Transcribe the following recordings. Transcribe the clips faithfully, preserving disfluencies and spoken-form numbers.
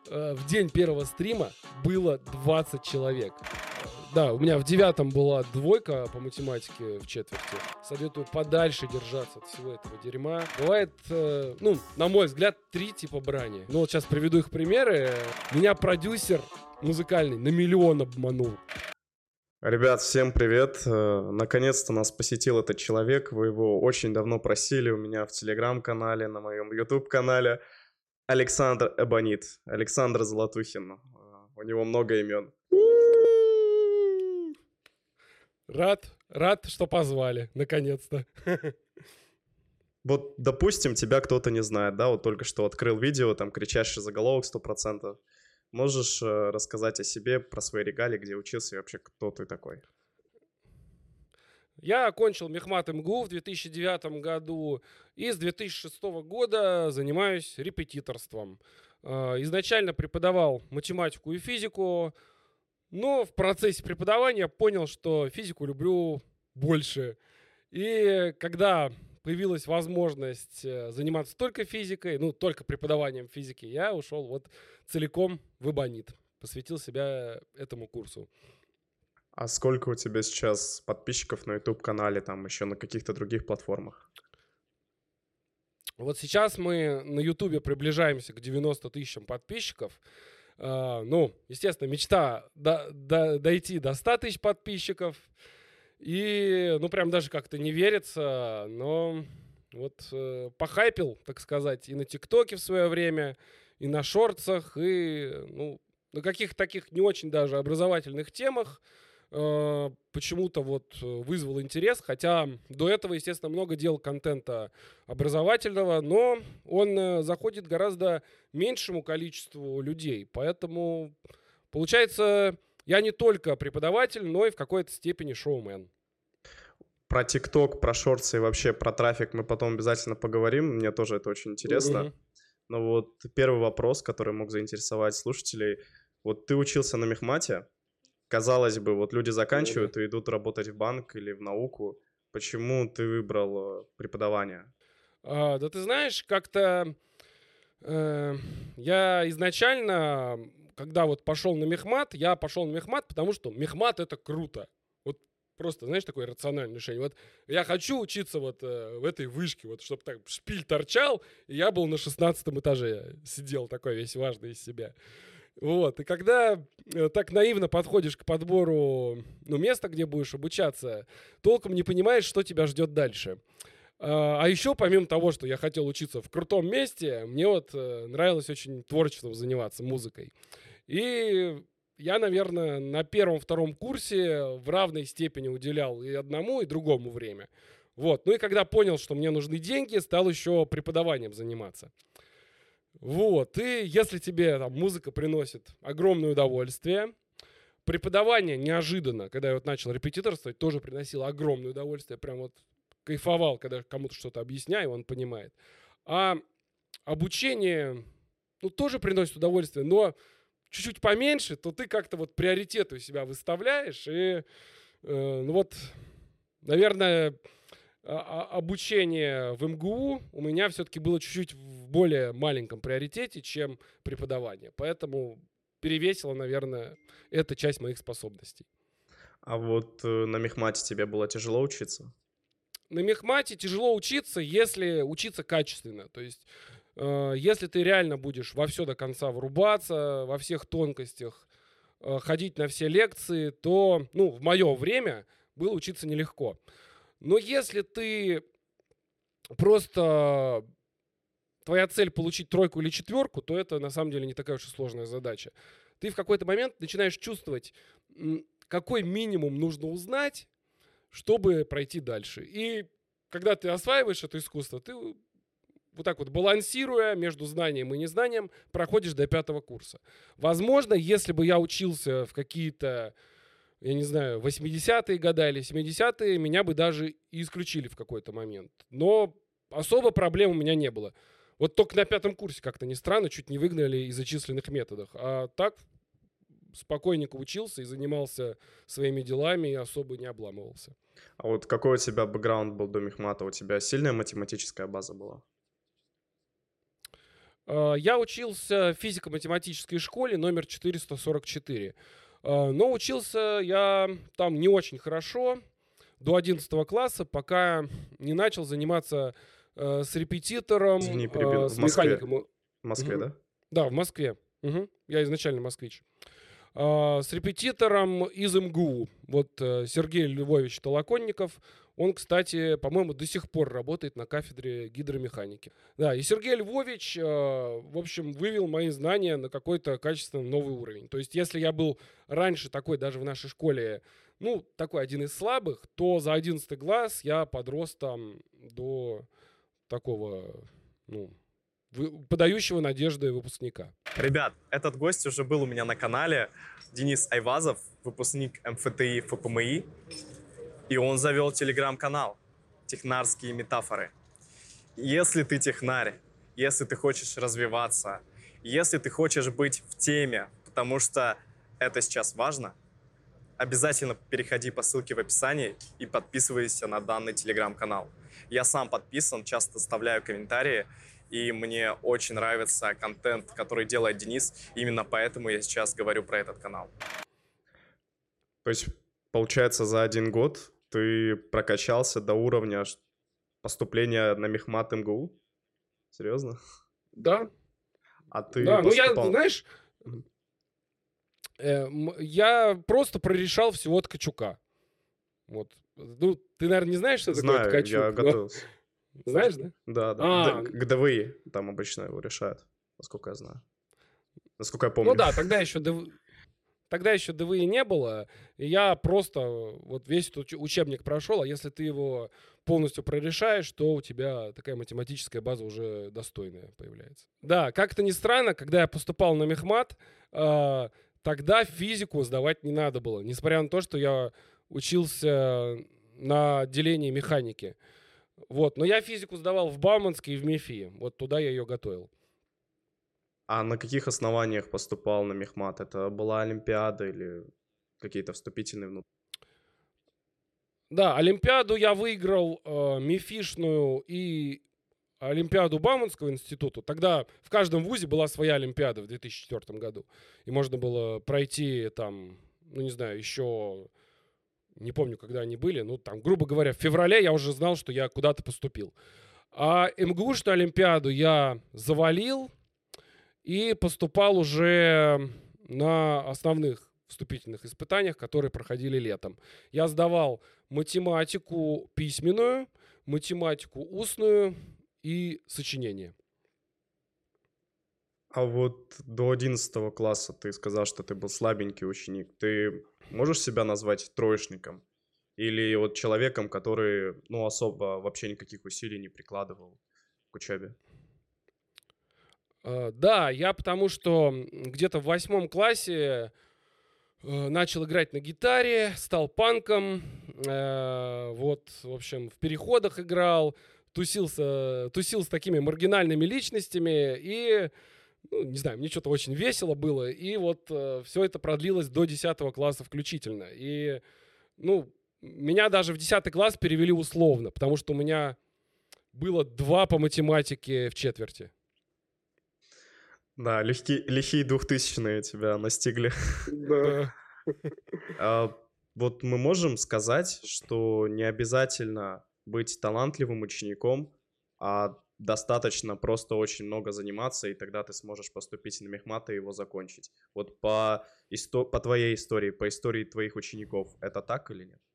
э, в день первого стрима было двадцать человек. Да, у меня в девятом была двойка по математике в четверти. Советую подальше держаться от всего этого дерьма. Бывает, э, ну, на мой взгляд, три типа брани. Ну, вот сейчас приведу их примеры. Меня продюсер музыкальный на миллион обманул. Ребят, всем привет. Э, Наконец-то нас посетил этот человек. Вы его очень давно просили у меня в Телеграм-канале, на моем YouTube-канале. Александр Эбонит. Александр Золотухин. Э, У него много имен. Рад, рад, что позвали, наконец-то. Вот, допустим, тебя кто-то не знает, да? Вот только что открыл видео, там кричащий заголовок сто процентов. Можешь э, рассказать о себе, про свои регалии, где учился и вообще кто ты такой? Я окончил мехмат эм гэ у в две тысячи девятом году и с две тысячи шестого года занимаюсь репетиторством. Э, Изначально преподавал математику и физику, но в процессе преподавания понял, что физику люблю больше. И когда появилась возможность э, заниматься только физикой, ну, только преподаванием физики, я ушел вот целиком в Эбонит, посвятил себя этому курсу. А сколько у тебя сейчас подписчиков на YouTube-канале, там еще на каких-то других платформах? Вот сейчас мы на Ютубе приближаемся к девяноста тысячам подписчиков. А, Ну, естественно, мечта до- до- дойти до ста тысяч подписчиков. И, ну, прям даже как-то не верится, но вот э, похайпил, так сказать, и на ТикТоке в свое время, и на шортсах, и, ну, на каких-то таких не очень даже образовательных темах э, почему-то вот э, вызвал интерес, хотя до этого, естественно, много делал контента образовательного, но он э, заходит гораздо меньшему количеству людей, поэтому получается, я не только преподаватель, но и в какой-то степени шоумен. Про ТикТок, про шорты и вообще про трафик мы потом обязательно поговорим. Мне тоже это очень интересно. Мгм. Но вот первый вопрос, который мог заинтересовать слушателей. Вот ты учился на мехмате. Казалось бы, вот люди Ну да. заканчивают и идут работать в банк или в науку. Почему ты выбрал э, преподавание? А, да ты знаешь, как-то э, я изначально, когда вот пошел на мехмат, я пошел на мехмат, потому что мехмат это круто. Вот просто, знаешь, такое рациональное решение. Вот я хочу учиться вот э, в этой вышке, вот чтобы так шпиль торчал, и я был на шестнадцатом этаже, сидел такой весь важный из себя. Вот, и когда э, так наивно подходишь к подбору, ну, места, где будешь обучаться, толком не понимаешь, что тебя ждет дальше. А а еще, помимо того, что я хотел учиться в крутом месте, мне вот э, нравилось очень творчеством заниматься, музыкой. И я, наверное, на первом-втором курсе в равной степени уделял и одному, и другому время. Вот. Ну и когда понял, что мне нужны деньги, стал еще преподаванием заниматься. Вот. И если тебе там музыка приносит огромное удовольствие, преподавание неожиданно, когда я вот начал репетиторствовать, тоже приносило огромное удовольствие. Прям вот кайфовал, когда кому-то что-то объясняю, он понимает. А обучение, ну, тоже приносит удовольствие, но чуть-чуть поменьше, то ты как-то вот приоритеты у себя выставляешь. И, э, ну вот, наверное, а- а- обучение в эм гэ у у меня все-таки было чуть-чуть в более маленьком приоритете, чем преподавание. Поэтому перевесила, наверное, эта часть моих способностей. А вот э, на мехмате тебе было тяжело учиться? На мехмате тяжело учиться, если учиться качественно. То есть, э, если ты реально будешь во все до конца врубаться, во всех тонкостях, э, ходить на все лекции, то, ну, в мое время было учиться нелегко. Но если ты просто твоя цель получить тройку или четверку, то это на самом деле не такая уж и сложная задача. Ты в какой-то момент начинаешь чувствовать, м, какой минимум нужно узнать, чтобы пройти дальше. И когда ты осваиваешь это искусство, ты вот так вот балансируя между знанием и незнанием, проходишь до пятого курса. Возможно, если бы я учился в какие-то, я не знаю, восьмидесятые годы или семидесятые, меня бы даже и исключили в какой-то момент. Но особо проблем у меня не было. Вот только на пятом курсе, как-то не странно, чуть не выгнали из зачисленных методах. А так спокойненько учился и занимался своими делами и особо не обламывался. А вот какой у тебя бэкграунд был до мехмата? У тебя сильная математическая база была? Э, я учился в физико-математической школе номер четыреста сорок четыре. Э, но учился я там не очень хорошо до одиннадцатого класса, пока не начал заниматься э, с репетитором, Извини, э, перебил. В с Москве. механиком. В Москве, Мгм. да? Да, в Москве. Мгм. Я изначально москвич. А, С репетитором из МГУ. Вот э, Сергей Львович Толоконников. Он, кстати, по-моему, до сих пор работает на кафедре гидромеханики. Да, и Сергей Львович, э, в общем, вывел мои знания на какой-то качественно новый уровень. То есть, если я был раньше такой, даже в нашей школе, ну, такой один из слабых, то за одиннадцатый класс я подрос там до такого, ну, вы- подающего надежды выпускника. Ребят, этот гость уже был у меня на канале. Денис Айвазов, выпускник МФТИ ФПМИ. И он завел телеграм-канал «Технарские метафоры». Если ты технарь, если ты хочешь развиваться, если ты хочешь быть в теме, потому что это сейчас важно, обязательно переходи по ссылке в описании и подписывайся на данный телеграм-канал. Я сам подписан, часто оставляю комментарии, и мне очень нравится контент, который делает Денис. Именно поэтому я сейчас говорю про этот канал. То есть, получается, за один год ты прокачался до уровня ш- поступления на мехмат МГУ? Серьезно? Да, А ты да. Ну, я, поступал? знаешь, Мгм. э, м, я просто прорешал всего Ткачука. Вот. Ну, ты, наверное, не знаешь, что такое Знаю, я Ткачук, но готовился. знаешь, да? Да, да. А, Д- ГДВИ там обычно его решают, насколько я знаю. Насколько я ну помню. да, тогда еще ДВ тогда еще ДВИ не было, и я просто вот весь этот уч- учебник прошел, а если ты его полностью прорешаешь, то у тебя такая математическая база уже достойная появляется. Да, как-то ни странно, когда я поступал на мехмат, а, тогда физику сдавать не надо было, несмотря на то, что я учился на отделении механики. Вот, но я физику сдавал в Бауманской и в МИФИ, вот туда я ее готовил. А на каких основаниях поступал на мехмат? Это была Олимпиада или какие-то вступительные внутренние? Да, Олимпиаду я выиграл э, МИФИшную и Олимпиаду Бауманского института. Тогда в каждом вузе была своя Олимпиада в две тысячи четвёртом году. И можно было пройти там, ну не знаю, еще, не помню, когда они были, ну там, грубо говоря, в феврале я уже знал, что я куда-то поступил. А МГУшную Олимпиаду я завалил и поступал уже на основных вступительных испытаниях, которые проходили летом. Я сдавал математику письменную, математику устную и сочинение. А вот до одиннадцатого класса ты сказал, что ты был слабенький ученик. Ты можешь себя назвать троечником? Или вот человеком, который, ну, особо вообще никаких усилий не прикладывал к учебе? Э, Да, я потому что м, где-то в восьмом классе э, начал играть на гитаре, стал панком, э, вот, в общем, в переходах играл, тусился, тусил с такими маргинальными личностями, и, ну, не знаю, мне что-то очень весело было, и вот все это продлилось до десятого класса включительно. И, ну, меня даже в десятый класс перевели условно, потому что у меня было два по математике в четверти. Да, легкие, лихие двухтысячные тебя настигли. Да. А вот мы можем сказать, что не обязательно быть талантливым учеником, а достаточно просто очень много заниматься, и тогда ты сможешь поступить на мехмат и его закончить. Вот по, исто- по твоей истории, по истории твоих учеников, это так или нет?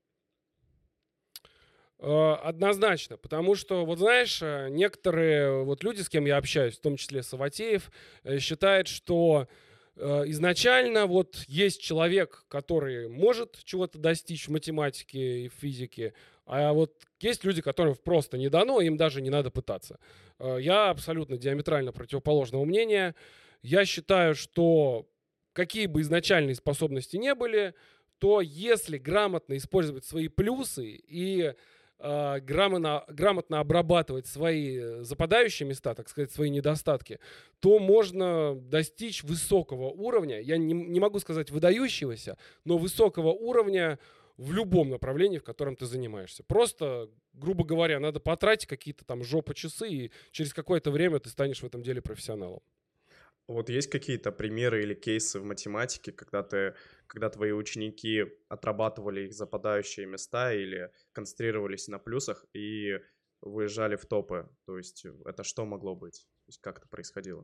Э, Однозначно, потому что, вот знаешь, э, некоторые вот люди, с кем я общаюсь, в том числе Саватеев, э, считают, что э, изначально вот есть человек, который может чего-то достичь в математике и в физике, а вот есть люди, которым просто не дано, им даже не надо пытаться. Э, Я абсолютно диаметрально противоположного мнения. Я считаю, что какие бы изначальные способности не были, то если грамотно использовать свои плюсы и э, грамотно, грамотно обрабатывать свои э, западающие места, так сказать, свои недостатки, то можно достичь высокого уровня. Я не, не могу сказать выдающегося, но высокого уровня в любом направлении, в котором ты занимаешься. Просто, грубо говоря, надо потратить какие-то там жопа часы, и через какое-то время ты станешь в этом деле профессионалом. Вот есть какие-то примеры или кейсы в математике, когда ты, когда твои ученики отрабатывали их западающие места или концентрировались на плюсах и выезжали в топы? То есть это что могло быть? То есть как это происходило?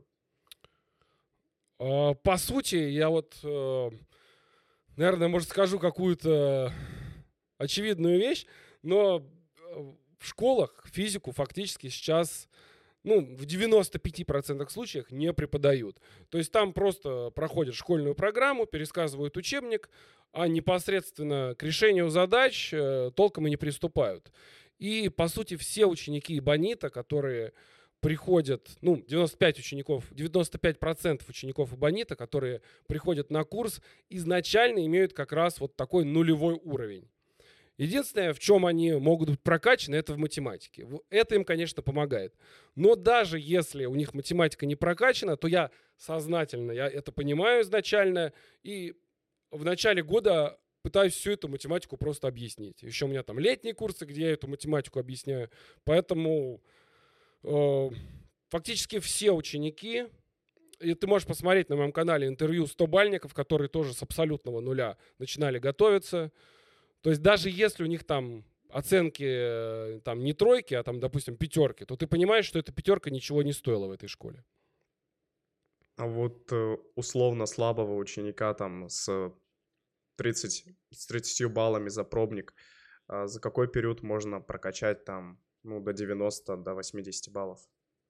А, По сути, я вот, э, наверное, может, скажу какую-то очевидную вещь, но э, в школах физику фактически сейчас, ну, в девяноста пяти процентах случаев не преподают. То есть там просто проходят школьную программу, пересказывают учебник, а непосредственно к решению задач э, толком и не приступают. И, по сути, все ученики Эбонита, которые приходят, ну, девяносто пять учеников, девяносто пять процентов учеников Эбонита, которые приходят на курс, изначально имеют как раз вот такой нулевой уровень. Единственное, в чем они могут быть прокачаны, это в математике. В- Это им, конечно, помогает. Но даже если у них математика не прокачана, то я сознательно, я это понимаю изначально, и в начале года пытаюсь всю эту математику просто объяснить. Еще у меня там летние курсы, где я эту математику объясняю. Поэтому э, фактически все ученики, и ты можешь посмотреть на моем канале интервью сто-бальников, которые тоже с абсолютного нуля начинали готовиться. То есть даже если у них там оценки э, там не тройки, а там, допустим, пятерки, то ты понимаешь, что эта пятерка ничего не стоила в этой школе. А вот э, условно слабого ученика там с тридцать, с тридцатью баллами за пробник, а за какой период можно прокачать там, ну, до девяноста, до восьмидесяти баллов?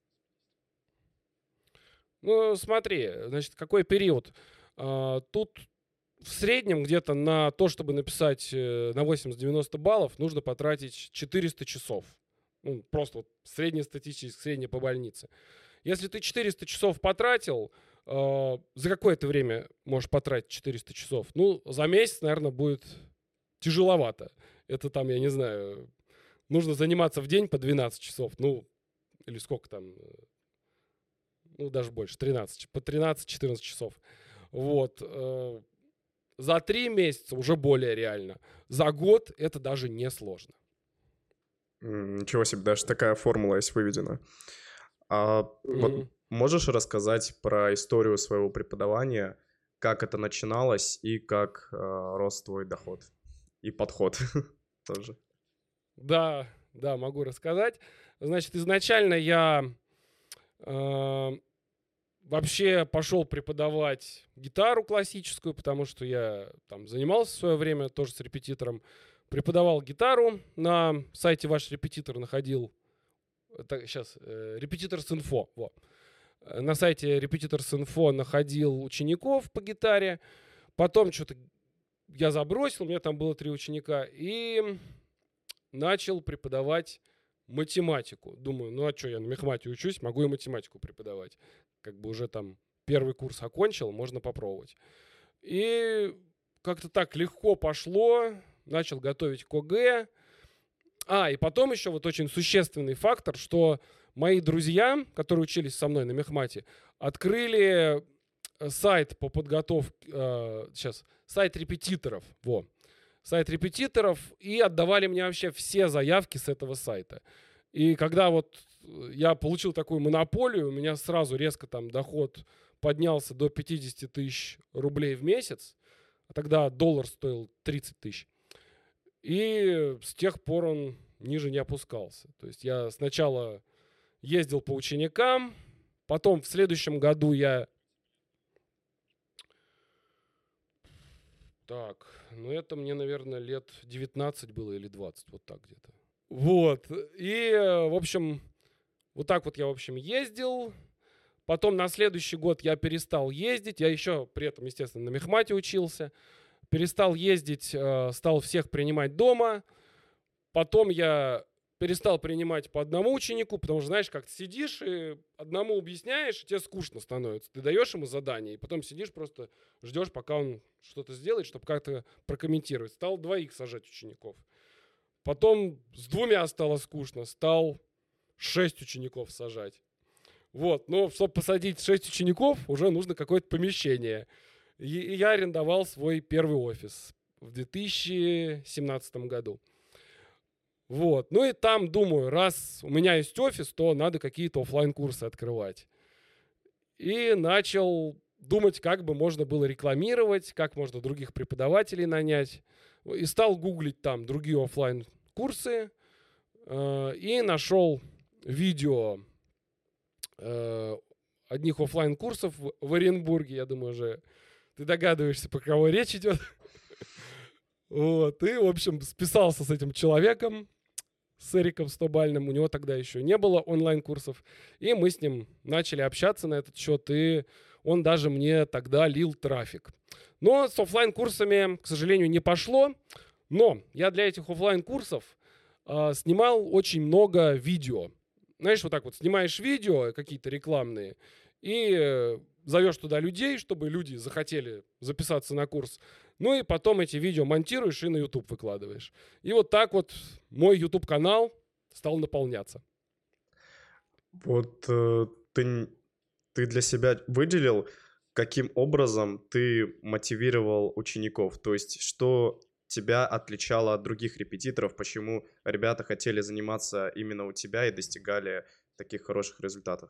Ну, смотри, значит, какой период? А, Тут в среднем где-то на то, чтобы написать э, на восемьдесят-девяносто баллов, нужно потратить четыреста часов. Ну, просто вот среднестатистически, средне по больнице. Если ты четыреста часов потратил, э, за какое-то время можешь потратить четыреста часов? Ну, за месяц, наверное, будет тяжеловато. Это там, я не знаю, нужно заниматься в день по двенадцать часов. Ну, или сколько там, э, ну, даже больше, тринадцать, по тринадцать-четырнадцать часов. Вот. э, За три месяца уже более реально. За год это даже не сложно. М, Ничего себе, даже такая формула есть выведена. А вот Мгм. можешь рассказать про историю своего преподавания, как это начиналось и как э, рос твой доход и подход тоже? Да, да, могу рассказать. Значит, изначально я э, вообще пошел преподавать гитару классическую, потому что я там занимался в свое время тоже с репетитором. Преподавал гитару на сайте «Ваш репетитор», находил. Это сейчас репетитор.инфо. Во. Э, На сайте репетитор.инфо находил учеников по гитаре. Потом что-то я забросил, у меня там было три ученика. И начал преподавать математику. Думаю, ну а что, я на мехмате учусь, могу и математику преподавать. Как бы уже там первый курс окончил, можно попробовать. И как-то так легко пошло, начал готовить к ОГЭ. А, и потом еще вот очень существенный фактор, что мои друзья, которые учились со мной на мехмате, открыли э, сайт по подготовке, э, сейчас, сайт репетиторов, во, сайт репетиторов, и отдавали мне вообще все заявки с этого сайта. И когда вот э, я получил такую монополию, у меня сразу резко там доход поднялся до пятьдесят тысяч рублей в месяц, а тогда доллар стоил тридцать тысяч. И с тех пор он ниже не опускался. То есть я сначала ездил по ученикам, потом в следующем году я... Так, ну это мне, наверное, лет девятнадцать было или двадцать, вот так где-то. Вот, и, э, в общем, вот так вот я, в общем, ездил. Потом на следующий год я перестал ездить. Я еще при этом, естественно, на мехмате учился. Перестал ездить, э, стал всех принимать дома. Потом я перестал принимать по одному ученику, потому что, знаешь, как ты сидишь и одному объясняешь, и тебе скучно становится. Ты даешь ему задание, и потом сидишь просто ждешь, пока он что-то сделает, чтобы как-то прокомментировать. Стал двоих сажать учеников. Потом с двумя стало скучно, стал шесть учеников сажать. Вот, но чтобы посадить шесть учеников, уже нужно какое-то помещение. И я арендовал свой первый офис. в две тысячи семнадцатом году. Вот. Ну и там, думаю, раз у меня есть офис, то надо какие-то офлайн-курсы открывать. И начал думать, как бы можно было рекламировать, как можно других преподавателей нанять. И стал гуглить там другие офлайн-курсы. Э, и нашел видео э, одних офлайн-курсов в, в Оренбурге. Я думаю, уже ты догадываешься, про кого речь идет. Вот. И, в общем, списался с этим человеком, с Эриком Стобальным. У него тогда еще не было онлайн-курсов. И мы с ним начали общаться на этот счет. И он даже мне тогда лил трафик. Но с офлайн-курсами, к сожалению, не пошло. Но я для этих офлайн-курсов э, снимал очень много видео. Знаешь, вот так вот снимаешь видео какие-то рекламные и э, зовешь туда людей, чтобы люди захотели записаться на курс. Ну и потом эти видео монтируешь и на YouTube выкладываешь. И вот так вот мой YouTube-канал стал наполняться. Вот э, ты, ты для себя выделил, каким образом ты мотивировал учеников? То есть что тебя отличало от других репетиторов? Почему ребята хотели заниматься именно у тебя и достигали таких хороших результатов?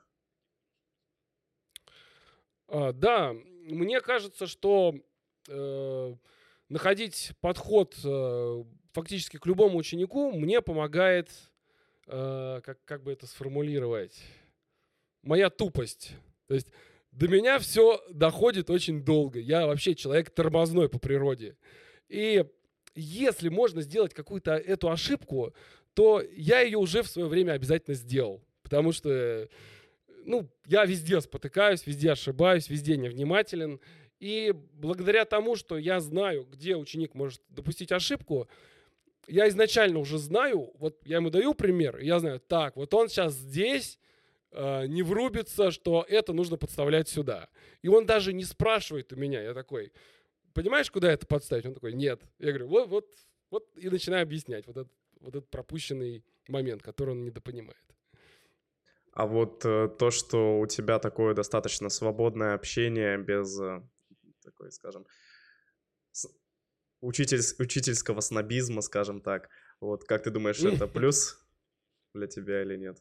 А, да, мне кажется, что э, находить подход э, фактически к любому ученику мне помогает, э, как, как бы это сформулировать, моя тупость. То есть до меня все доходит очень долго. Я вообще человек тормозной по природе. И если можно сделать какую-то эту ошибку, то я ее уже в свое время обязательно сделал. Потому что ну, я везде спотыкаюсь, везде ошибаюсь, везде невнимателен. И благодаря тому, что я знаю, где ученик может допустить ошибку, я изначально уже знаю, вот я ему даю пример, и я знаю, так, вот он сейчас здесь э, не врубится, что это нужно подставлять сюда. И он даже не спрашивает у меня, я такой, понимаешь, куда это подставить? Он такой, нет. Я говорю, вот, вот, вот и начинаю объяснять вот этот, вот этот пропущенный момент, который он недопонимает. А вот э, то, что у тебя такое достаточно свободное общение без, э, такой, скажем, с- учитель, учительского снобизма, скажем так, вот как ты думаешь, это плюс для тебя или нет?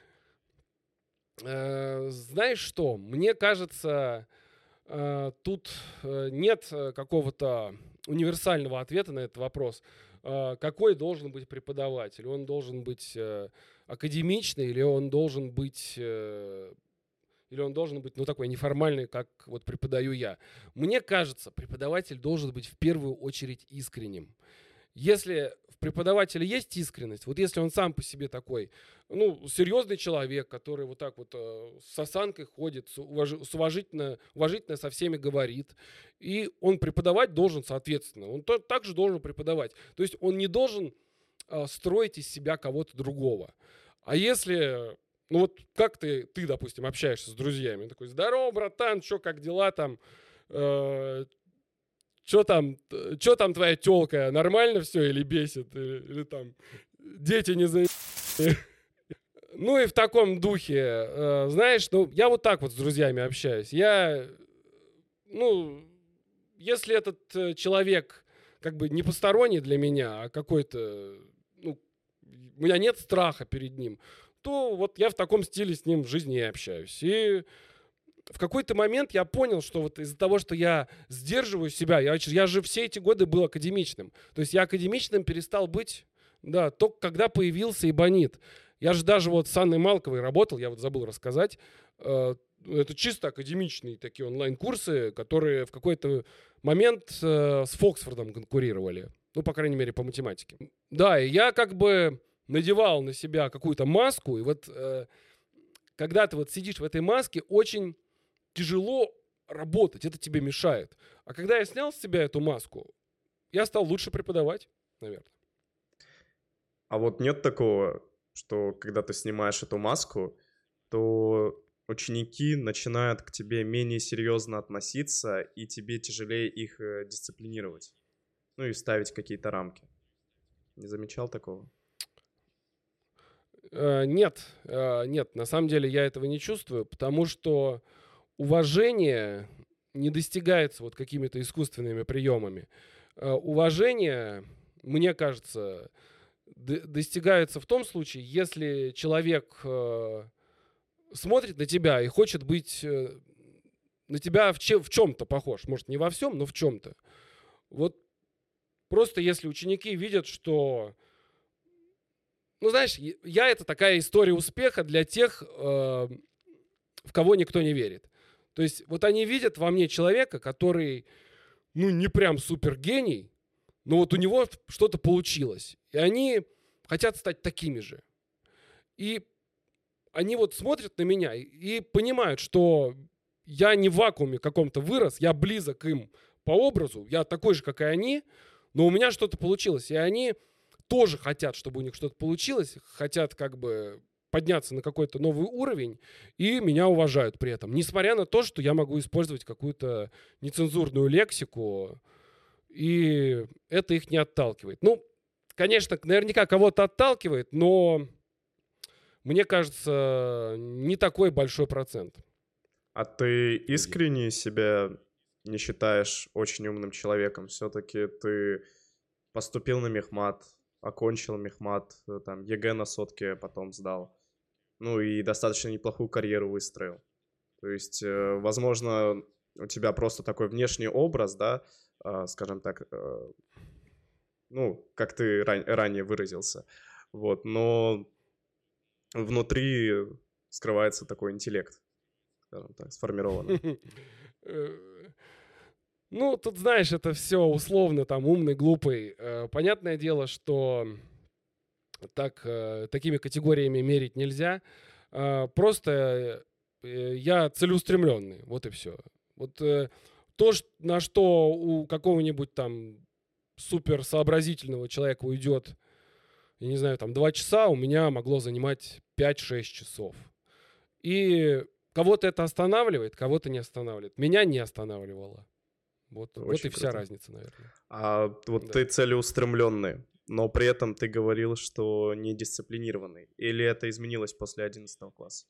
Э, Знаешь что? Мне кажется, э, тут э, нет э, какого-то универсального ответа на этот вопрос. Э, Какой должен быть преподаватель? Он должен быть э, академичный или он должен быть э, или он должен быть, ну, такой неформальный, как вот преподаю я. Мне кажется, преподаватель должен быть в первую очередь искренним. Если в преподавателе есть искренность, вот если он сам по себе такой, ну, серьезный человек, который вот так вот э, с осанкой ходит, с, уваж- с уважительно, уважительно со всеми говорит, и он преподавать должен соответственно, он то- также должен преподавать. То есть он не должен э, строить из себя кого-то другого. А если, ну вот как ты, ты, допустим, общаешься с друзьями, он такой, здорово, братан, что, как дела там, э, что там, что там твоя тёлка, нормально все или бесит, или, или там дети не за... Ну и в таком духе, э, знаешь, ну я вот так вот с друзьями общаюсь. Я, ну, если этот э, человек как бы не посторонний для меня, а какой-то, ну, у меня нет страха перед ним, то вот я в таком стиле с ним в жизни и общаюсь. И в какой-то момент я понял, что вот из-за того, что я сдерживаю себя, я, я же все эти годы был академичным. То есть я академичным перестал быть, да, только когда появился Эбонит. Я же даже вот с Анной Малковой работал, я вот забыл рассказать. Э, Это чисто академичные такие онлайн-курсы, которые в какой-то момент э, с Фоксфордом конкурировали. Ну, по крайней мере, по математике. Да, и я как бы надевал на себя какую-то маску, и вот э, когда ты вот сидишь в этой маске, очень тяжело работать, это тебе мешает. А когда я снял с себя эту маску, я стал лучше преподавать, наверное. А вот нет такого, что когда ты снимаешь эту маску, то ученики начинают к тебе менее серьезно относиться, и тебе тяжелее их э, дисциплинировать, ну и ставить какие-то рамки. Не замечал такого? Э, Нет, э, нет, на самом деле я этого не чувствую, потому что уважение не достигается вот какими-то искусственными приемами. э, уважение, мне кажется, д- достигается в том случае, если человек э, смотрит на тебя и хочет быть э, на тебя в, че- в чем-то похож. Может, не во всем, но в чем-то. Вот просто если ученики видят, что... Ну, знаешь, е- я это такая история успеха для тех, э, в кого никто не верит. То есть вот они видят во мне человека, который, ну, не прям супергений, но вот у него что-то получилось. И они хотят стать такими же. И они вот смотрят на меня и, и понимают, что я не в вакууме каком-то вырос, я близок им по образу, я такой же, как и они, но у меня что-то получилось. И они тоже хотят, чтобы у них что-то получилось, хотят как бы подняться на какой-то новый уровень, и меня уважают при этом. Несмотря на то, что я могу использовать какую-то нецензурную лексику, и это их не отталкивает. Ну, конечно, наверняка кого-то отталкивает, но мне кажется, не такой большой процент. А ты искренне себя не считаешь очень умным человеком? Все-таки ты поступил на мехмат, окончил мехмат, э, там, ЕГЭ на сотке потом сдал. Ну и достаточно неплохую карьеру выстроил. То есть, э, возможно, у тебя просто такой внешний образ, да, а, скажем так, э, ну, как ты ран- ранее выразился. Вот, но внутри скрывается такой интеллект, скажем так, сформированный. Э, Ну, тут, знаешь, это все условно, там, умный, глупый. Э, Понятное дело, что так, э, такими категориями мерить нельзя. А, Просто э, я целеустремленный, вот и все. Вот э, то, ш- на что у какого-нибудь там супер сообразительного человека уйдет, я не знаю, там два часа, у меня могло занимать пять-шесть часов. И кого-то это останавливает, кого-то не останавливает. Меня не останавливало. Вот, вот и Очень вся круто. разница, наверное. А вот Да. ты целеустремленный, но при этом ты говорил, что не дисциплинированный. Или это изменилось после одиннадцатого класса?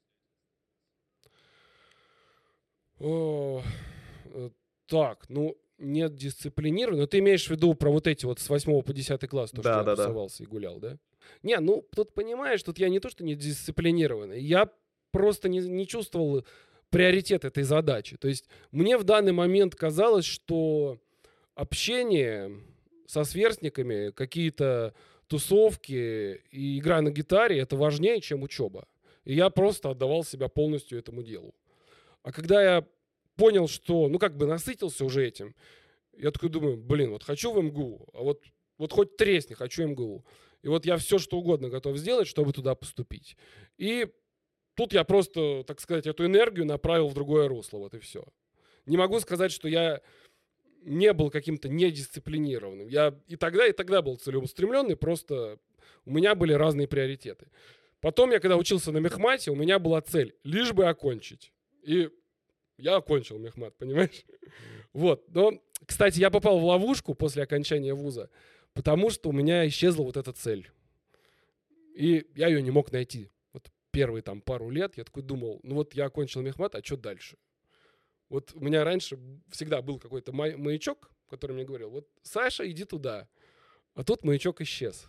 О, э, так, ну, нет дисциплинированно. Но ты имеешь в виду про вот эти вот с восьмого по десятый класс, то, что Да, я да, да. тусовался и гулял, да? Не, ну, тут понимаешь, тут я не то, что не дисциплинированный, я просто не, не чувствовал приоритет этой задачи. То есть мне в данный момент казалось, что общение со сверстниками, какие-то тусовки и игра на гитаре — это важнее, чем учеба. И я просто отдавал себя полностью этому делу. А когда я понял, что, ну, как бы насытился уже этим, я такой думаю, блин, вот хочу в эм гэ у, а вот, вот хоть тресни, хочу эм гэ у. И вот я все, что угодно готов сделать, чтобы туда поступить. И тут я просто, так сказать, эту энергию направил в другое русло, вот и все. Не могу сказать, что я не был каким-то недисциплинированным. Я и тогда, и тогда был целеустремленный, просто у меня были разные приоритеты. Потом я, когда учился на мехмате, у меня была цель, лишь бы окончить. И я окончил мехмат, понимаешь? Вот. Но, кстати, я попал в ловушку после окончания вуза, потому что у меня исчезла вот эта цель. И я ее не мог найти. Вот первые там пару лет я такой думал, ну вот я окончил мехмат, а что дальше? Вот у меня раньше всегда был какой-то май- маячок, который мне говорил, вот, Саша, иди туда. А тут маячок исчез.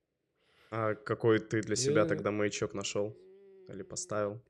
А какой ты для себя Я, тогда маячок нашел? Или поставил?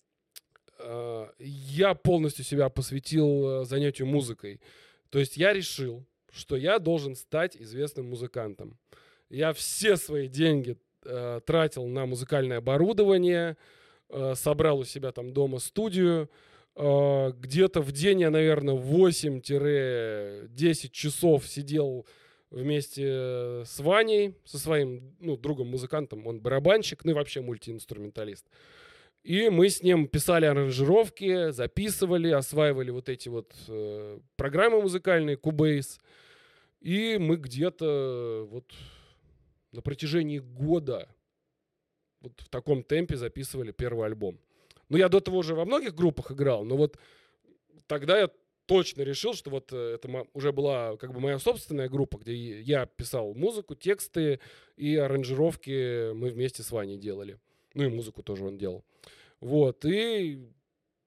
а, я полностью себя посвятил э, занятию музыкой. То есть я решил, что я должен стать известным музыкантом. Я все свои деньги э, тратил на музыкальное оборудование, э, собрал у себя там дома студию. Э, где-то в день я, наверное, восемь-десять часов сидел вместе с Ваней, со своим, ну, другом-музыкантом. Он барабанщик, ну и вообще мультиинструменталист. И мы с ним писали аранжировки, записывали, осваивали вот эти вот э, программы музыкальные, Cubase. И мы где-то вот на протяжении года вот в таком темпе записывали первый альбом. Ну, я до того уже во многих группах играл, но вот тогда я точно решил, что вот это мо- уже была как бы моя собственная группа, где я писал музыку, тексты и аранжировки мы вместе с Ваней делали. Ну и музыку тоже он делал. Вот, и,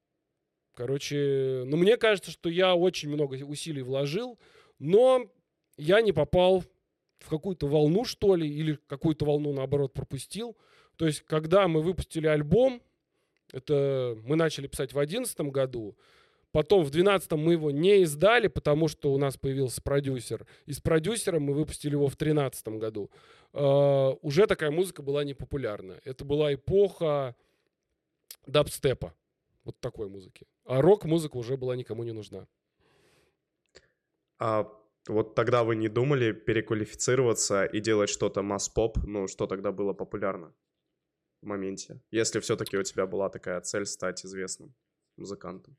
короче, ну, мне кажется, что я очень много усилий вложил, но я не попал в какую-то волну, что ли, или какую-то волну, наоборот, пропустил. То есть, когда мы выпустили альбом, это мы начали писать в одиннадцатом году, потом в двенадцатом мы его не издали, потому что у нас появился продюсер. И с продюсером мы выпустили его в тринадцатом году. Uh, уже такая музыка была непопулярна. Это была эпоха дабстепа. Вот такой музыки. А рок-музыка уже была никому не нужна. А вот тогда вы не думали переквалифицироваться и делать что-то масс-поп? Ну, что тогда было популярно в моменте? Если все-таки у тебя была такая цель стать известным музыкантом.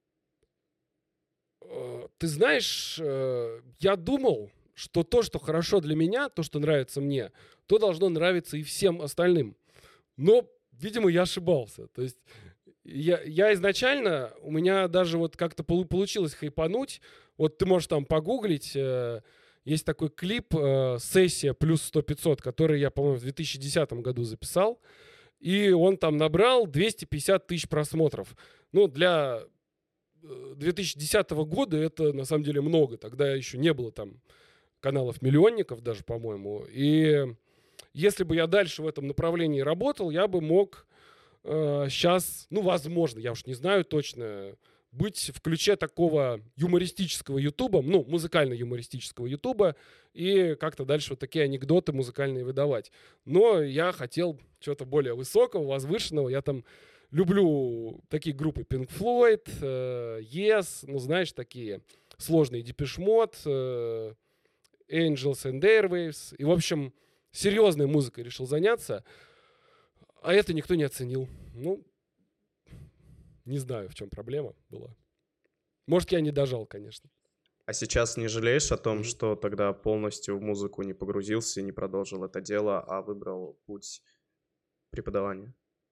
Uh, ты знаешь, uh, я думал, что то, что хорошо для меня, то, что нравится мне, то должно нравиться и всем остальным. Но, видимо, я ошибался. То есть я, я изначально, у меня даже вот как-то получилось хайпануть. Вот ты можешь там погуглить, э, есть такой клип э, «Сессия плюс сто пятьсот», который я, по-моему, в две тысячи десятом году записал. И он там набрал двести пятьдесят тысяч просмотров. Ну, для две тысячи десятого года это, на самом деле, много. Тогда еще не было там каналов-миллионников даже, по-моему. И если бы я дальше в этом направлении работал, я бы мог э, сейчас, ну, возможно, я уж не знаю точно, быть в ключе такого юмористического ютуба, ну, музыкально-юмористического ютуба, и как-то дальше вот такие анекдоты музыкальные выдавать. Но я хотел чего-то более высокого, возвышенного. Я там люблю такие группы Pink Floyd, э, Yes, ну, знаешь, такие сложные Depeche Mode, э, Angels and Airwaves. И, в общем, серьезной музыкой решил заняться. А это никто не оценил. Ну, не знаю, в чем проблема была. Может, я не дожал, конечно. А сейчас не жалеешь о том, Mm-hmm. что тогда полностью в музыку не погрузился и не продолжил это дело, а выбрал путь преподавания?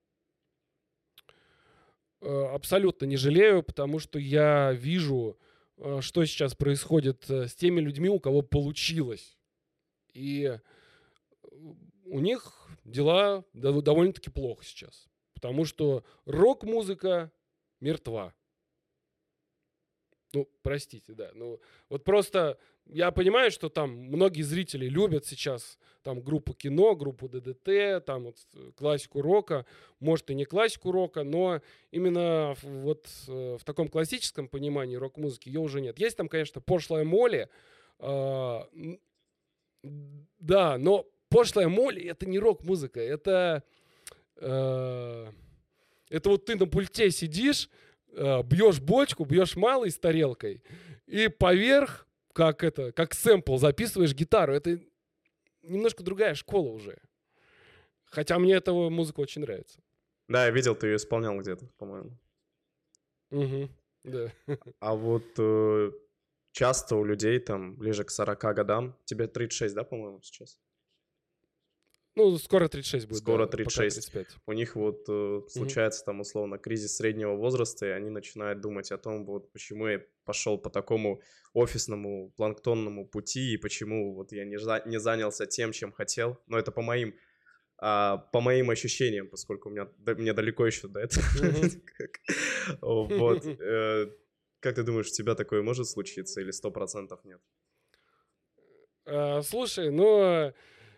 Абсолютно не жалею, потому что я вижу, что сейчас происходит с теми людьми, у кого получилось. И у них дела довольно-таки плохо сейчас. Потому что рок-музыка мертва. Ну, простите, да. Ну, вот просто я понимаю, что там многие зрители любят сейчас там группу Кино, группу ДДТ, там вот классику рока. Может, и не классику рока, но именно вот в таком классическом понимании рок-музыки ее уже нет. Есть там, конечно, пошлая Молли. Э, да, но пошлая Молли — это не рок-музыка. Это, э, это вот ты на пульте сидишь, бьешь бочку, бьешь малой с тарелкой, и поверх, как это, как сэмпл, записываешь гитару. Это немножко другая школа уже. Хотя мне эта музыка очень нравится. Да, я видел, ты ее исполнял где-то, по-моему. Угу, да. А вот э, часто у людей там ближе к сорока годам, тебе тридцать шесть, да, по-моему, сейчас? Ну, скоро тридцать шесть будет. Скоро да, тридцать шесть. тридцать пять. У них вот э, случается там условно кризис среднего возраста, и они начинают думать о том, вот почему я пошел по такому офисному планктонному пути, и почему вот я не, за, не занялся тем, чем хотел. Но это по моим, а, по моим ощущениям, поскольку у меня, да, мне далеко еще до этого. Вот. Как ты думаешь, у тебя такое может случиться или сто процентов нет? Слушай, ну...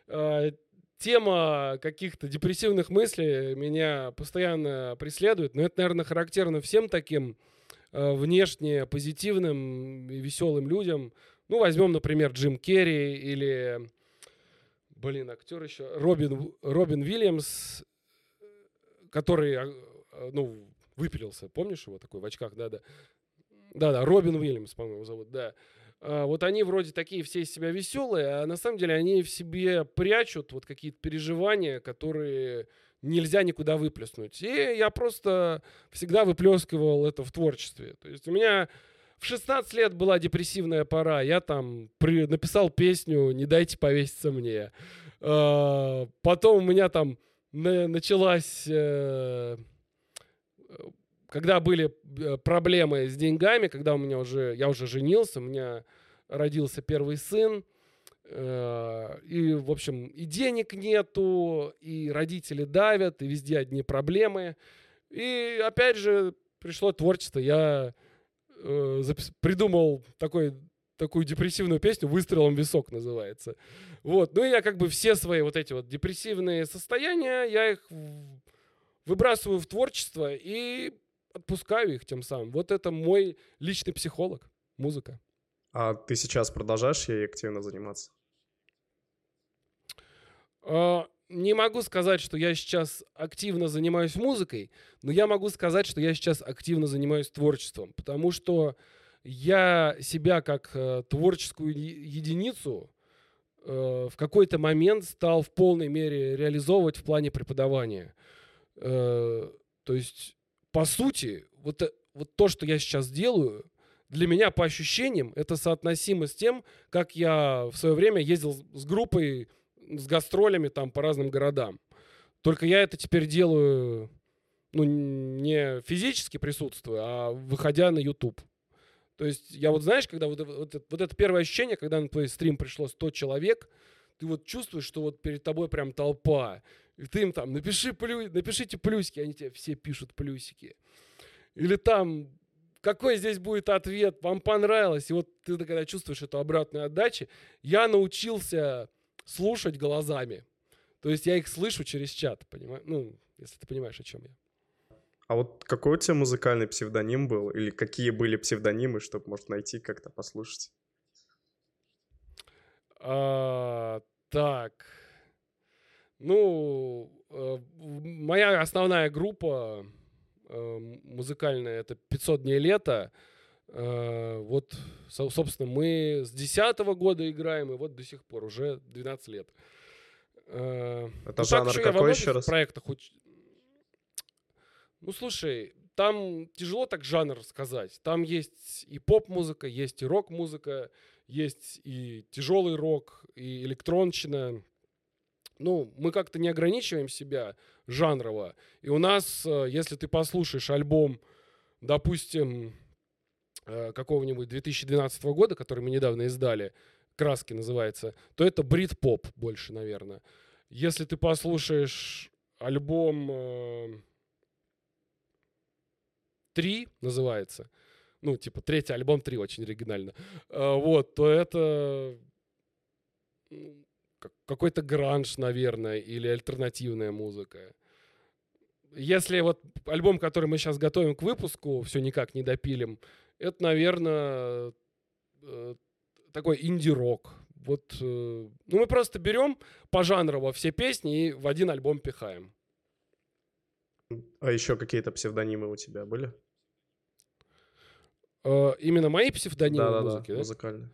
Тема каких-то депрессивных мыслей меня постоянно преследует, но это, наверное, характерно всем таким э, внешне позитивным и веселым людям. Ну, возьмем, например, Джим Керри или, блин, актер еще, Робин, Робин Уильямс, который, ну, выпилился, помнишь его такой в очках, да-да. Да-да, Робин Уильямс, по-моему, зовут, да. Вот они вроде такие все из себя веселые, а на самом деле они в себе прячут вот какие-то переживания, которые нельзя никуда выплеснуть. И я просто всегда выплескивал это в творчестве. То есть у меня в шестнадцать лет была депрессивная пора, я там при... написал песню «Не дайте повеситься мне». Потом у меня там началась... Когда были проблемы с деньгами, когда у меня уже, я уже женился, у меня родился первый сын, э, и, в общем, и денег нету, и родители давят, и везде одни проблемы. И, опять же, пришло творчество. Я э, запис- придумал такой такую депрессивную песню «Выстрелом в висок» называется. Вот. Ну и я как бы все свои вот эти вот депрессивные состояния, я их выбрасываю в творчество и отпускаю их тем самым. Вот это мой личный психолог, музыка. А ты сейчас продолжаешь ей активно заниматься? Uh, не могу сказать, что я сейчас активно занимаюсь музыкой, но я могу сказать, что я сейчас активно занимаюсь творчеством, потому что я себя как uh, творческую единицу uh, в какой-то момент стал в полной мере реализовывать в плане преподавания. Uh, то есть, по сути, вот, вот то, что я сейчас делаю, для меня по ощущениям это соотносимо с тем, как я в свое время ездил с группой, с гастролями там по разным городам. Только я это теперь делаю, ну, не физически присутствуя, а выходя на YouTube. То есть я вот, знаешь, когда вот, вот, вот это первое ощущение, когда на твой стрим пришло сто человек, ты вот чувствуешь, что вот перед тобой прям толпа. И ты им там, напиши плю, напишите плюсики, они тебе все пишут плюсики. Или там, какой здесь будет ответ, вам понравилось. И вот ты когда чувствуешь эту обратную отдачу, я научился слушать глазами. То есть я их слышу через чат, понимаешь? Ну, если ты понимаешь, о чем я. А вот какой у тебя музыкальный псевдоним был? Или какие были псевдонимы, чтобы, может, найти как-то, послушать? А, так. Ну, э, моя основная группа э, музыкальная — это пятьсот дней лета. Uh, вот, со, собственно, мы с десятого года играем, и вот до сих пор, уже двенадцать лет. Uh, Это ну, жанр так, какой еще раз? Проектах уч... Ну, слушай, там тяжело так жанр сказать. Там есть и поп-музыка, есть и рок-музыка, есть и тяжелый рок, и электронщина. Ну, мы как-то не ограничиваем себя жанрово. И у нас, если ты послушаешь альбом, допустим, какого-нибудь две тысячи двенадцатого года, который мы недавно издали, «Краски» называется, то это брит-поп больше, наверное. Если ты послушаешь альбом э, «Три» называется, ну, типа третий альбом «Три», очень оригинально, э, вот, то это какой-то гранж, наверное, или альтернативная музыка. Если вот альбом, который мы сейчас готовим к выпуску, все никак не допилим, это, наверное, такой инди-рок. Вот, ну, мы просто берем пожанрово все песни и в один альбом пихаем. А еще какие-то псевдонимы у тебя были? Именно мои псевдонимы да, музыки, да, да? Музыкальные.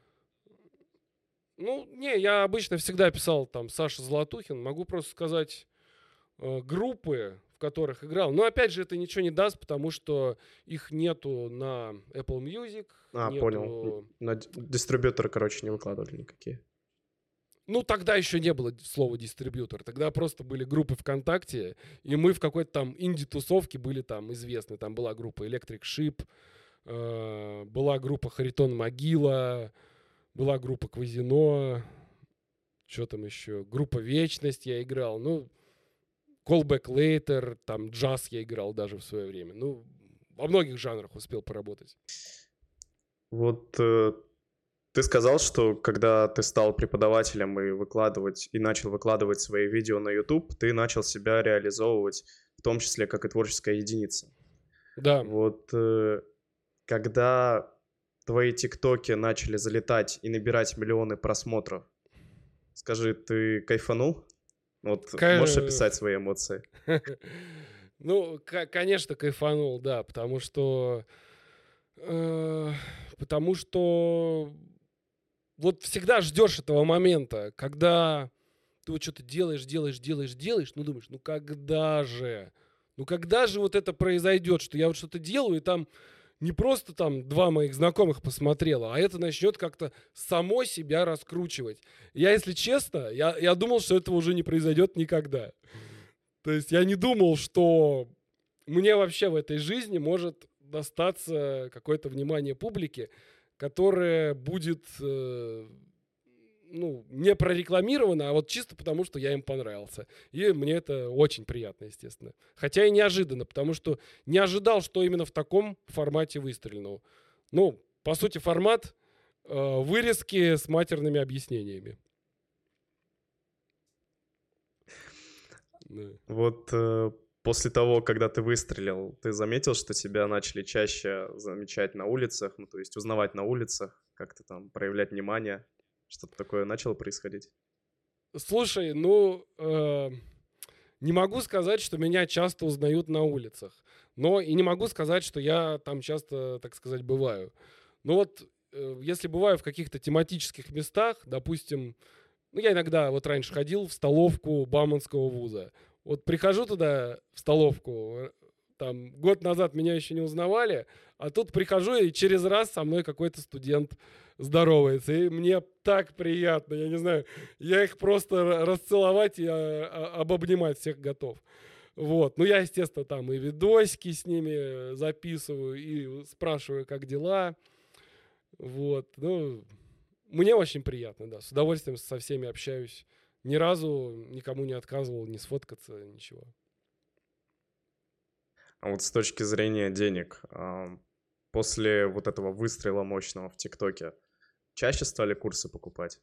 Ну, не, я обычно всегда писал там Саша Золотухин. Могу просто сказать э, группы, в которых играл. Но опять же, это ничего не даст, потому что их нету на Apple Music. А, нету... понял. На дистрибьюторы, короче, не выкладывали никакие. Ну, тогда еще не было слова дистрибьютор. Тогда просто были группы ВКонтакте, и мы в какой-то там инди-тусовке были там известны. Там была группа Electric Sheep, э, была группа Харитон Могила, была группа Квазино, что там еще? Группа Вечность я играл. Ну, Callback Later, там джаз я играл даже в свое время. Ну, во многих жанрах успел поработать. Вот э, ты сказал, что когда ты стал преподавателем и выкладывать, и начал выкладывать свои видео на YouTube, ты начал себя реализовывать, в том числе как и творческая единица. Да. Вот э, когда твои тиктоки начали залетать и набирать миллионы просмотров, скажи, ты кайфанул? Вот Кай... можешь описать свои эмоции? Ну, конечно, кайфанул, да, потому что... Э, потому что вот всегда ждешь этого момента, когда ты вот что-то делаешь, делаешь, делаешь, делаешь, ну думаешь, ну когда же? Ну когда же вот это произойдет, что я вот что-то делаю, и там не просто там два моих знакомых посмотрело, а это начнет как-то само себя раскручивать. Я, если честно, я, я думал, что этого уже не произойдет никогда. То есть я не думал, что мне вообще в этой жизни может достаться какое-то внимание публики, которое будет, э, ну, не прорекламировано, а вот чисто потому, что я им понравился. И мне это очень приятно, естественно. Хотя и неожиданно, потому что не ожидал, что именно в таком формате выстрелил. Ну, по сути, формат э, вырезки с матерными объяснениями. Да. Вот э, после того, когда ты выстрелил, ты заметил, что тебя начали чаще замечать на улицах, ну, то есть узнавать на улицах, как-то там проявлять внимание? Что-то такое начало происходить? Слушай, ну, э, не могу сказать, что меня часто узнают на улицах, но и не могу сказать, что я там часто, так сказать, бываю. Но вот э, если бываю в каких-то тематических местах, допустим, ну, я иногда вот раньше ходил в столовку Бауманского вуза. Вот прихожу туда, в столовку, э, там, год назад меня еще не узнавали, а тут прихожу, и через раз со мной какой-то студент здоровается. И мне так приятно, я не знаю, я их просто ра- расцеловать и а, а, обобнимать всех готов. Вот. Ну, я, естественно, там и видосики с ними э, записываю, и спрашиваю, как дела. Вот. Ну, мне очень приятно, да. С удовольствием со всеми общаюсь. Ни разу никому не отказывал, не сфоткаться, ничего. А вот с точки зрения денег, ам, после вот этого выстрела мощного в ТикТоке, чаще стали курсы покупать?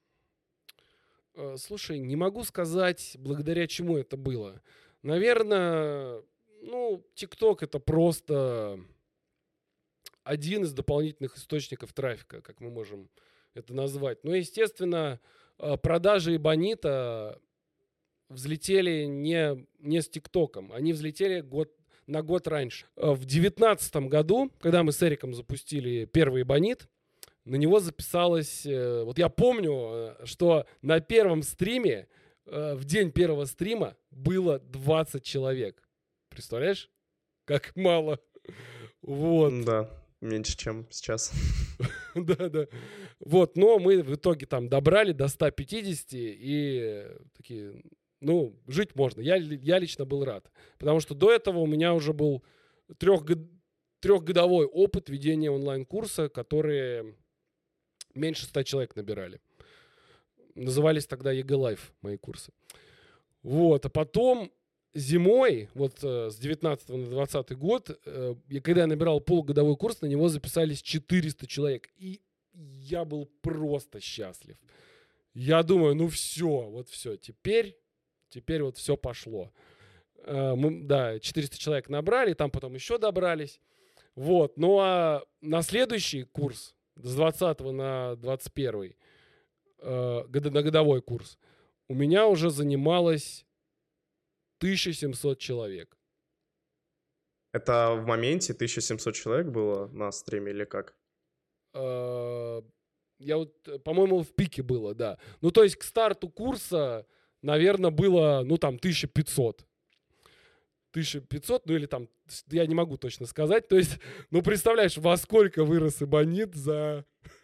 Э, Слушай, не могу сказать, благодаря чему это было. Наверное, ну, ТикТок это просто один из дополнительных источников трафика, как мы можем это назвать. Но, естественно, э, продажи Эбонита взлетели не, не с ТикТоком, они взлетели год, на год раньше. Э, В девятнадцатом году, когда мы с Эриком запустили первый Эбонит, на него записалось... э, Вот я помню, э, что на первом стриме, э, в день первого стрима было двадцать человек. Представляешь? Как мало. Вот. Да, меньше, чем сейчас. Да, да. Вот, но мы в итоге там добрали до ста пятидесяти и такие, ну, жить можно. Я, ли- я лично был рад. Потому что до этого у меня уже был трехгод- трехгодовой опыт ведения онлайн-курса, которые меньше ста человек набирали. Назывались тогда ЕГЭ Лайф мои курсы. Вот, а потом зимой, вот э, с девятнадцатого на двадцатый год, э, я, когда я набирал полугодовой курс, на него записались четыреста человек. И я был просто счастлив. Я думаю, ну все, вот все, теперь, теперь вот все пошло. Э, мы, да, четыреста человек набрали, там потом еще добрались. Вот, ну а на следующий курс, с двадцатого на двадцать первый, э, года- на годовой курс, у меня уже занималось тысяча семьсот человек. Это в моменте тысяча семьсот человек было на стриме или как? Э, Я вот, э, по-моему, в пике было, да. Ну, то есть к старту курса, наверное, было, ну, там, тысяча пятьсот. тысяча пятьсот, ну, или там, с- я не могу точно сказать. То есть, ну, представляешь, во сколько вырос Эбонит за,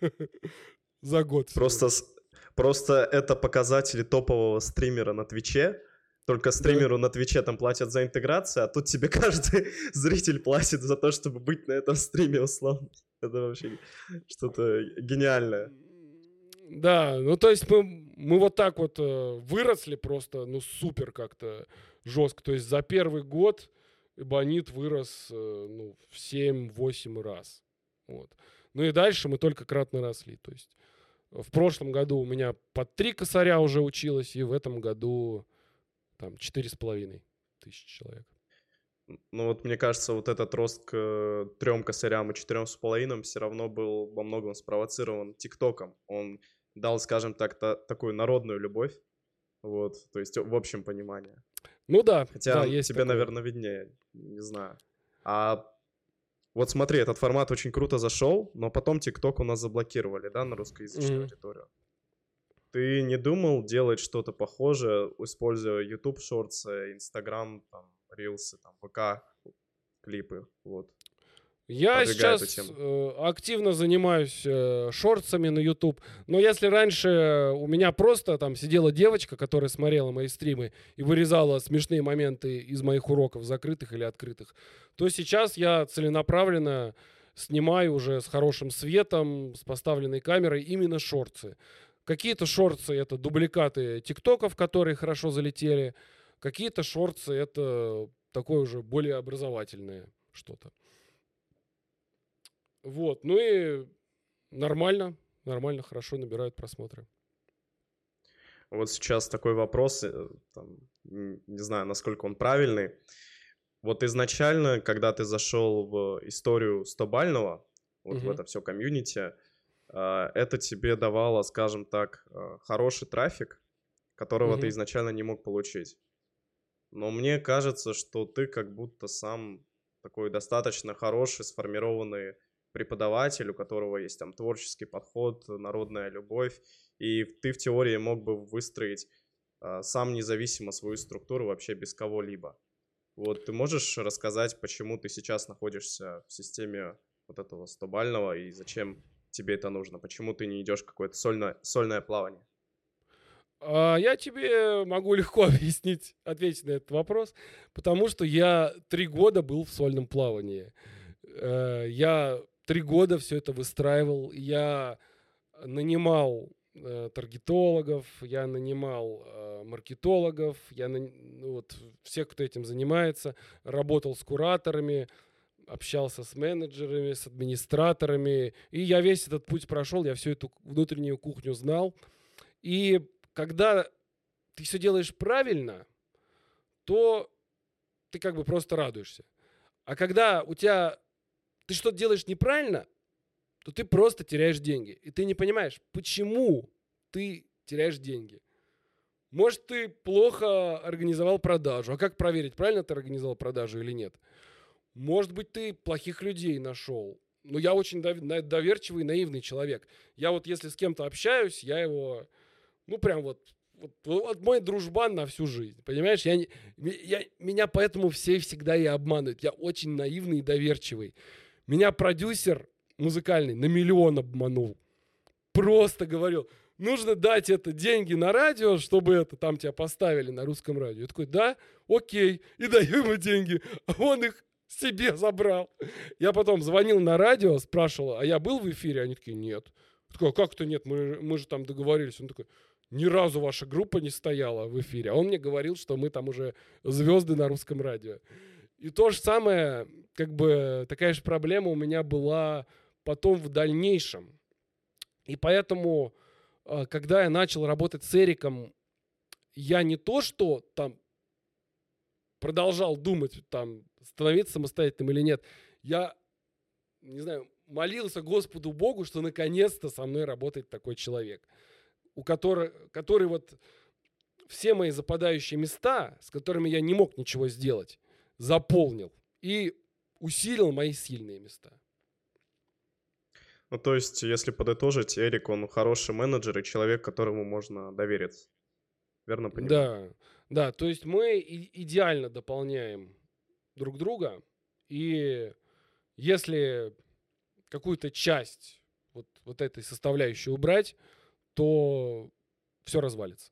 за год всего Просто, лишь. с- просто это показатели топового стримера на Твиче. Только Да. стримеру на Твиче там платят за интеграцию, а тут тебе каждый зритель платит за то, чтобы быть на этом стриме условно. Это вообще что-то гениальное. Да, ну то есть мы, мы вот так вот э, выросли просто, ну супер как-то жестко. То есть за первый год Эбонит вырос э, ну, в семь-восемь раз. Вот. Ну и дальше мы только кратно росли. То есть в прошлом году у меня под три косаря уже училось, и в этом году там четыре с половиной тысячи человек. Ну вот мне кажется, вот этот рост к э, трем косарям и четырем с половиной все равно был во многом спровоцирован ТикТоком. Он дал, скажем так, та- такую народную любовь, вот, то есть в общем понимании. Ну да, Хотя да, есть тебе, такое. наверное, виднее, не знаю. А вот смотри, этот формат очень круто зашел, но потом ТикТок у нас заблокировали, да, на русскоязычную Мгм. аудиторию. Ты не думал делать что-то похожее, используя YouTube Shorts, Instagram, там, Reels, там, ВК, клипы, вот, Я продвигая эту сейчас тему? э, активно занимаюсь э, шортсами на YouTube. Но если раньше у меня просто там сидела девочка, которая смотрела мои стримы и вырезала смешные моменты из моих уроков, закрытых или открытых, то сейчас я целенаправленно снимаю уже с хорошим светом, с поставленной камерой именно шортсы. Какие-то шортсы это дубликаты тиктоков, которые хорошо залетели. Какие-то шортсы это такое уже более образовательное что-то. Вот, ну и нормально. нормально, хорошо набирают просмотры. Вот сейчас такой вопрос, там, не знаю, насколько он правильный. Вот изначально, когда ты зашел в историю стобального, вот угу. в это все комьюнити, это тебе давало, скажем так, хороший трафик, которого угу. ты изначально не мог получить. Но мне кажется, что ты как будто сам такой достаточно хороший, сформированный преподаватель, у которого есть там творческий подход, народная любовь, и ты в теории мог бы выстроить а, сам независимо свою структуру вообще без кого-либо. Вот ты можешь рассказать, почему ты сейчас находишься в системе вот этого стобального и зачем тебе это нужно? Почему ты не идешь в какое-то сольное, сольное плавание? А, я тебе могу легко объяснить, ответить на этот вопрос, потому что я три года был в сольном плавании. Я три года все это выстраивал, я нанимал э, таргетологов, я нанимал э, маркетологов, я на, ну, вот, всех, кто этим занимается, работал с кураторами, общался с менеджерами, с администраторами, и я весь этот путь прошел, я всю эту внутреннюю кухню знал. И когда ты все делаешь правильно, то ты как бы просто радуешься. А когда у тебя ты что-то делаешь неправильно, то ты просто теряешь деньги. И ты не понимаешь, почему ты теряешь деньги. Может, ты плохо организовал продажу. А как проверить, правильно ты организовал продажу или нет? Может быть, ты плохих людей нашел. Но я очень доверчивый, наивный человек. Я вот если с кем-то общаюсь, я его, ну прям вот, вот, вот мой дружбан на всю жизнь. Понимаешь, я, я, меня поэтому все всегда и обманывают. Я очень наивный и доверчивый. Меня продюсер музыкальный на миллион обманул. Просто говорил, нужно дать это деньги на радио, чтобы это там тебя поставили на русском радио. Я такой, да, окей. И даю ему деньги. А он их себе забрал. Я потом звонил на радио, спрашивал, а я был в эфире? Они такие, нет. Я такой, а как это нет? Мы, мы же там договорились. Он такой, ни разу ваша группа не стояла в эфире. А он мне говорил, что мы там уже звезды на русском радио. И то же самое, как бы такая же проблема у меня была потом в дальнейшем. И поэтому, когда я начал работать с Эриком, я не то, что там продолжал думать, там, становиться самостоятельным или нет. Я, не знаю, молился Господу Богу, что наконец-то со мной работает такой человек, у которого, который вот все мои западающие места, с которыми я не мог ничего сделать, заполнил и усилил мои сильные места. Ну, то есть, если подытожить, Эрик, он хороший менеджер и человек, которому можно довериться. Верно понимаю? Да, да, то есть мы идеально дополняем друг друга, и если какую-то часть вот, вот этой составляющей убрать, то все развалится.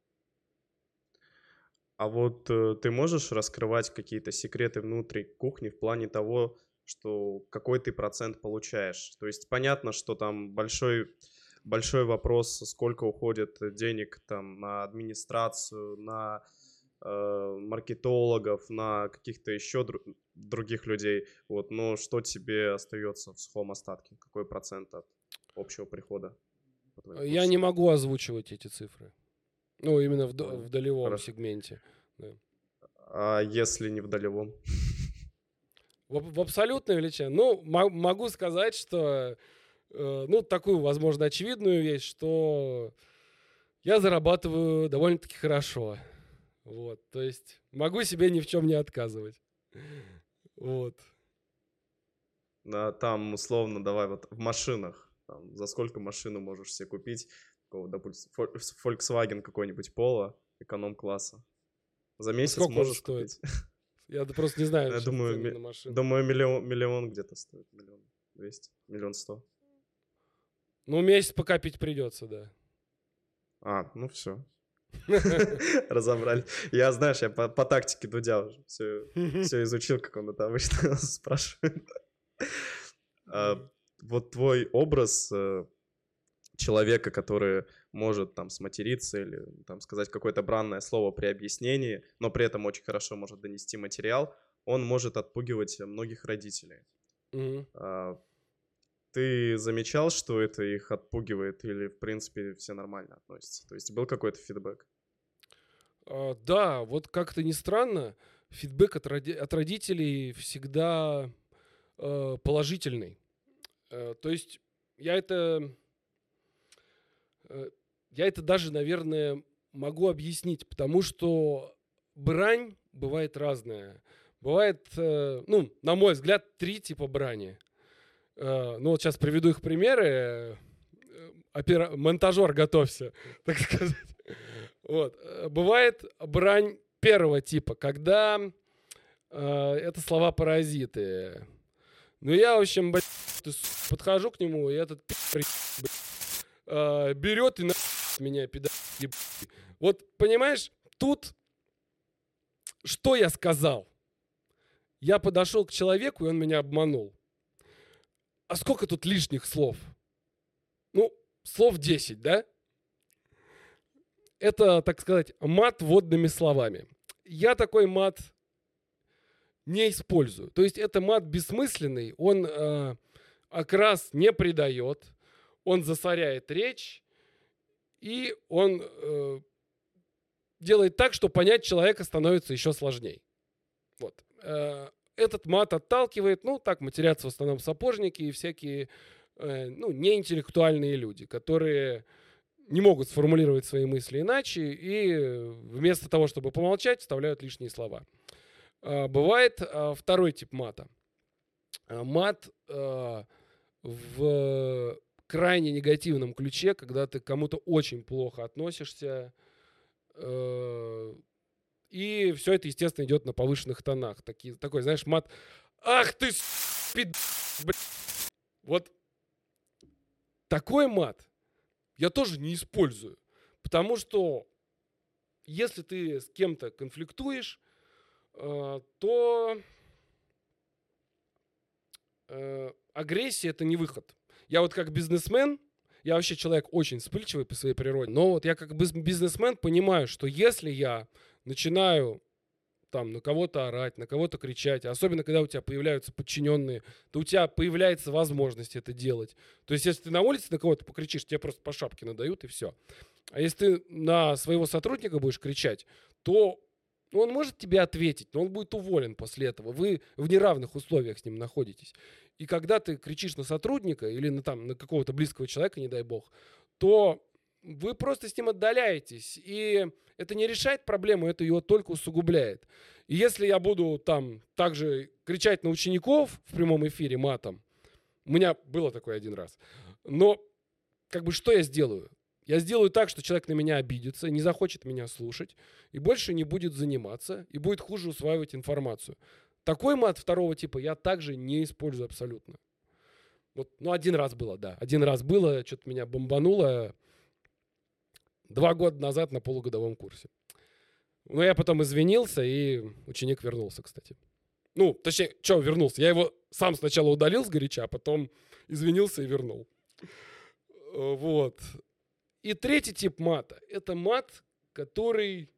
А вот э, ты можешь раскрывать какие-то секреты внутри кухни в плане того, что какой ты процент получаешь? То есть понятно, что там большой, большой вопрос, сколько уходит денег там на администрацию, на э, маркетологов, на каких-то еще дру- других людей. Вот, но что тебе остается в сухом остатке? Какой процент от общего прихода? Я не могу озвучивать эти цифры. Ну, именно в, в долевом Хорошо. сегменте. Да. А если не в долевом? В, в абсолютной величине. Ну, м- могу сказать, что, э, ну, такую, возможно, очевидную вещь, что я зарабатываю довольно-таки хорошо. Вот, то есть могу себе ни в чем не отказывать. Вот. А, там, условно, давай вот в машинах. Там, за сколько машину можешь себе купить? Допустим, Volkswagen какой-нибудь Polo эконом-класса. За месяц сколько можешь стоит? купить? Я просто не знаю. Я думаю, ми- на машину. думаю миллион, миллион где-то стоит. Миллион двести, миллион сто. Ну, месяц покопить придется, да. А, ну все. Разобрали. Я, знаешь, я по, по тактике Дудя уже все, все изучил, как он это обычно спрашивает. А, вот твой образ э, человека, который может там сматериться или там сказать какое-то бранное слово при объяснении, но при этом очень хорошо может донести материал, он может отпугивать многих родителей. Мгм. А, Ты замечал, что это их отпугивает, или, в принципе, все нормально относятся? То есть был какой-то фидбэк? А, да, вот как-то ни странно, фидбэк от, роди- от родителей всегда э, положительный. Э, то есть я это, э, я это даже, наверное, могу объяснить, потому что брань бывает разная. Бывает, э, ну, на мой взгляд, три типа брани. Э, ну, вот сейчас приведу их примеры. Э, опера- Монтажер, готовься, так сказать. Вот. Э, Бывает брань первого типа, когда э, это слова-паразиты. Ну, я, в общем, блядь, подхожу к нему, и этот пи***, э, берет и на меня, пидор. Вот, понимаешь, тут что я сказал? Я подошел к человеку, и он меня обманул. А сколько тут лишних слов? Ну, слов десять, да? Это, так сказать, мат водными словами. Я такой мат не использую. То есть это мат бессмысленный, он э, окрас не придает, он засоряет речь, и он э, делает так, что понять человека становится еще сложнее. Вот. Э, этот мат отталкивает, ну, так матерятся в основном сапожники и всякие, э, ну, неинтеллектуальные люди, которые не могут сформулировать свои мысли иначе, и вместо того, чтобы помолчать, вставляют лишние слова. Э, бывает э, второй тип мата. Э, мат э, в крайне негативном ключе, когда ты к кому-то очень плохо относишься, э, и все это, естественно, идет на повышенных тонах. Такие, такой, знаешь, мат. Ах ты, спид... Вот такой мат я тоже не использую. Потому что если ты с кем-то конфликтуешь, э, то э, агрессия — это не выход. Я вот как бизнесмен, я вообще человек очень вспыльчивый по своей природе, но вот я как бизнесмен понимаю, что если я начинаю там на кого-то орать, на кого-то кричать, особенно когда у тебя появляются подчиненные, то у тебя появляется возможность это делать. То есть, если ты на улице на кого-то покричишь, тебе просто по шапке надают, и все. А если ты на своего сотрудника будешь кричать, то он может тебе ответить, но он будет уволен после этого. Вы в неравных условиях с ним находитесь. И когда ты кричишь на сотрудника или на, там, на какого-то близкого человека, не дай бог, то вы просто с ним отдаляетесь. И это не решает проблему, это ее только усугубляет. И если я буду там также кричать на учеников в прямом эфире матом, у меня было такое один раз, но как бы что я сделаю? Я сделаю так, что человек на меня обидится, не захочет меня слушать, и больше не будет заниматься, и будет хуже усваивать информацию. Такой мат второго типа я также не использую абсолютно. Вот, ну, один раз было, да. Один раз было, что-то меня бомбануло два года назад на полугодовом курсе. Но я потом извинился, и ученик вернулся, кстати. Ну, точнее, что вернулся? Я его сам сначала удалил сгоряча, а потом извинился и вернул. Вот. И третий тип мата. Это мат, который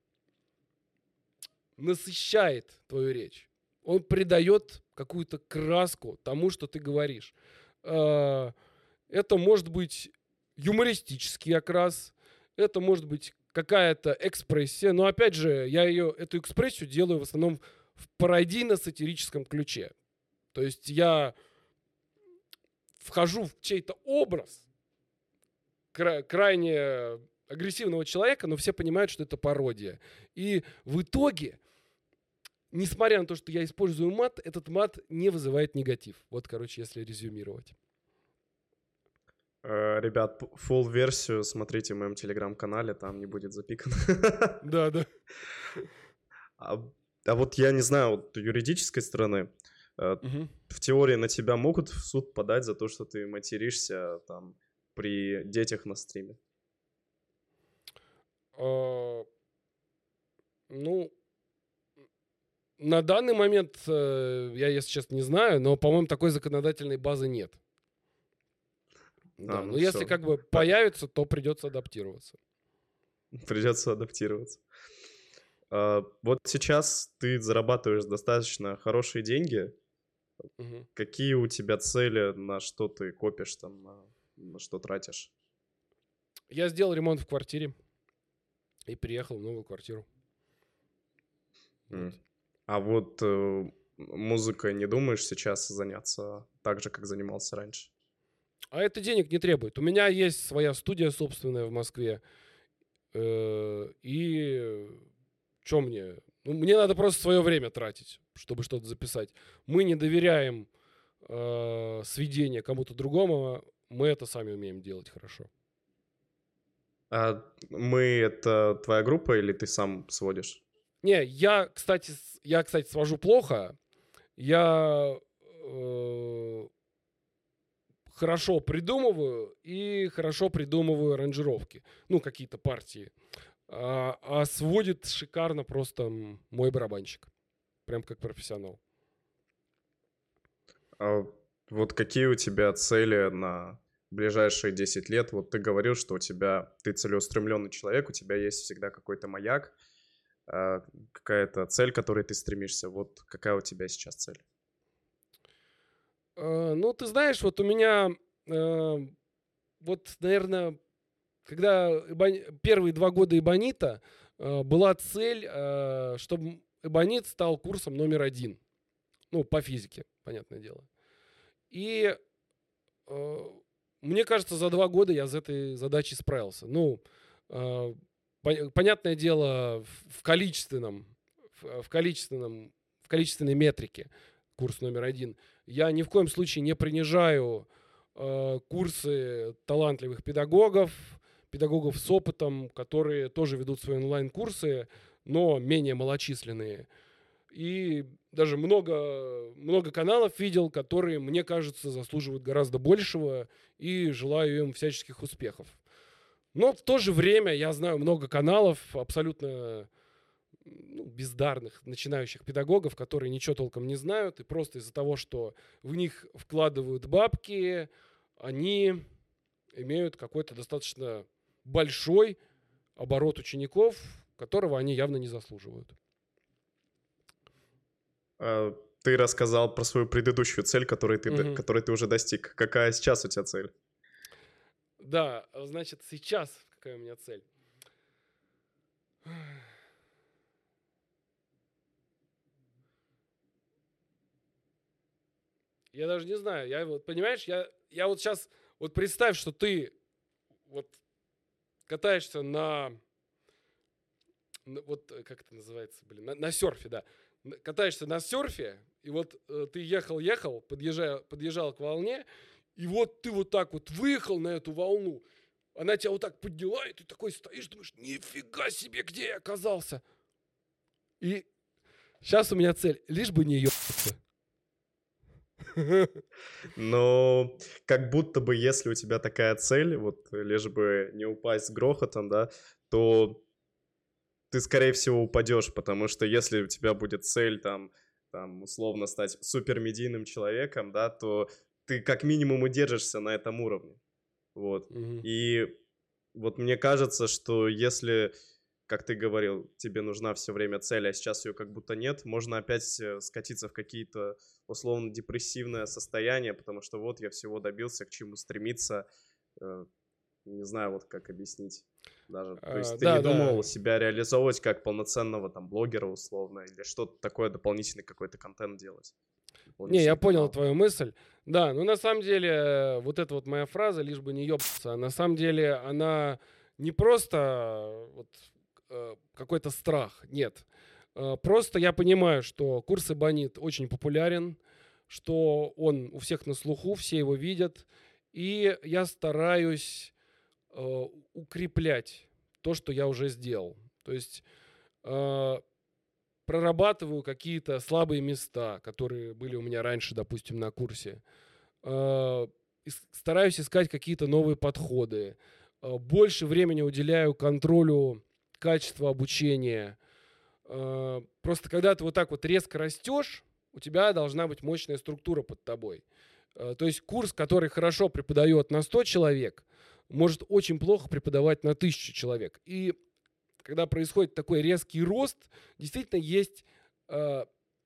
насыщает твою речь. Он придает какую-то краску тому, что ты говоришь. Это может быть юмористический окрас, это может быть какая-то экспрессия, но опять же, я ее, эту экспрессию делаю в основном в пародийно-сатирическом ключе. То есть я вхожу в чей-то образ кра- крайне агрессивного человека, но все понимают, что это пародия. И в итоге, несмотря на то, что я использую мат, этот мат не вызывает негатив. Вот, короче, если резюмировать. Ребят, full версию смотрите в моем телеграм-канале, там не будет запикано. Да, да. А, а вот я не знаю, вот юридической стороны, Угу. в теории на тебя могут в суд подать за то, что ты материшься там при детях на стриме? А, ну, на данный момент э, я, если честно, не знаю, но, по-моему, такой законодательной базы нет. Да, А, ну но если все, как бы появится, то придется адаптироваться. придется адаптироваться. А, вот сейчас ты зарабатываешь достаточно хорошие деньги. Мгм. Какие у тебя цели, на что ты копишь там, на, на что тратишь? Я сделал ремонт в квартире и переехал в новую квартиру. Вот. М. А вот э, музыкой не думаешь сейчас заняться так же, как занимался раньше? А это денег не требует. У меня есть своя студия собственная в Москве. э, И что мне? Ну, мне надо просто свое время тратить, чтобы что-то записать. Мы не доверяем э, сведения кому-то другому. Мы это сами умеем делать хорошо. А мы это твоя группа или ты сам сводишь? Не, я, кстати, с- я, кстати, свожу плохо. Я э, хорошо придумываю и хорошо придумываю аранжировки. Ну, какие-то партии. А, а сводит шикарно просто м, мой барабанщик. Прям как профессионал. А вот какие у тебя цели на ближайшие десять лет? Вот ты говорил, что у тебя, ты целеустремленный человек, у тебя есть всегда какой-то маяк, а, какая-то цель, к которой ты стремишься. Вот какая у тебя сейчас цель? Э, ну, ты знаешь, вот у меня, э, вот, наверное, когда Эбони- первые два года Эбонита э, была цель, чтобы Эбонит стал курсом номер один. Ну, по физике, понятное дело. И э, мне кажется, за два года я с этой задачей справился. Ну, э, пон- понятное дело, в, в количественном, в, в количественном, в количественной метрике курс номер один. Я ни в коем случае не принижаю э, курсы талантливых педагогов, педагогов с опытом, которые тоже ведут свои онлайн-курсы, но менее малочисленные. И даже много, много каналов видел, которые, мне кажется, заслуживают гораздо большего, и желаю им всяческих успехов. Но в то же время я знаю много каналов абсолютно ну, бездарных начинающих педагогов, которые ничего толком не знают, и просто из-за того, что в них вкладывают бабки, они имеют какой-то достаточно большой оборот учеников, которого они явно не заслуживают. А, Ты рассказал про свою предыдущую цель, которой ты, д- Мгм. которой ты уже достиг. Какая сейчас у тебя цель? Да, значит, сейчас какая у меня цель? Я даже не знаю. Я вот, понимаешь, я, я вот сейчас, вот представь, что ты вот катаешься на, на- вот э, как это называется, блин, на, на серфе, да. Н- Катаешься на серфе, и вот э, ты ехал-ехал, подъезжая, подъезжал к волне, и вот ты вот так вот выехал на эту волну, она тебя вот так подняла, и ты такой стоишь, думаешь, нифига себе, где я оказался. И сейчас у меня цель, лишь бы не ебаться. Но как будто бы, если у тебя такая цель, вот э, лишь бы не упасть с грохотом, да, то ты, скорее всего, упадешь, потому что если у тебя будет цель, там, там, условно стать супермедийным человеком, да, то ты как минимум удержишься на этом уровне. Вот. Мгм. И вот мне кажется, что если, как ты говорил, тебе нужна все время цель, а сейчас ее как будто нет, можно опять э, скатиться в какие-то условно депрессивное состояние, потому что вот я всего добился, к чему стремиться, э, не знаю вот как объяснить даже. То А, есть ты не да, да. думал себя реализовывать как полноценного там блогера условно или что-то такое, дополнительный какой-то контент делать, Не, я дополнительный понял канал. твою мысль. Да, ну на самом деле э, вот эта вот моя фраза, лишь бы не ебаться, на самом деле она не просто э, вот, э, какой-то страх, нет. Э, Просто я понимаю, что курс Эбонит очень популярен, что он у всех на слуху, все его видят, и я стараюсь э, укреплять то, что я уже сделал. То есть э, прорабатываю какие-то слабые места, которые были у меня раньше, допустим, на курсе. Э, ис- Стараюсь искать какие-то новые подходы. Э, Больше времени уделяю контролю качества обучения. Э, Просто когда ты вот так вот резко растешь, у тебя должна быть мощная структура под тобой. Э, То есть курс, который хорошо преподает на сто человек, может очень плохо преподавать на тысячу человек. И когда происходит такой резкий рост, действительно есть э,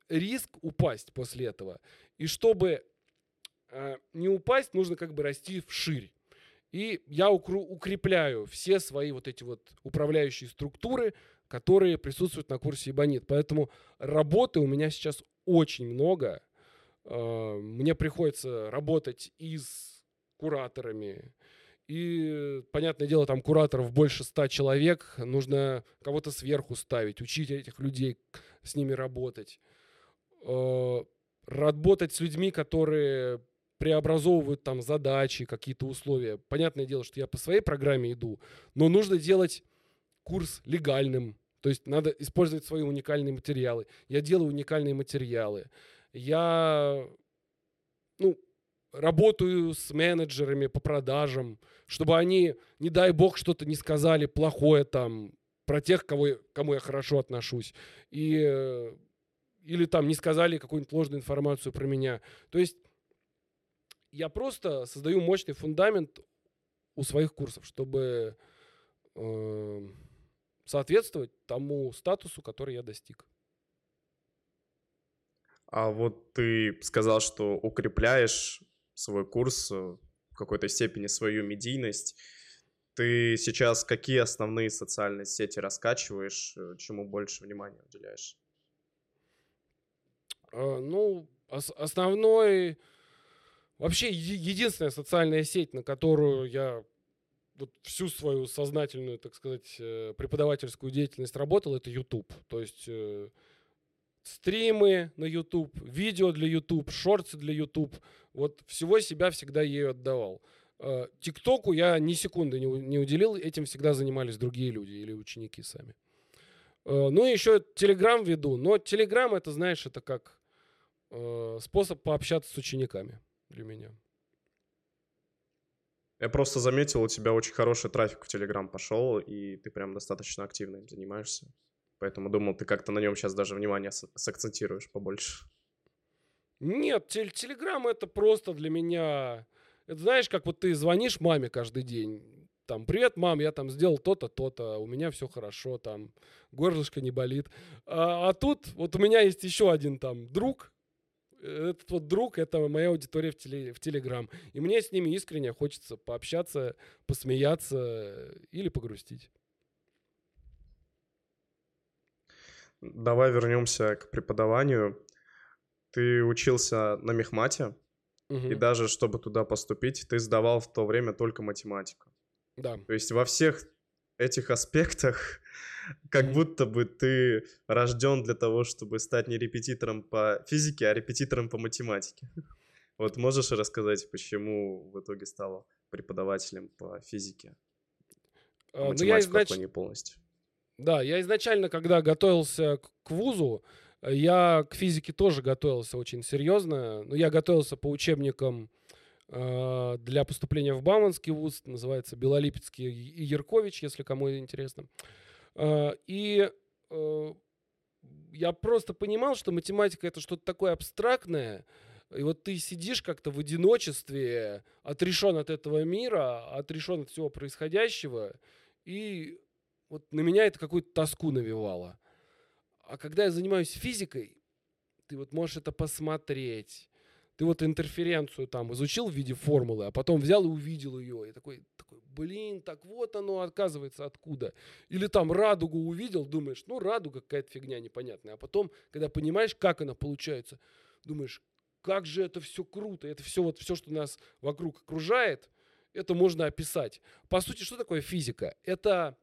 риск упасть после этого. И чтобы э, не упасть, нужно как бы расти вширь. И я укру- укрепляю все свои вот эти вот управляющие структуры, которые присутствуют на курсе Эбонит. Поэтому работы у меня сейчас очень много. Э, мне приходится работать и с кураторами, и, понятное дело, там кураторов больше ста человек, нужно кого-то сверху ставить, учить этих людей, с ними работать. Э, Работать с людьми, которые преобразовывают там задачи, какие-то условия. Понятное дело, что я по своей программе иду, но нужно делать курс легальным. То есть надо использовать свои уникальные материалы. Я делаю уникальные материалы. Я, ну, работаю с менеджерами по продажам, чтобы они, не дай бог, что-то не сказали плохое там про тех, кого, я- кому я хорошо отношусь. И, э, или там не сказали какую-нибудь ложную информацию про меня. То есть я просто создаю мощный фундамент у своих курсов, чтобы э, соответствовать тому статусу, который я достиг. А вот ты сказал, что укрепляешь свой курс, э, в какой-то степени свою медийность. Ты сейчас какие основные социальные сети раскачиваешь, э, чему больше внимания уделяешь? Э, ну, ос- основной, вообще еди- единственная социальная сеть, на которую я вот всю свою сознательную, так сказать, э, преподавательскую деятельность работал, это YouTube. То есть э, стримы на YouTube, видео для YouTube, шорты для YouTube. Вот всего себя всегда ею отдавал. Э, ТикТоку я ни секунды не, у- не уделил, этим всегда занимались другие люди или ученики сами. Э, Ну и еще Telegram веду, но Telegram, это, знаешь, это как э, способ пообщаться с учениками для меня. Я просто заметил, у тебя очень хороший трафик в Телеграм пошел, и ты прям достаточно активно им занимаешься. Поэтому думал, ты как-то на нем сейчас даже внимание с- сакцентируешь побольше. Нет, тел- Telegram это просто для меня... Это знаешь, как вот ты звонишь маме каждый день. Там, привет, мам, я там сделал то-то, то-то, у меня все хорошо, там, горлышко не болит. А, а тут вот у меня есть еще один там друг. Этот вот друг, это моя аудитория в, теле, в Telegram. И мне с ними искренне хочется пообщаться, посмеяться или погрустить. Давай вернемся к преподаванию. Ты учился на мехмате, и Мгм. даже чтобы туда поступить, ты сдавал в то время только математику. Да. То есть во всех этих аспектах как Мгм. будто бы ты рожден для того, чтобы стать не репетитором по физике, а репетитором по математике. Вот можешь рассказать, почему в итоге стала преподавателем по физике, а А, Ну, я математику изнач... отклонил полностью? Да, я изначально, когда готовился к к вузу, э, я к физике тоже готовился очень серьезно. Но я готовился по учебникам э, для поступления в Бауманский вуз, называется Белолипецкий и Яркович, если кому интересно. Э, И э, я просто понимал, что математика это что-то такое абстрактное. И вот ты сидишь как-то в одиночестве, отрешен от этого мира, отрешен от всего происходящего, и вот на меня это какую-то тоску навевало. А когда я занимаюсь физикой, ты вот можешь это посмотреть. Ты вот интерференцию там изучил в виде формулы, а потом взял и увидел ее. И такой, такой, блин, так вот оно оказывается откуда. Или там радугу увидел, думаешь, ну радуга какая-то фигня непонятная. А потом, когда понимаешь, как она получается, думаешь, как же это все круто. Это все вот все, что нас вокруг окружает, это можно описать. По сути, что такое физика? Это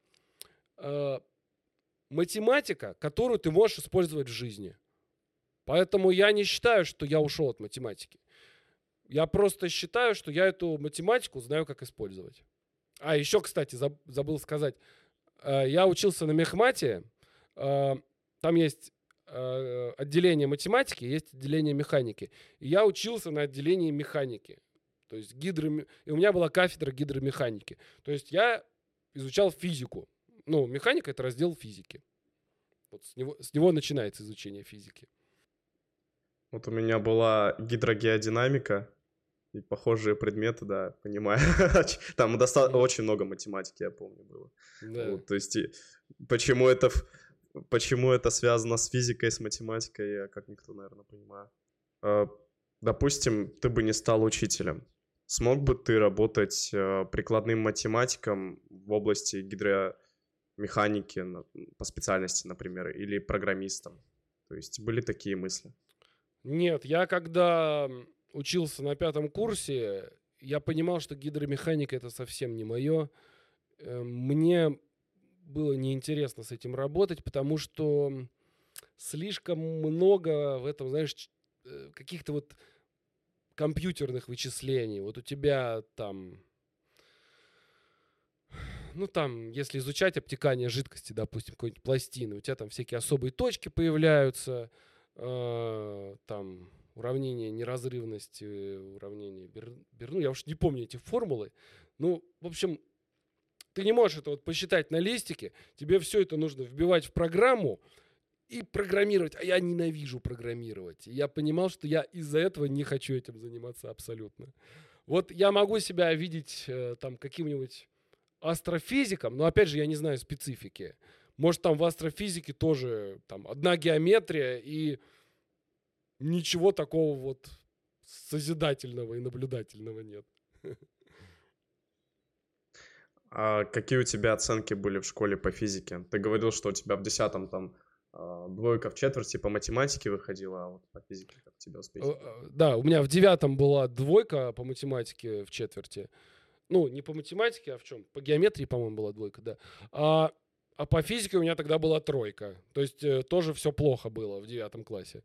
э, математика, которую ты можешь использовать в жизни. Поэтому я не считаю, что я ушел от математики. Я просто считаю, что я эту математику знаю, как использовать. А еще, кстати, заб- забыл сказать. Э, Я учился на мехмате. э, Там есть э, отделение математики, есть отделение механики. И я учился на отделении механики. То есть гидро... И у меня была кафедра гидромеханики. То есть я изучал физику. Ну, механика — это раздел физики. Вот с него, с него начинается изучение физики. Вот у меня была гидрогеодинамика и похожие предметы, да, понимаю. Там доста- Мгм. очень много математики, я помню, было. Да. Вот, то есть и почему это в- почему это связано с физикой, с математикой, я как никто, наверное, понимаю. Э, Допустим, ты бы не стал учителем. Смог бы ты работать э, прикладным математиком в области гидромеханики на- по специальности, например, или программистом? То есть были такие мысли? Нет, я когда м, учился на пятом курсе, я понимал, что гидромеханика это совсем не мое. Мне было неинтересно с этим работать, потому что м, слишком много в этом, знаешь, ч- э, каких-то вот компьютерных вычислений. Вот у тебя там, ну там, если изучать обтекание жидкости, допустим, какой-нибудь пластины, у тебя там всякие особые точки появляются, э, там уравнение неразрывности, уравнение Бер, Бер- ну я уж не помню эти формулы. Ну, в общем, ты не можешь это вот посчитать на листике, тебе все это нужно вбивать в программу и программировать. А я ненавижу программировать. И я понимал, что я из-за этого не хочу этим заниматься абсолютно. Вот я могу себя видеть э, там каким-нибудь астрофизиком, но опять же я не знаю специфики. Может там в астрофизике тоже там одна геометрия и ничего такого вот созидательного и наблюдательного нет. А какие у тебя оценки были в школе по физике? Ты говорил, что у тебя в десятом там а, двойка в четверти по математике выходила, а вот по физике как у тебя Э, успехи? э, Да, у меня в девятом была двойка по математике в четверти. Ну, не по математике, а в чем? По геометрии, по-моему, была двойка, да. А, а по физике у меня тогда была тройка. То есть э, тоже все плохо было в девятом классе.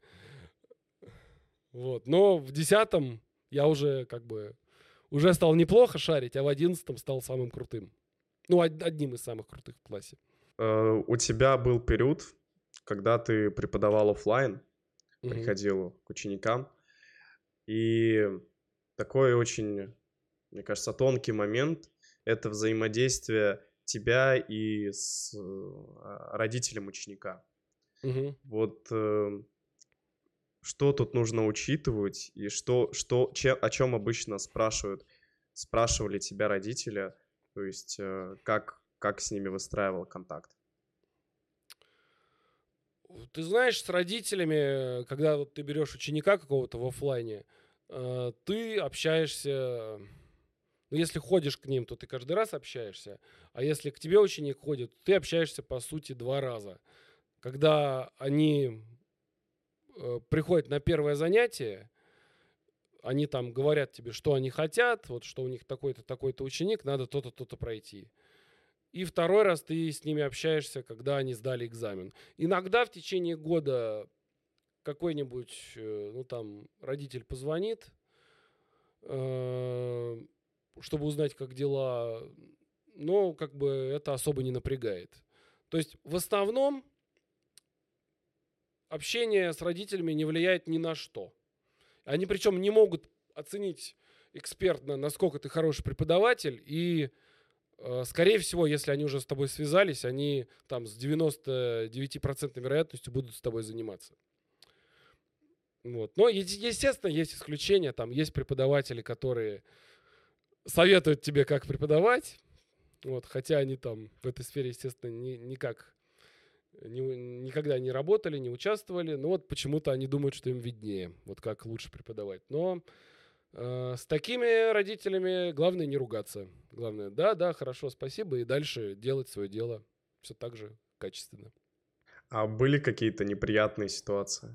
Вот. Но в десятом я уже как бы уже стал неплохо шарить, а в одиннадцатом стал самым крутым. Ну, од- одним из самых крутых в классе. Э, У тебя был период, когда ты преподавал оффлайн, Мгм. приходил к ученикам, и такой очень, мне кажется, тонкий момент — это взаимодействие тебя и с э, а, родителем ученика. Мгм. Вот э, что тут нужно учитывать и что, что, че- о чем обычно спрашивают, спрашивали тебя родители, то есть э, как, как с ними выстраивал контакт? Ты знаешь, с родителями, когда вот ты берешь ученика какого-то в оффлайне, э, ты общаешься. Ну, если ходишь к ним, то ты каждый раз общаешься. А если к тебе ученик ходит, ты общаешься, по сути, два раза. Когда они э, приходят на первое занятие, они там говорят тебе, что они хотят, вот что у них такой-то, такой-то ученик, надо то-то, то-то пройти. И второй раз ты с ними общаешься, когда они сдали экзамен. Иногда в течение года какой-нибудь, э, ну там, родитель позвонит, э, чтобы узнать, как дела, но как бы это особо не напрягает. То есть в основном общение с родителями не влияет ни на что. Они причем не могут оценить экспертно, насколько ты хороший преподаватель, и э, скорее всего, если они уже с тобой связались, они там с девяносто девять процентов вероятностью будут с тобой заниматься. Вот. Но, е- естественно, есть исключения. Там есть преподаватели, которые советуют тебе, как преподавать. Вот, хотя они там в этой сфере, естественно, ни, никак ни- никогда не работали, не участвовали. Но вот почему-то они думают, что им виднее, вот как лучше преподавать. Но э, с такими родителями главное не ругаться. Главное, да, да, хорошо, спасибо, и дальше делать свое дело все так же качественно. А были какие-то неприятные ситуации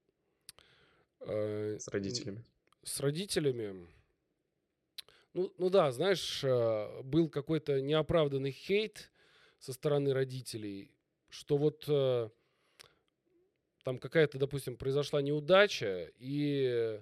Э, с м, родителями? С родителями, ну, ну да, знаешь, э, был какой-то неоправданный хейт со стороны родителей, что вот э, там какая-то, допустим, произошла неудача, и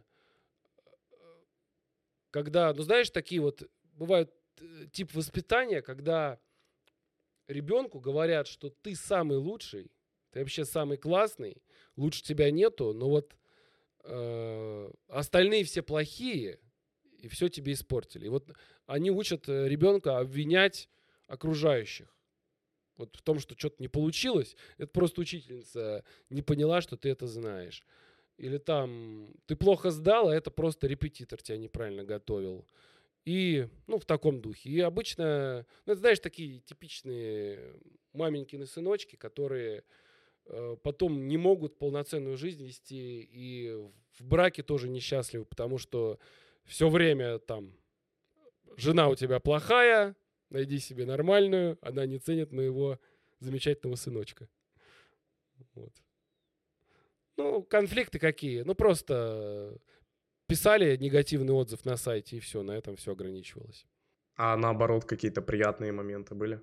когда, ну знаешь, такие вот бывают э, тип воспитания, когда ребенку говорят, что ты самый лучший, ты вообще самый классный, лучше тебя нету, но вот э, остальные все плохие, и все тебе испортили. И вот они учат э, ребенка обвинять окружающих. Вот в том, что что-то не получилось, это просто учительница не поняла, что ты это знаешь. Или там ты плохо сдал, а это просто репетитор тебя неправильно готовил. И, ну, в таком духе. И обычно, ну, это, знаешь, такие типичные маменькины сыночки, которые э, потом не могут полноценную жизнь вести, и в браке тоже несчастливы, потому что все время там жена у тебя плохая, найди себе нормальную, она не ценит моего замечательного сыночка. Вот. Ну, конфликты какие? Ну, просто писали негативный отзыв на сайте, и все, на этом все ограничивалось. А наоборот, какие-то приятные моменты были?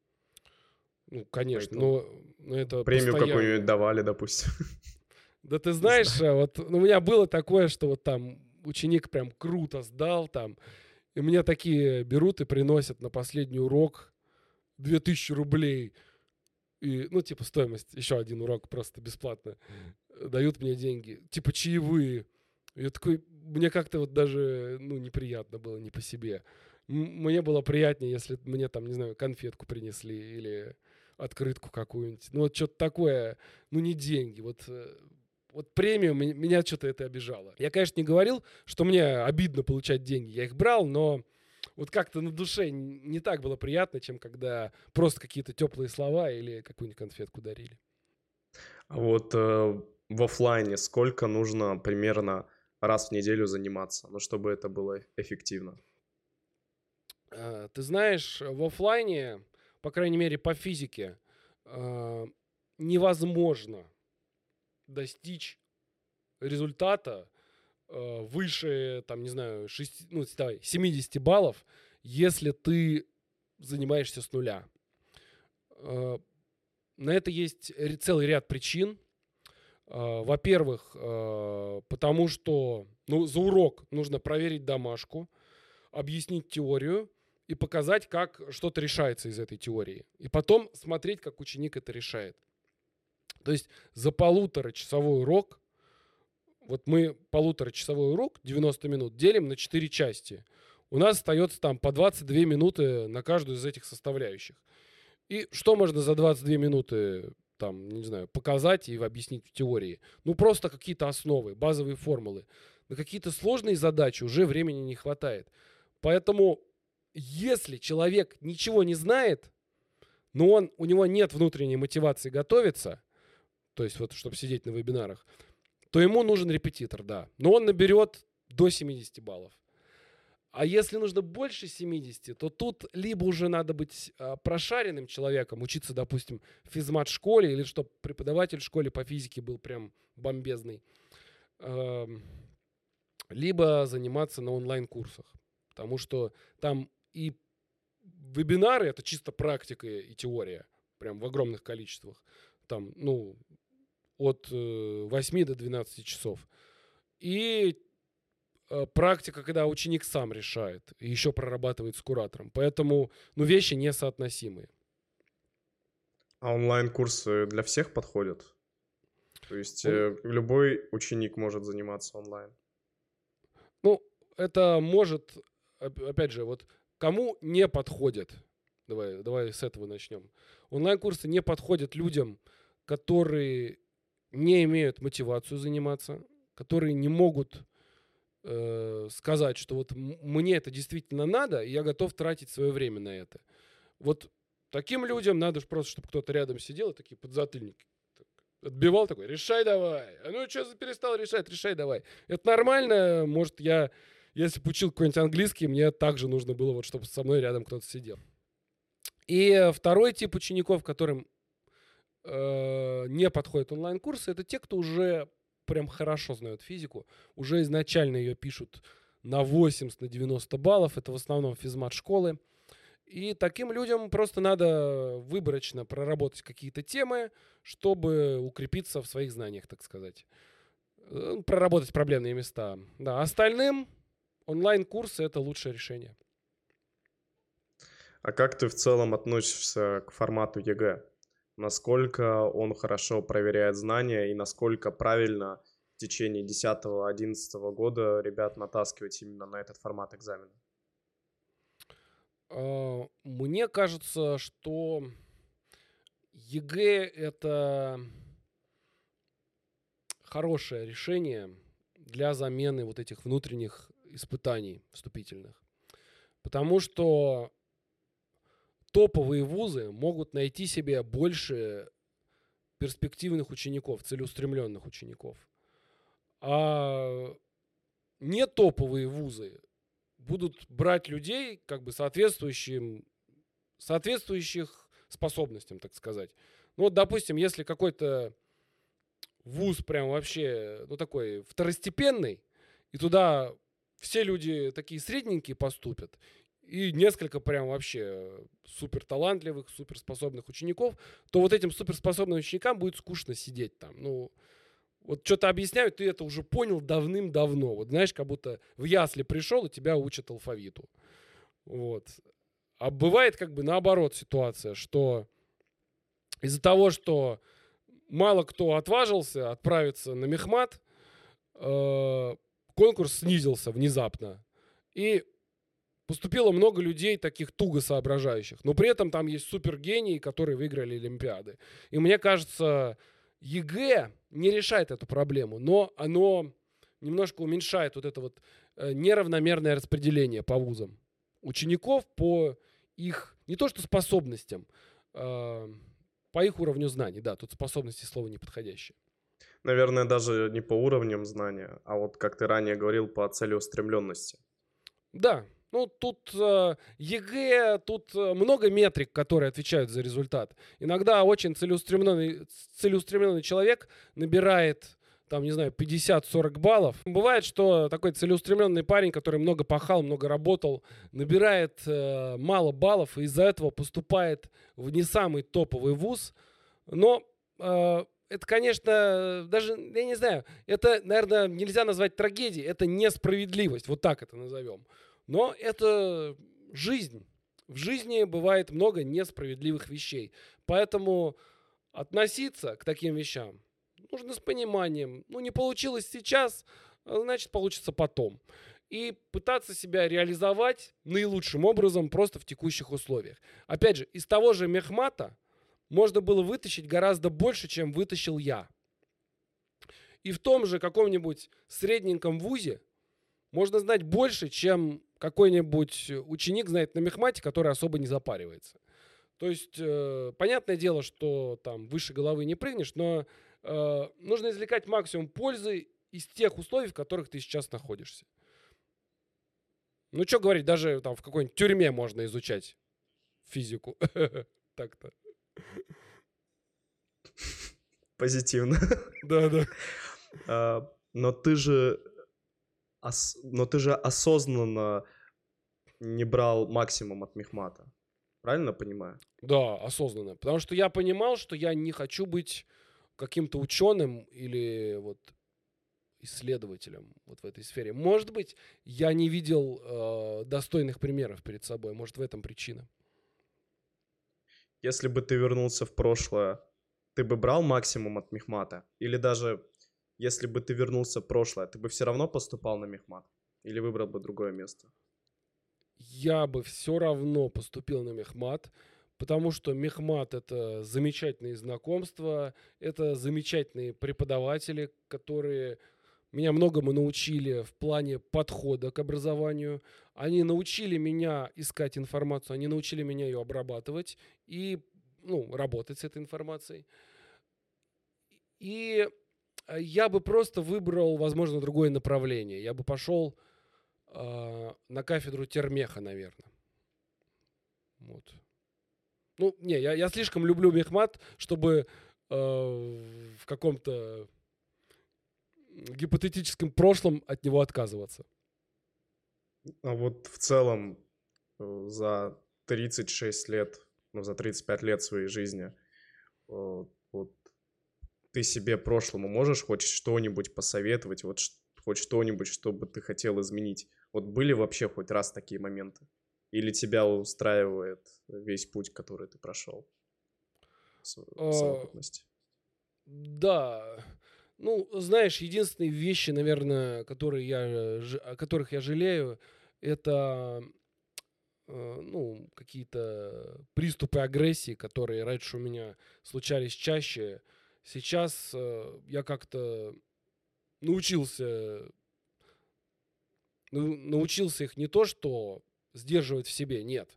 Ну, конечно, Поэтому но, но это премию постоянно. какую-нибудь давали, допустим. Да ты знаешь, вот ну, у меня было такое, что вот там ученик прям круто сдал там, и мне такие берут и приносят на последний урок две тысячи рублей. И, ну, типа, стоимость, еще один урок просто бесплатно. Дают мне деньги. Типа, чаевые. И я такой, мне как-то вот даже, ну, неприятно было, не по себе. М- Мне было приятнее, если мне там, не знаю, конфетку принесли или открытку какую-нибудь. Ну, вот что-то такое, ну, не деньги. Вот, э, вот премию, м- меня что-то это обижало. Я, конечно, не говорил, что мне обидно получать деньги. Я их брал, но вот как-то на душе н- не так было приятно, чем когда просто какие-то теплые слова или какую-нибудь конфетку дарили. А вот э, в оффлайне сколько нужно примерно раз в неделю заниматься, ну, чтобы это было эффективно? А, Ты знаешь, в оффлайне, по крайней мере, по физике, а, невозможно достичь результата а, выше, там, не знаю, шести, ну, давай, семидесяти баллов, если ты занимаешься с нуля. А, На это есть ре- целый ряд причин. А, Во-первых, а, потому что ну, за урок нужно проверить домашку, объяснить теорию и показать, как что-то решается из этой теории. И потом смотреть, как ученик это решает. То есть за полуторачасовой урок, вот мы полуторачасовой урок, девяносто минут, делим на четыре части. У нас остается там по двадцать две минуты на каждую из этих составляющих. И что можно за двадцать две минуты там, не знаю, показать и объяснить в теории? Ну, просто какие-то основы, базовые формулы. На какие-то сложные задачи уже времени не хватает. Поэтому, если человек ничего не знает, но он, у него нет внутренней мотивации готовиться, то есть вот, чтобы сидеть на вебинарах, то ему нужен репетитор, да. Но он наберет до семидесяти баллов. А если нужно больше семидесяти, то тут либо уже надо быть а, прошаренным человеком, учиться, допустим, в физмат-школе, или чтобы преподаватель в школе по физике был прям бомбезный, эм, либо заниматься на онлайн-курсах. Потому что там и вебинары — это чисто практика и теория, прям в огромных количествах. Там, ну, от э, восьми до двенадцати часов. И э, практика, когда ученик сам решает и еще прорабатывает с куратором. Поэтому, ну, вещи несоотносимые. А онлайн-курсы для всех подходят? То есть Он, э, любой ученик может заниматься онлайн? ну, это может, оп- опять же, вот кому не подходит, давай, давай с этого начнем. Онлайн-курсы не подходят людям, которые не имеют мотивацию заниматься, которые не могут э, сказать, что вот м- мне это действительно надо, и я готов тратить свое время на это. Вот таким людям надо же просто, чтобы кто-то рядом сидел и такие подзатыльники так отбивал такой, решай давай. А ну что перестал решать, решай давай. Это нормально, может я, если бы учил какой-нибудь английский, мне также нужно было, вот, чтобы со мной рядом кто-то сидел. И второй тип учеников, которым э, не подходят онлайн-курсы, это те, кто уже прям хорошо знают физику, уже изначально ее пишут на восемьдесят, на девяносто баллов, это в основном физмат-школы. И таким людям просто надо выборочно проработать какие-то темы, чтобы укрепиться в своих знаниях, так сказать. Э, Проработать проблемные места. Да, остальным онлайн-курсы — это лучшее решение. А как ты в целом относишься к формату ЕГЭ? Насколько он хорошо проверяет знания и насколько правильно в течение десятого-одиннадцатого года ребят натаскивать именно на этот формат экзамена? А, Мне кажется, что ЕГЭ — это хорошее решение для замены вот этих внутренних испытаний вступительных. Потому что топовые вузы могут найти себе больше перспективных учеников, целеустремленных учеников. А не топовые вузы будут брать людей, как бы соответствующим, соответствующих способностям, так сказать. Ну вот, допустим, если какой-то вуз прям вообще, ну такой второстепенный, и туда все люди такие средненькие поступят, и несколько прям вообще супер талантливых, суперспособных учеников, то вот этим суперспособным ученикам будет скучно сидеть там. Ну, вот что-то объясняют, ты это уже понял давным-давно. Вот знаешь, как будто в ясли пришел, и тебя учат алфавиту. Вот. А бывает как бы наоборот ситуация, что из-за того, что мало кто отважился отправиться на мехмат, э, конкурс снизился внезапно. И поступило много людей, таких туго соображающих. Но при этом там есть супергении, которые выиграли Олимпиады. И мне кажется, ЕГЭ не решает эту проблему, но оно немножко уменьшает вот это вот неравномерное распределение по вузам учеников по их, не то что способностям, э, по их уровню знаний. Да, тут способности слово неподходящее. Наверное, даже не по уровням знания, а вот, как ты ранее говорил, по целеустремленности. Да, ну тут э, ЕГЭ, тут много метрик, которые отвечают за результат. Иногда очень целеустремленный, целеустремленный человек набирает, там, не знаю, пятьдесят-сорок баллов. Бывает, что такой целеустремленный парень, который много пахал, много работал, набирает э, мало баллов и из-за этого поступает в не самый топовый вуз. Но э, это, конечно, даже, я не знаю, это, наверное, нельзя назвать трагедией, это несправедливость, вот так это назовем. Но это жизнь. В жизни бывает много несправедливых вещей. Поэтому относиться к таким вещам нужно с пониманием. Ну, не получилось сейчас, значит, получится потом. И пытаться себя реализовать наилучшим образом просто в текущих условиях. Опять же, из того же мехмата можно было вытащить гораздо больше, чем вытащил я. И в том же каком-нибудь средненьком вузе можно знать больше, чем какой-нибудь ученик знает на мехмате, который особо не запаривается. То есть, э, понятное дело, что там выше головы не прыгнешь, но э, нужно извлекать максимум пользы из тех условий, в которых ты сейчас находишься. Ну, что говорить, даже там в какой-нибудь тюрьме можно изучать физику. Так-то. Позитивно. Да-да. Но ты же... Ос... Но ты же осознанно не брал максимум от мехмата. Правильно понимаю? Да, осознанно. Потому что я понимал, что я не хочу быть каким-то ученым или вот исследователем вот в этой сфере. Может быть, я не видел э, достойных примеров перед собой. Может, в этом причина. Если бы ты вернулся в прошлое, ты бы брал максимум от мехмата? Или даже... Если бы ты вернулся в прошлое, ты бы все равно поступал на мехмат? Или выбрал бы другое место? Я бы все равно поступил на мехмат, потому что мехмат — это замечательные знакомства, это замечательные преподаватели, которые меня многому научили в плане подхода к образованию. Они научили меня искать информацию, они научили меня ее обрабатывать и, ну, работать с этой информацией. И я бы просто выбрал, возможно, другое направление. Я бы пошел э, на кафедру термеха, наверное. Вот. Ну, не, я, я слишком люблю мехмат, чтобы э, в каком-то гипотетическом прошлом от него отказываться. А вот в целом за тридцать шесть лет, ну, за тридцать пять лет своей жизни, вот, ты себе прошлому можешь хоть что-нибудь посоветовать, вот хоть что-нибудь, что бы ты хотел изменить? Вот были вообще хоть раз такие моменты? Или тебя устраивает весь путь, который ты прошел в совокупности? Да. Ну, знаешь, единственные вещи, наверное, которые я, о которых я жалею, это ну, какие-то приступы агрессии, которые раньше у меня случались чаще. Сейчас э, я как-то научился, ну, научился их не то что сдерживать в себе, нет.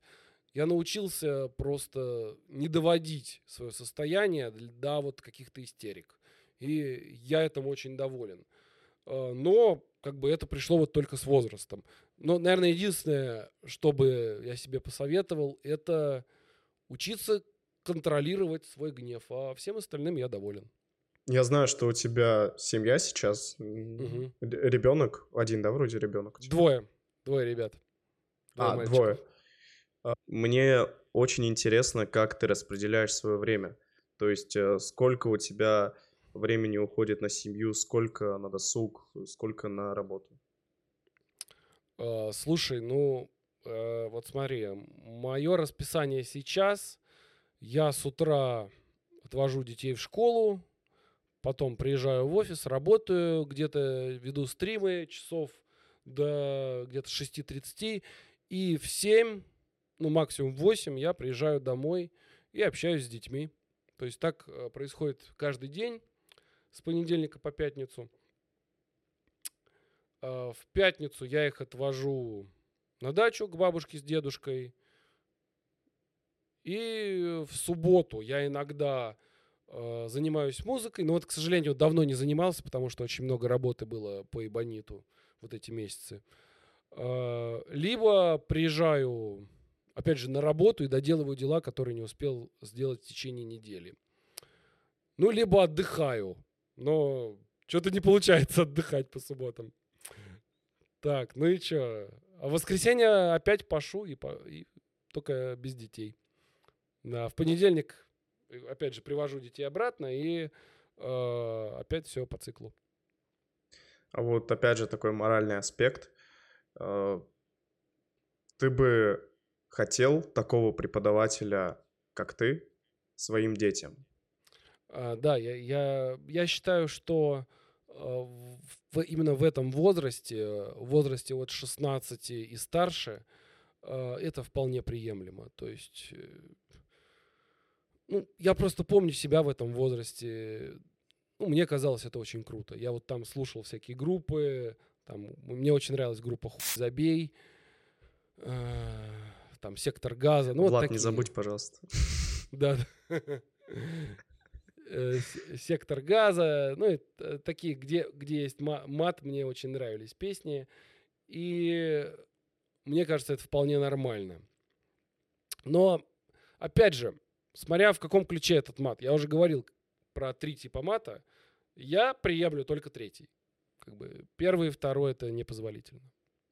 я научился просто не доводить свое состояние до вот каких-то истерик. И я этому очень доволен. Но как бы это пришло вот только с возрастом. Но, наверное, единственное, что бы я себе посоветовал, это учиться контролировать свой гнев. А всем остальным я доволен. Я знаю, что у тебя семья сейчас. Угу. Ребенок один, да, вроде ребенок? Двое. Двое ребят. Двое а, мальчиков. Двое. Мне очень интересно, как ты распределяешь свое время. То есть сколько у тебя времени уходит на семью, сколько на досуг, сколько на работу? Uh, слушай, ну, uh, вот смотри, мое расписание сейчас, я с утра отвожу детей в школу, потом приезжаю в офис, работаю, где-то веду стримы часов до где-то шесть тридцать, и в семь, ну, максимум в восемь я приезжаю домой и общаюсь с детьми. То есть так uh, происходит каждый день, с понедельника по пятницу. В пятницу я их отвожу на дачу к бабушке с дедушкой. И в субботу я иногда э, занимаюсь музыкой. Но вот, к сожалению, давно не занимался, потому что очень много работы было по Эбониту вот эти месяцы. Э, либо приезжаю, опять же, на работу и доделываю дела, которые не успел сделать в течение недели. Ну, либо отдыхаю. Но что-то не получается отдыхать по субботам. Так, ну и что? А в воскресенье опять пашу, и, по, и только без детей. Да, в понедельник, опять же, привожу детей обратно, и э, опять все по циклу. А вот опять же такой моральный аспект. Ты бы хотел такого преподавателя, как ты, своим детям? А, да, я, я, я считаю, что в, именно в этом возрасте, в возрасте от шестнадцати и старше, это вполне приемлемо. То есть, ну, я просто помню себя в этом возрасте. Ну, мне казалось это очень круто. Я вот там слушал всякие группы. Там, мне очень нравилась группа «Хуй забей». Там «Сектор газа». Ну, Влад, вот такие. Не забудь, пожалуйста. Да. «Сектор газа», ну, это, такие, где, где есть мат, мне очень нравились песни. И мне кажется, это вполне нормально. Но, опять же, смотря в каком ключе этот мат. Я уже говорил про три типа мата. Я приемлю только третий. Как бы первый и второй — это непозволительно.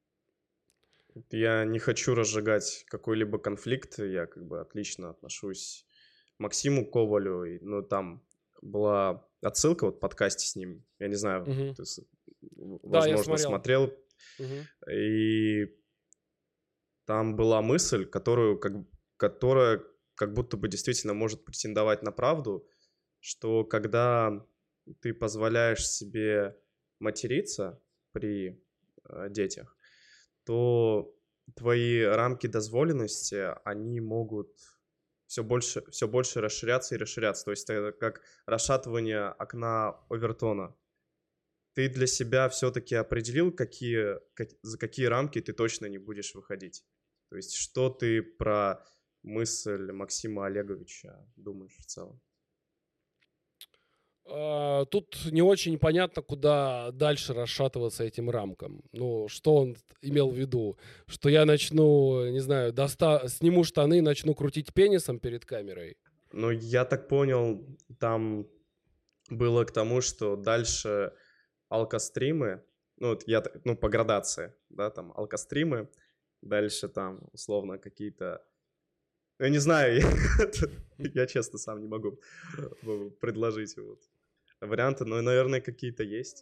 Я не хочу разжигать какой-либо конфликт. Я как бы отлично отношусь к Максиму Ковалю. Ну, там была отсылка вот в подкасте с ним. Я не знаю, угу. ты, возможно, да, смотрел. Угу. И там была мысль, которую, как, которая как будто бы действительно может претендовать на правду, что когда ты позволяешь себе материться при э, детях, то твои рамки дозволенности, они могут все больше, все больше расширяться и расширяться. То есть это как расшатывание окна Овертона. Ты для себя все-таки определил, какие, как, за какие рамки ты точно не будешь выходить? То есть что ты про мысль Максима Олеговича думаешь в целом? Тут не очень понятно, куда дальше расшатываться этим рамкам. Ну, что он имел в виду? Что я начну, не знаю, доста... сниму штаны и начну крутить пенисом перед камерой? Ну, я так понял, там было к тому, что дальше алкостримы, ну, вот я, ну, по градации, да, там алкостримы, дальше там, условно, какие-то... Я не знаю, я честно сам не могу предложить вот варианты, но, наверное, какие-то есть.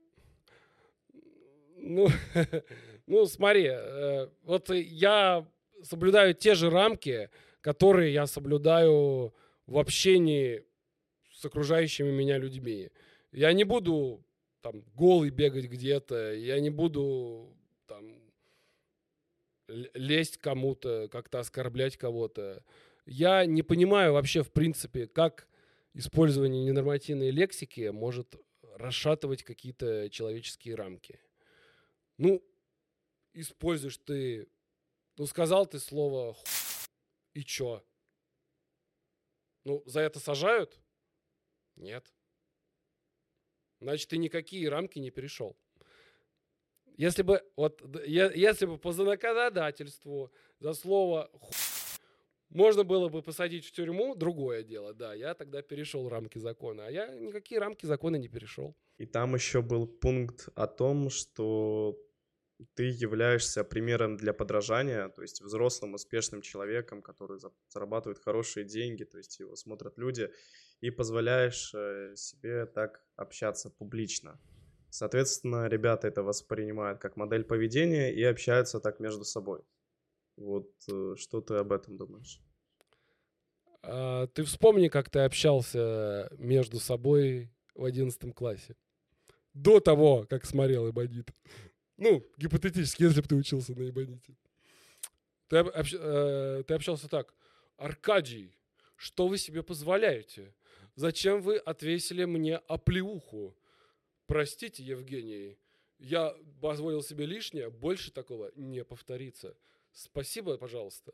Ну, ну, смотри, вот я соблюдаю те же рамки, которые я соблюдаю в общении с окружающими меня людьми. Я не буду там голый бегать где-то, я не буду там лезть кому-то, как-то оскорблять кого-то. Я не понимаю вообще, в принципе, как использование ненормативной лексики может расшатывать какие-то человеческие рамки. Ну, используешь ты, ну, сказал ты слово «хуй», И чё? Ну, за это сажают? Нет. Значит, ты никакие рамки не перешел. Если бы, вот, я, если бы по законодательству за слово «ху» можно было бы посадить в тюрьму, другое дело, да, я тогда перешел рамки закона, а я никакие рамки закона не перешел. И там еще был пункт о том, что ты являешься примером для подражания, то есть взрослым, успешным человеком, который зарабатывает хорошие деньги, то есть его смотрят люди, и позволяешь себе так общаться публично. Соответственно, ребята это воспринимают как модель поведения и общаются так между собой. Вот что ты об этом думаешь? А, ты вспомни, как ты общался между собой в одиннадцатом классе. До того, как смотрел «Эбонит». Ну, гипотетически, если бы ты учился на «Эбоните». Ты, общ, э, ты общался так. Аркадий, что вы себе позволяете? Зачем вы отвесили мне оплеуху? Простите, Евгений, я позволил себе лишнее, больше такого не повторится. Спасибо, пожалуйста.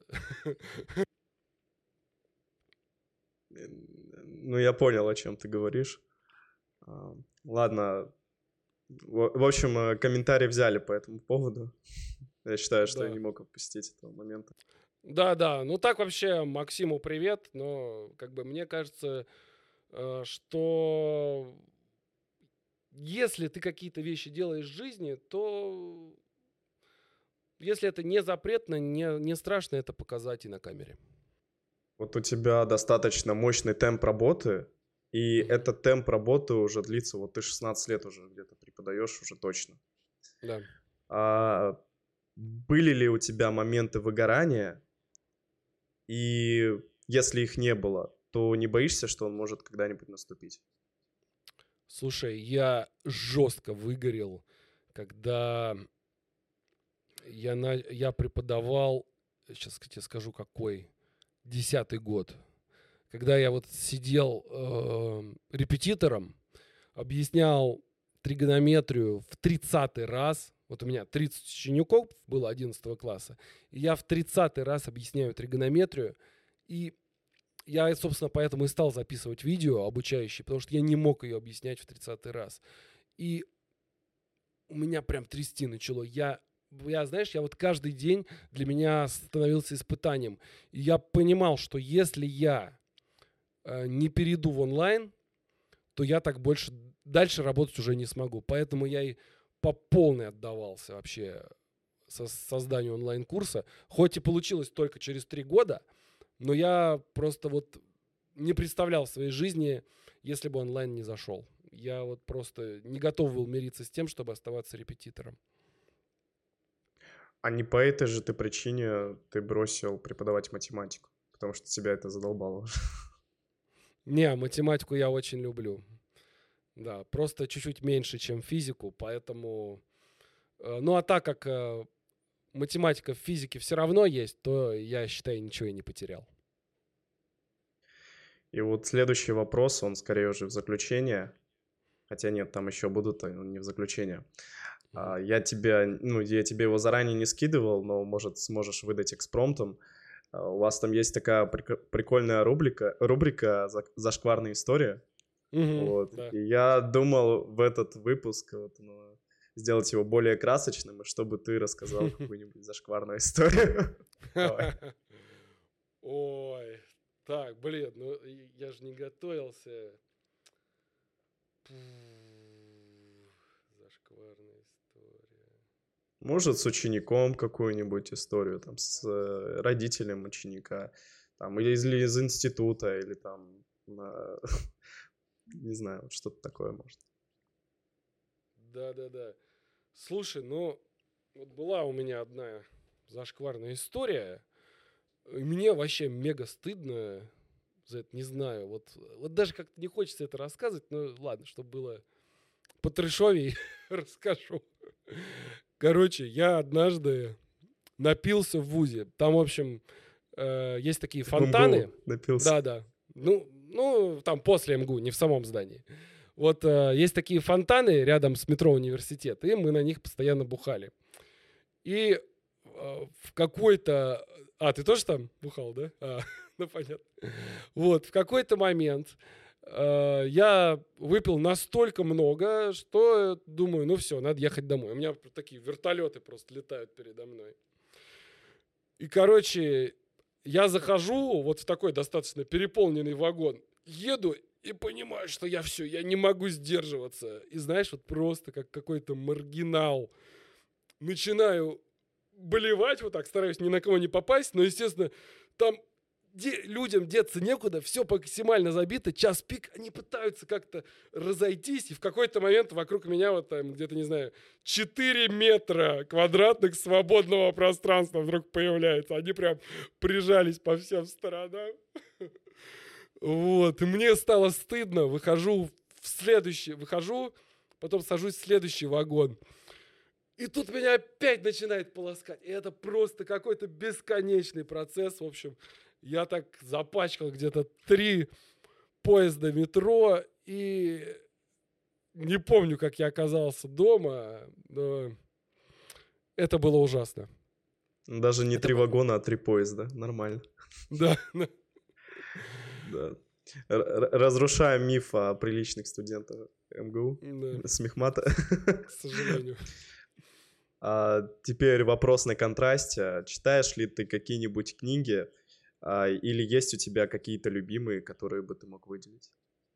Ну, я понял, о чем ты говоришь. Ладно. В общем, комментарии взяли по этому поводу. Я считаю, что да. Я не мог опустить этого момента. Да, да. Ну так вообще Максиму привет, но как бы мне кажется, что если ты какие-то вещи делаешь в жизни, то если это не запретно, не, не страшно это показать и на камере. Вот у тебя достаточно мощный темп работы, и mm-hmm. этот темп работы уже длится, вот ты шестнадцать лет уже где-то преподаешь уже точно. Да. А были ли у тебя моменты выгорания? И если их не было, то не боишься, что он может когда-нибудь наступить? Слушай, я жестко выгорел, когда я, на, я преподавал, сейчас я тебе скажу какой, десятый год. Когда я вот сидел э, репетитором, объяснял тригонометрию в тридцатый раз. Вот у меня тридцать учеников было одиннадцатого класса. И я в тридцатый раз объясняю тригонометрию. И я, собственно, поэтому и стал записывать видео обучающее, потому что я не мог ее объяснять в тридцатый раз. И у меня прям трясти начало. Я, я, знаешь, я вот каждый день для меня становился испытанием. И я понимал, что если я э, не перейду в онлайн, то я так больше, дальше работать уже не смогу. Поэтому я и по полной отдавался вообще со, созданию онлайн-курса. Хоть и получилось только через три года, но я просто вот не представлял в своей жизни, если бы онлайн не зашел. Я вот просто не готов был мириться с тем, чтобы оставаться репетитором. А не по этой же ты причине ты бросил преподавать математику? Потому что тебя это задолбало. Не, математику я очень люблю. Да, просто чуть-чуть меньше, чем физику, поэтому... Ну, а так как математика в физике все равно есть, то я, считаю, ничего и не потерял. И вот следующий вопрос, он скорее уже в заключение. Хотя нет, там еще будут, а не в заключение. Mm-hmm. Я тебе, ну, я тебе его заранее не скидывал, но, может, сможешь выдать экспромтом. У вас там есть такая прикольная рубрика, рубрика «Зашкварные истории». Mm-hmm, вот. Да. И я думал в этот выпуск вот, ну, сделать его более красочным, и чтобы ты рассказал какую-нибудь зашкварную историю. Ой, так, блин, ну я же не готовился. Зашкварная история. Может, с учеником какую-нибудь историю, там, с родителем ученика, там, или из, из института, или там, на... не знаю, что-то такое может. Да-да-да. Слушай, ну, вот была у меня одна зашкварная история. И мне вообще мега стыдно за это, не знаю. Вот, вот даже как-то не хочется это рассказывать, но ладно, чтобы было потрэшовей, расскажу. Короче, я однажды напился в вузе. Там, в общем, э, есть такие фонтаны. Напился. Да-да. Ну, ну, там после МГУ, не в самом здании. Вот э, есть такие фонтаны рядом с метро Университет, и мы на них постоянно бухали. И э, в какой-то... А, ты тоже там бухал, да? А, ну, понятно. Вот, в какой-то момент э, я выпил настолько много, что думаю, ну все, надо ехать домой. У меня такие вертолеты просто летают передо мной. И, короче, я захожу вот в такой достаточно переполненный вагон, еду и понимаю, что я все, я не могу сдерживаться. И знаешь, вот просто как какой-то маргинал начинаю болевать вот так, стараюсь ни на кого не попасть, но, естественно, там де- людям деться некуда, все максимально забито, час пик, они пытаются как-то разойтись, и в какой-то момент вокруг меня вот там где-то, не знаю, четыре метра квадратных свободного пространства вдруг появляется. Они прям прижались по всем сторонам. Вот, и мне стало стыдно, выхожу в следующий, выхожу, потом сажусь в следующий вагон. И тут меня опять начинает полоскать. И это просто какой-то бесконечный процесс. В общем, я так запачкал где-то три поезда метро. И не помню, как я оказался дома. Но это было ужасно. Даже не Это три было- вагона, а три поезда. Нормально. Да, да. Да. Р- р- Разрушаем миф о приличных студентах МГУ Да, с мехмата. к сожалению. А теперь вопрос на контрасте. Читаешь ли ты какие-нибудь книги, а, или есть у тебя какие-то любимые, которые бы ты мог выделить?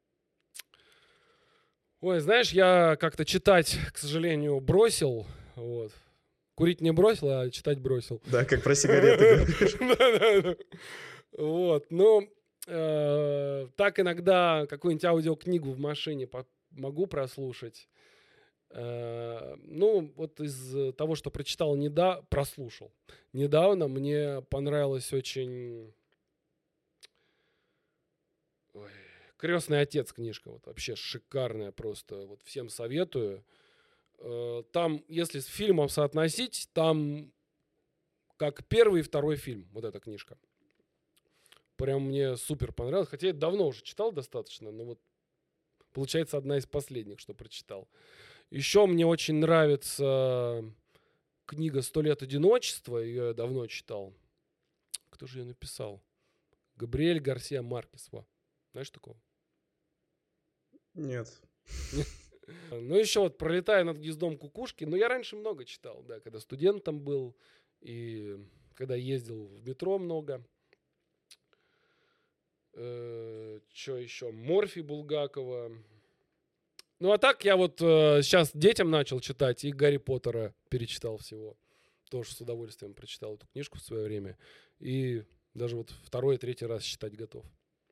Ой, знаешь, я как-то читать, к сожалению, бросил. Вот. Курить не бросил, а читать бросил. Да, как про сигареты говоришь. Да-да-да. Вот, но э, так иногда какую-нибудь аудиокнигу в машине по- могу прослушать. Э, Ну, вот из того, что прочитал, неда... прослушал. Недавно мне понравилось очень... Ой, «Крестный отец» книжка. Вот вообще шикарная просто. Вот всем советую. Э, Там, если с фильмом соотносить, там как первый и второй фильм. Вот эта книжка. Прям мне супер понравилось. Хотя я давно уже читал достаточно, но вот получается одна из последних, что прочитал. Еще мне очень нравится книга «Сто лет одиночества». Ее я давно читал. Кто же ее написал? Габриэль Гарсия Маркес. Во. Знаешь такого? Нет. Ну, еще вот «Пролетая над гнездом кукушки». Ну, я раньше много читал, да, когда студентом был и когда ездил в метро много. Э, Что еще? Морфий Булгакова. Ну, а так я вот э, сейчас детям начал читать и Гарри Поттера перечитал всего. Тоже с удовольствием прочитал эту книжку в свое время. И даже вот второй и третий раз читать готов.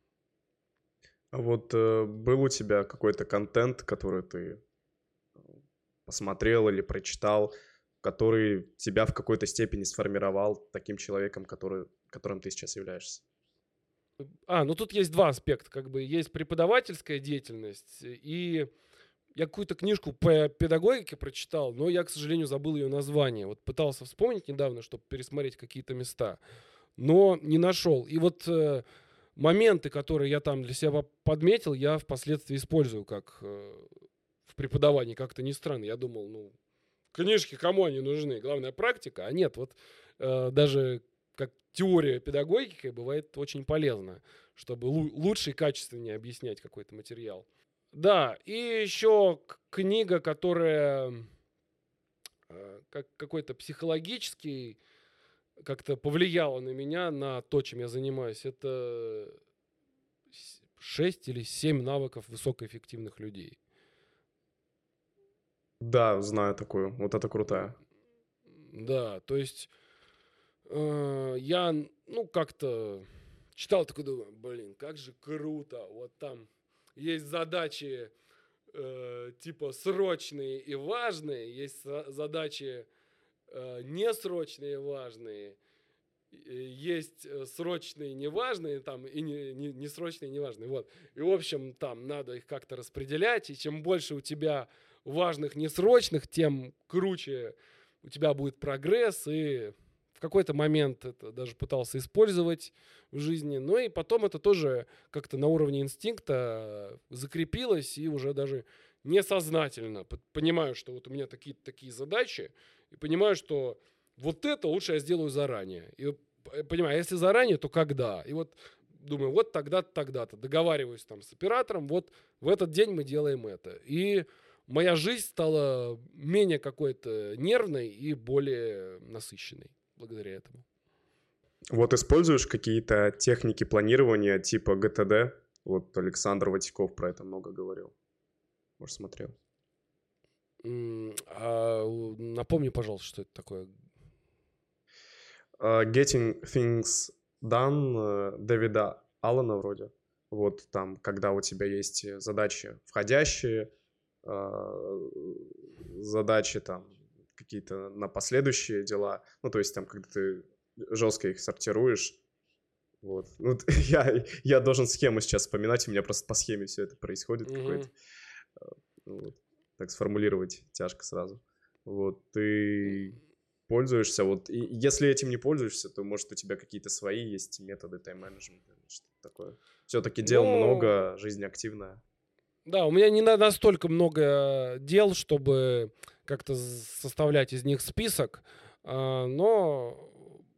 А вот э, был у тебя какой-то контент, который ты посмотрел или прочитал, который тебя в какой-то степени сформировал таким человеком, который, которым ты сейчас являешься? А, ну тут есть два аспекта. Как бы есть преподавательская деятельность. И я какую-то книжку по педагогике прочитал, но я, к сожалению, забыл ее название. Вот пытался вспомнить недавно, чтобы пересмотреть какие-то места, но не нашел. И вот э, моменты, которые я там для себя подметил, я впоследствии использую как э, в преподавании. Как-то не странно. Я думал, ну, книжки кому они нужны? Главное практика. А нет, вот э, даже как теория педагогики бывает очень полезна, чтобы лу- лучше и качественнее объяснять какой-то материал. Да, и еще к- книга, которая э, как какой-то психологический как-то повлияла на меня, на то, чем я занимаюсь. Это с- шесть или семь навыков высокоэффективных людей. Да, знаю такую. Вот это крутая. Да, то есть э, я, ну, как-то читал, такой думаю, блин, как же круто. Вот там есть задачи э, типа срочные и важные, есть за- задачи э, несрочные и важные, и есть э, срочные и неважные, там, и не, не, несрочные и неважные. Вот. И, в общем, там надо их как-то распределять, и чем больше у тебя важных несрочных, тем круче у тебя будет прогресс, и в какой-то момент это даже пытался использовать в жизни. Ну и потом это тоже как-то на уровне инстинкта закрепилось, и уже даже несознательно п- понимаю, что вот у меня такие такие задачи, и понимаю, что вот это лучше я сделаю заранее. И, понимаю, если заранее, то когда? И вот думаю, вот тогда-то, тогда-то. Договариваюсь там с оператором, вот в этот день мы делаем это. И моя жизнь стала менее какой-то нервной и более насыщенной благодаря этому. Вот используешь какие-то техники планирования типа джи ти ди? Вот Александр Ватиков про это много говорил. Может, смотрел? А, напомни, пожалуйста, что это такое. Uh, Getting Things Done Дэвида Аллена вроде. Вот там, когда у тебя есть задачи входящие, uh, задачи там какие-то на последующие дела. Ну, то есть там, когда ты жестко их сортируешь. Вот. Ну, я, я должен схему сейчас вспоминать, у меня просто по схеме все это происходит. Mm-hmm. Какой-то. Вот. Так сформулировать тяжко сразу. Вот. Ты пользуешься, вот, и если этим не пользуешься, то, может, у тебя какие-то свои есть методы тайм-менеджмента, что-то такое. Все-таки дел ну, много, жизнь активная. Да, у меня не настолько много дел, чтобы как-то составлять из них список, но...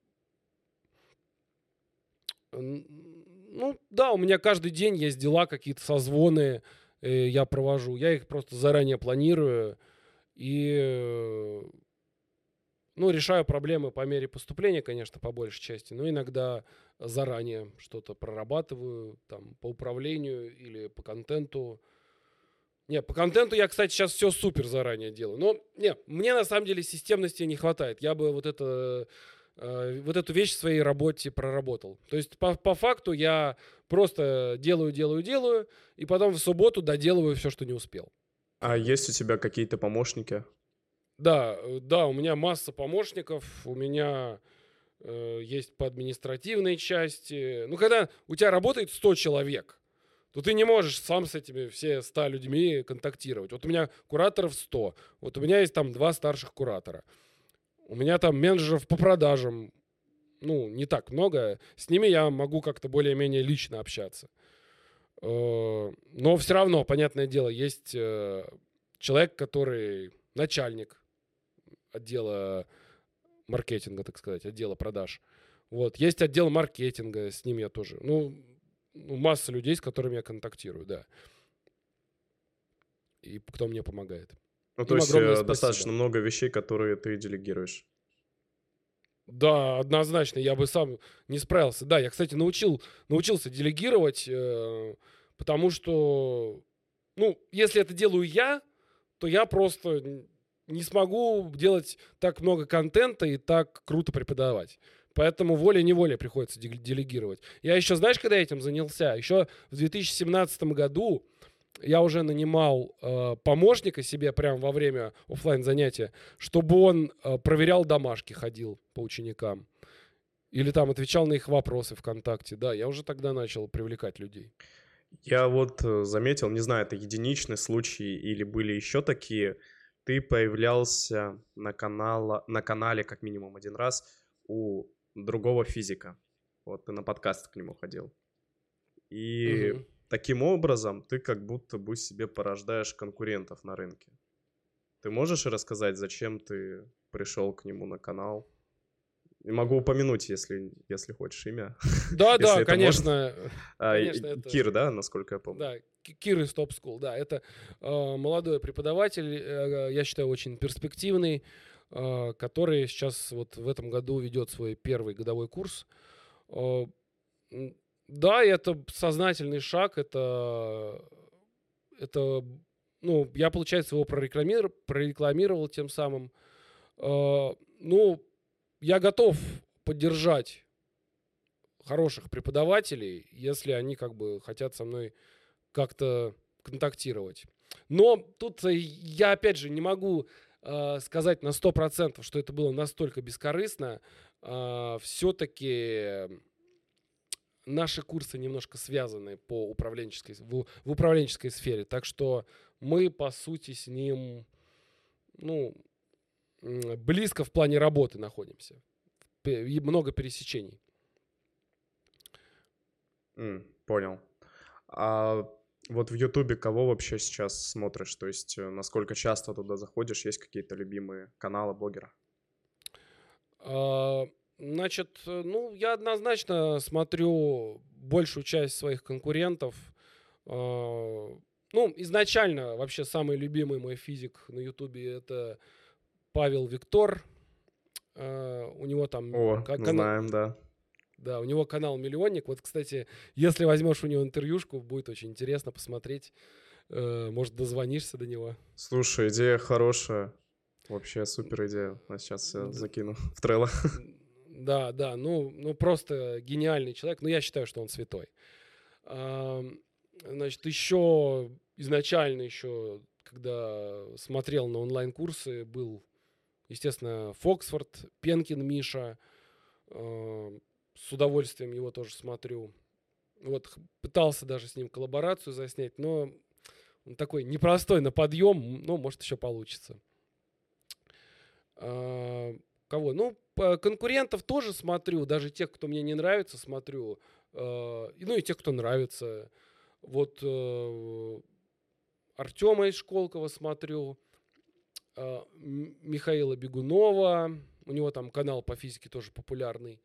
Ну, да, у меня каждый день есть дела, какие-то созвоны я провожу. Я их просто заранее планирую и... Ну, решаю проблемы по мере поступления, конечно, по большей части, но иногда заранее что-то прорабатываю, там, по управлению или по контенту. Не, по контенту я, кстати, сейчас все супер заранее делаю. Но, не, мне на самом деле системности не хватает. Я бы вот это, э, вот эту вещь в своей работе проработал. То есть, по, по факту я просто делаю, делаю, делаю, и потом в субботу доделываю все, что не успел. А есть у тебя какие-то помощники? Да, да, у меня масса помощников, у меня э, есть по административной части. Ну, когда у тебя работает сто человек, то ты не можешь сам с этими все ста людьми контактировать. Вот у меня кураторов сто, вот у меня есть там два старших куратора. У меня там менеджеров по продажам, ну, не так много. С ними я могу как-то более-менее лично общаться. Э, но все равно, понятное дело, есть э, человек, который начальник отдела маркетинга, так сказать, отдела продаж. Вот. Есть отдел маркетинга, с ним я тоже. Ну, масса людей, с которыми я контактирую, да. И кто мне помогает. Ну, то есть достаточно много вещей, которые ты делегируешь. Да, однозначно, я бы сам не справился. Да, я, кстати, научил, научился делегировать, э, потому что, ну, если это делаю я, то я просто... не смогу делать так много контента и так круто преподавать. Поэтому волей-неволей приходится делегировать. Я еще, знаешь, когда я этим занялся? Еще в две тысячи семнадцатом году я уже нанимал э, помощника себе прямо во время офлайн занятия, чтобы он э, проверял домашки, ходил по ученикам. Или там отвечал на их вопросы ВКонтакте. Да, я уже тогда начал привлекать людей. Я вот заметил, не знаю, это единичный случай или были еще такие... Ты появлялся на, канала, на канале как минимум один раз у другого физика. Вот ты на подкаст к нему ходил. И угу. таким образом ты как будто бы себе порождаешь конкурентов на рынке. Ты можешь рассказать, зачем ты пришел к нему на канал? И могу упомянуть, если, если хочешь, имя. Да, да, конечно. конечно это... Кир, да, насколько я помню? Да, Кир из Top School, да. Это э, молодой преподаватель, э, я считаю, очень перспективный, э, который сейчас вот в этом году ведет свой первый годовой курс. Э, да, это сознательный шаг, это, это ну, я, получается, его прорекламировал, прорекламировал тем самым. Э, ну, я готов поддержать хороших преподавателей, если они как бы хотят со мной как-то контактировать. Но тут я, опять же, не могу э, сказать на сто процентов, что это было настолько бескорыстно. Э, все-таки наши курсы немножко связаны по управленческой, в, в управленческой сфере. Так что мы, по сути, с ним ну, близко в плане работы находимся. И много пересечений. Mm, понял. А вот в Ютубе кого вообще сейчас смотришь? То есть насколько часто туда заходишь? Есть какие-то любимые каналы блогера? А, Значит, э, ну, я однозначно смотрю большую часть своих конкурентов. А, Ну, изначально вообще самый любимый мой физик на Ютубе это Павел Виктор. А, У него там О, ка- кана- знаем, да. да, у него канал Миллионник. Вот, кстати, если возьмешь у него интервьюшку, будет очень интересно посмотреть. Э, Может, дозвонишься до него. Слушай, идея хорошая. Вообще супер идея. А сейчас я Д- закину в Trello. Да, да, ну, ну просто гениальный человек. Ну, я считаю, что он святой. Ам, Значит, еще изначально, еще когда смотрел на онлайн-курсы, был, естественно, Фоксфорд, Пенкин Миша. Ам, С удовольствием его тоже смотрю. Вот х- пытался даже с ним коллаборацию заснять, но он такой непростой на подъем, ну, может, еще получится. А, Кого? Ну, по- конкурентов тоже смотрю, даже тех, кто мне не нравится, смотрю. А, и, ну и тех, кто нравится. Вот э, Артема из Школкова смотрю, а, М- Михаила Бегунова. У него там канал по физике тоже популярный.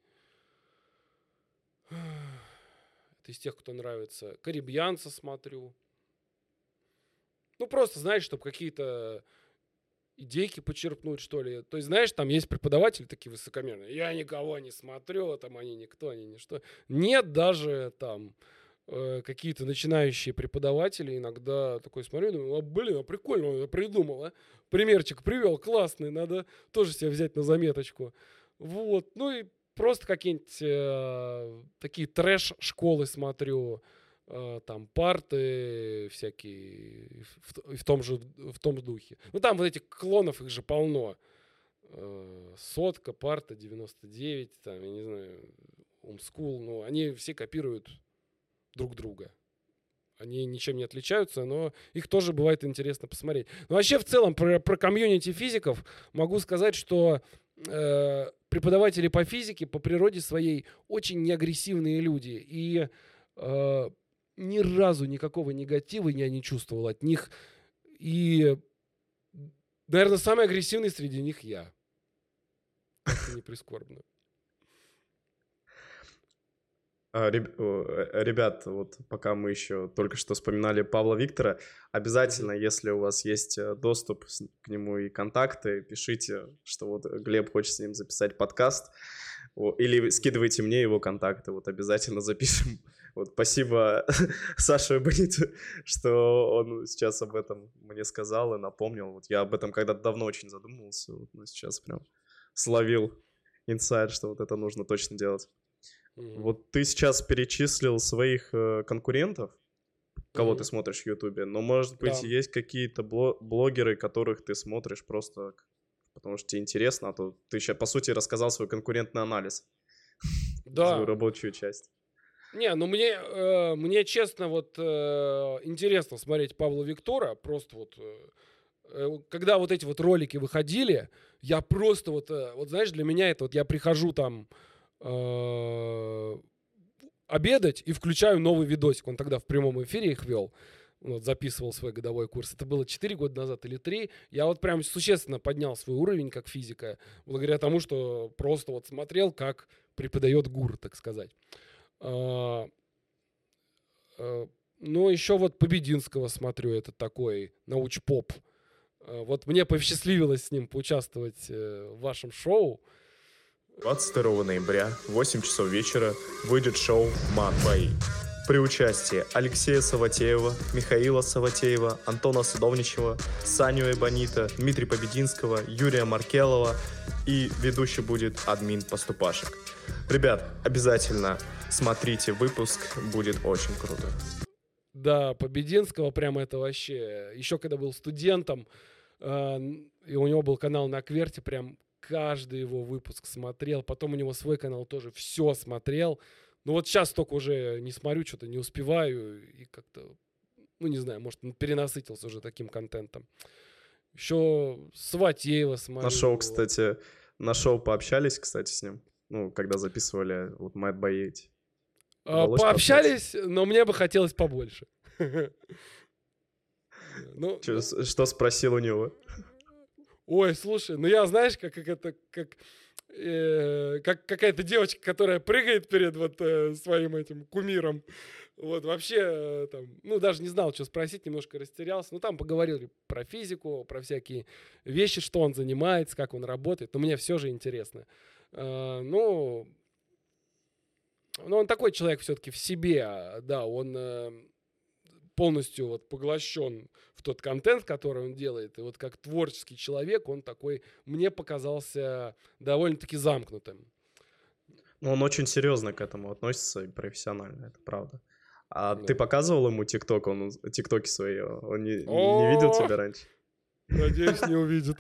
Это из тех, кто нравится. Карибьянца смотрю. Ну, просто, знаешь, чтобы какие-то идейки почерпнуть, что ли. То есть, знаешь, там есть преподаватели такие высокомерные. Я никого не смотрю, там они никто, они ничто. Нет даже там э, какие-то начинающие преподаватели. Иногда такой смотрю, думаю, а, блин, а прикольно он это придумал, а? Примерчик привел, классный, надо тоже себе взять на заметочку. Вот, ну и просто какие-нибудь э, такие трэш-школы смотрю. э, Там парты всякие в, в том же в том духе. Ну там вот этих клонов их же полно. Э, Сотка, парта, девяносто девять, там, я не знаю, Умскул, ну, они все копируют друг друга. Они ничем не отличаются, но их тоже бывает интересно посмотреть. Но вообще в целом про, про комьюнити физиков могу сказать, что э, преподаватели по физике по природе своей очень неагрессивные люди. И э, ни разу никакого негатива я не чувствовал от них. И, наверное, самый агрессивный среди них я. Как-то не прискорбно. А, реб- о, э, Ребят, вот пока мы еще только что вспоминали Павла Виктора, обязательно, Мгм. если у вас есть э, доступ с- к нему и контакты, пишите, что вот Глеб хочет с ним записать подкаст, О, или вы скидывайте мне его контакты, вот обязательно запишем. Вот спасибо Саше Бониту, что он сейчас об этом мне сказал и напомнил. Вот я об этом когда-то давно очень задумывался, вот, но сейчас прям словил инсайт, что вот это нужно точно делать. Мгм. Вот ты сейчас перечислил своих э, конкурентов, кого ты Мгм. смотришь в Ютубе, но, может быть, Да. есть какие-то бло- блогеры, которых ты смотришь просто к- потому что тебе интересно, а то ты сейчас, по сути, рассказал свой конкурентный анализ, свою Да. рабочую часть. Не, ну мне, э, мне честно вот э, интересно смотреть Павла Виктора. Просто вот, э, э, когда вот эти вот ролики выходили, я просто вот, э, вот знаешь, для меня это вот я прихожу там э, обедать и включаю новый видосик. Он тогда в прямом эфире их вел. Он вот записывал свой годовой курс. Это было четыре года назад или три. Я вот прям существенно поднял свой уровень как физика, благодаря тому, что просто вот смотрел, как преподает гуру, так сказать. А, Э, Ну, еще вот Побединского смотрю, это такой научпоп. Э, Вот мне посчастливилось с ним поучаствовать э, в вашем шоу. двадцать второго ноября в восемь часов вечера выйдет шоу «Мат Бои». При участии Алексея Саватеева, Михаила Саватеева, Антона Садовничева, Саню Эбонита, Дмитрия Побединского, Юрия Маркелова и ведущий будет админ Поступашек. Ребят, обязательно смотрите выпуск, будет очень круто. Да, Побединского прям это вообще... Еще когда был студентом, э, и у него был канал на Кверте, прям каждый его выпуск смотрел. Потом у него свой канал тоже все смотрел. Ну вот сейчас только уже не смотрю, что-то не успеваю. И как-то, ну не знаю, может, перенасытился уже таким контентом. Еще Саватеева На смотрю. шоу, кстати, на шоу пообщались, кстати, с ним, ну, когда записывали вот Мэтт Бои эти. А, Удалось Пообщались, но мне бы хотелось побольше. Ну, Чё, ну, с- что спросил у него? ой, слушай, ну я знаешь, как, как это, как э, как какая-то девочка, которая прыгает перед вот э, своим этим кумиром. Вот, вообще, э, там, ну, даже не знал, что спросить, немножко растерялся. Ну, там поговорили про физику, про всякие вещи, что он занимается, как он работает. Но мне все же интересно. Э, ну, ну, он такой человек все-таки в себе, да, он э, полностью вот поглощен в тот контент, который он делает. И вот как творческий человек он такой, мне показался довольно-таки замкнутым. Ну, он очень серьезно к этому относится и профессионально, это правда. А Да. ты показывал ему ТикТок, он ТикТоки свои, он не, не- не видел тебя раньше? Надеюсь, не увидит.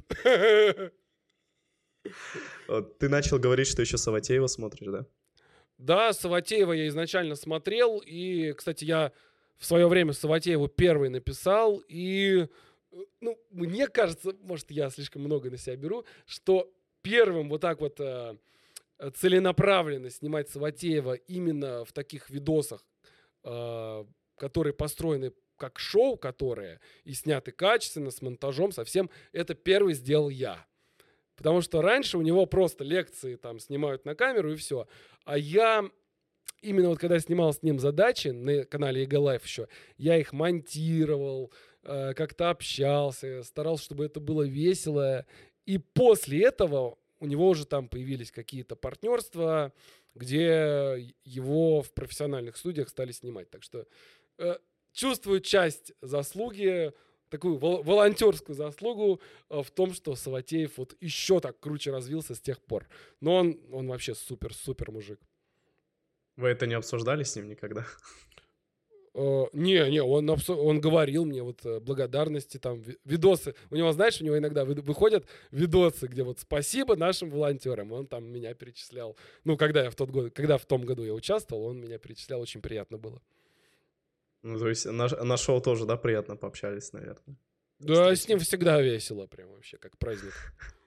Вот ты начал говорить, что еще Саватеева смотришь, да? Да, Саватеева я изначально смотрел. И, кстати, я в свое время Саватееву первый написал. И, э, ну, мне кажется, может, я слишком много на себя беру, что первым вот так вот э, э, целенаправленно снимать Саватеева именно в таких видосах, э, которые построены как шоу, которые и сняты качественно, с монтажом, совсем, это первый сделал я. Потому что раньше у него просто лекции там снимают на камеру и все. А я именно вот когда снимал с ним задачи на канале ЕГЭ Лайф еще, я их монтировал, э, как-то общался, старался, чтобы это было весело. И после этого у него уже там появились какие-то партнерства, где его в профессиональных студиях стали снимать. Так что э, чувствую часть заслуги, такую вол- волонтерскую заслугу э, в том, что Саватеев вот еще так круче развился с тех пор. Но он, он вообще супер-супер мужик. Вы это не обсуждали с ним никогда? Э, Не, не, он, абсо- он говорил мне вот э, благодарности, там, ви- видосы. У него, знаешь, у него иногда вы- выходят видосы, где вот спасибо нашим волонтерам. Он там меня перечислял. Ну, когда я в тот год, когда в том году я участвовал, он меня перечислял, очень приятно было. Ну, то есть на, на шоу тоже, да, приятно пообщались, наверное. Да, с ним всегда весело, прям вообще, как праздник.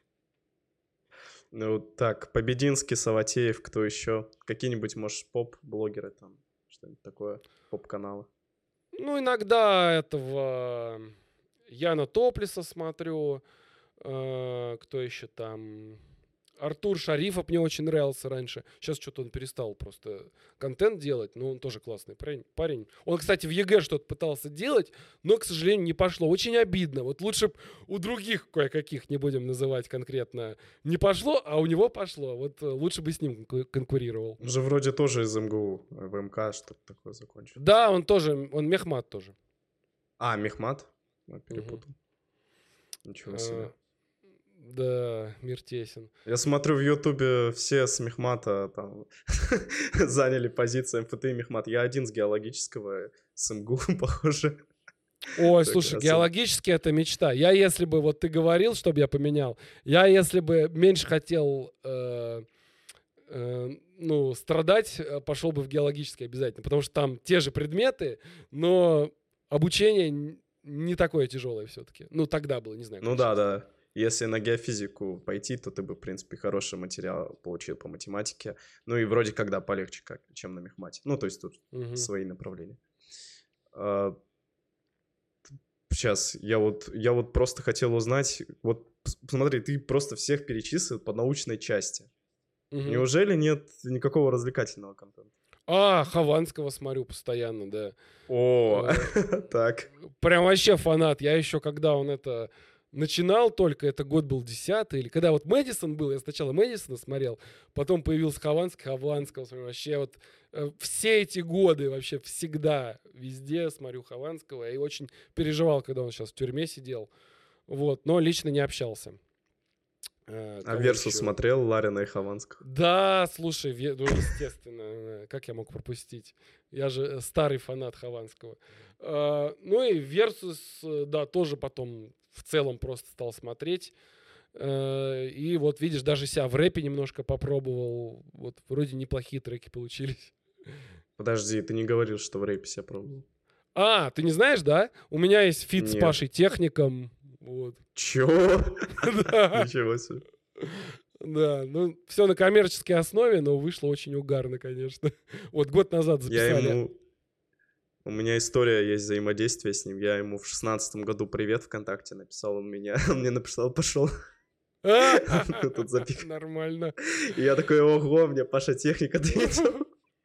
Ну, так, Побединский, Саватеев, кто еще? Какие-нибудь, может, поп-блогеры там, что-нибудь такое, поп-каналы? Ну, иногда этого Яна Топлиса смотрю. э, Кто еще там? Артур Шарифов мне очень нравился раньше. Сейчас что-то он перестал просто контент делать, но он тоже классный парень. парень. Он, кстати, в ЕГЭ что-то пытался делать, но, к сожалению, не пошло. Очень обидно. Вот лучше б у других кое-каких, не будем называть конкретно, не пошло, а у него пошло. Вот э, лучше бы с ним конку- конкурировал. Он же вроде тоже из МГУ, ВМК, что-то такое закончил. Да, он тоже, он мехмат тоже. А, Мехмат? Ну, перепутал. Ничего себе. Э, Да, мир тесен. Я смотрю в Ютубе все с Мехмата там заняли позиции МФТИ и Мехмат. Я один с геологического, с МГУ, похоже. Ой, Так, слушай, а сам- геологически это мечта. Я, если бы, вот ты говорил, чтобы я поменял, я, если бы меньше хотел, э, э, ну, страдать, э, пошел бы в геологический обязательно, потому что там те же предметы, но обучение н- не такое тяжелое все-таки. Ну, тогда было, не знаю. Ну как да, сейчас. да. Если на геофизику пойти, то ты бы, в принципе, хороший материал получил по математике. Ну и вроде когда полегче, как, чем на Мехмате. Ну, то есть тут Мгм. свои направления. А, Сейчас, я вот, я вот просто хотел узнать, вот пс- смотри, ты просто всех перечислил по научной части. Мгм. Неужели нет никакого развлекательного контента? А, Хованского смотрю постоянно, да. О, так. Прям вообще фанат. Я еще, когда он это начинал только, это год был десятый, или когда вот Мэдисон был, я сначала Мэдисона смотрел, потом появился Хованский, Хованского смотрю. Вообще вот э, все эти годы вообще всегда везде смотрю Хованского. И очень переживал, когда он сейчас в тюрьме сидел. Вот, но лично не общался. Э, А кого Версус еще? смотрел Ларина и Хованского? Да, слушай, ве- ну, естественно, э, как я мог пропустить? Я же э, старый фанат Хованского. Э, Ну и Versus, э, да, тоже потом в целом просто стал смотреть. Э, И вот видишь, даже себя в рэпе немножко попробовал. Вот вроде неплохие треки получились. Подожди, ты не говорил, что в рэпе себя пробовал? А, ты не знаешь, да? У меня есть фит с Нет. Пашей Техником. Вот. Чё? Да. Ничего себе. Да, ну все на коммерческой основе, но вышло очень угарно, конечно. Вот год назад Я записали. ему... У меня история есть взаимодействия с ним. Я ему в шестнадцатом году привет ВКонтакте написал, он меня... Он мне написал, пошел. Тут запик. Нормально. И я такой, ого, мне Паша Техник ответил.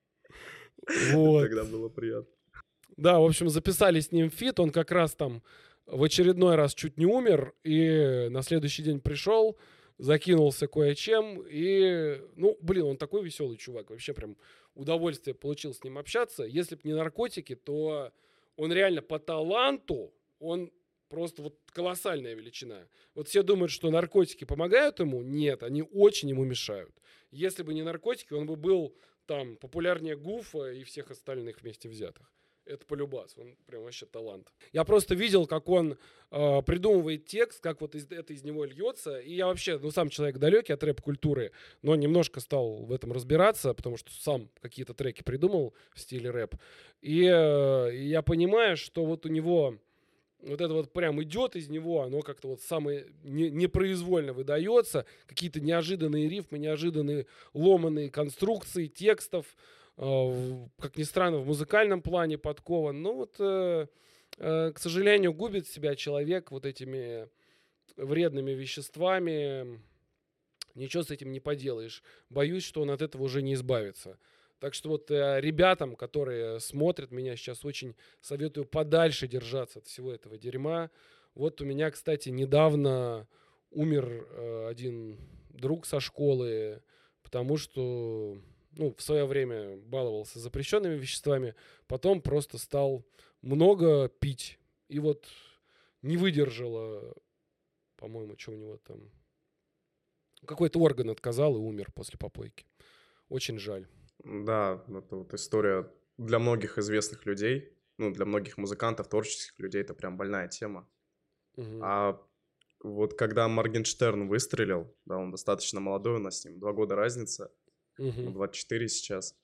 Вот. Тогда было приятно. Да, в общем, записали с ним фит, он как раз там в очередной раз чуть не умер, и на следующий день пришел, закинулся кое-чем, и, ну, блин, он такой веселый чувак, вообще прям удовольствие получил с ним общаться. Если бы не наркотики, то он реально по таланту, он просто вот колоссальная величина. Вот все думают, что наркотики помогают ему, нет, они очень ему мешают. Если бы не наркотики, он бы был там популярнее Гуфа и всех остальных вместе взятых. Это полюбас, он прям вообще талант. Я просто видел, как он э, придумывает текст, как вот из, это из него льется. И я вообще, ну, сам человек далекий от рэп-культуры, но немножко стал в этом разбираться, потому что сам какие-то треки придумал в стиле рэп. И э, я понимаю, что вот у него вот это вот прям идет из него, оно как-то вот самое не, непроизвольно выдается. Какие-то неожиданные рифмы, неожиданные ломаные конструкции текстов. Как ни странно, в музыкальном плане подкован. Но вот, э, э, к сожалению, губит себя человек вот этими вредными веществами. Ничего с этим не поделаешь. Боюсь, что он от этого уже не избавится. Так что вот э, ребятам, которые смотрят меня сейчас, очень советую подальше держаться от всего этого дерьма. Вот у меня, кстати, недавно умер э, один друг со школы, потому что... ну, в свое время баловался запрещенными веществами, потом просто стал много пить. И вот не выдержала, по-моему, что у него там... Какой-то орган отказал и умер после попойки. Очень жаль. Да, это вот история для многих известных людей, ну, для многих музыкантов, творческих людей, это прям больная тема. Угу. А вот когда Моргенштерн выстрелил, да, он достаточно молодой, у нас с ним два года разница, Угу. двадцать четыре сейчас.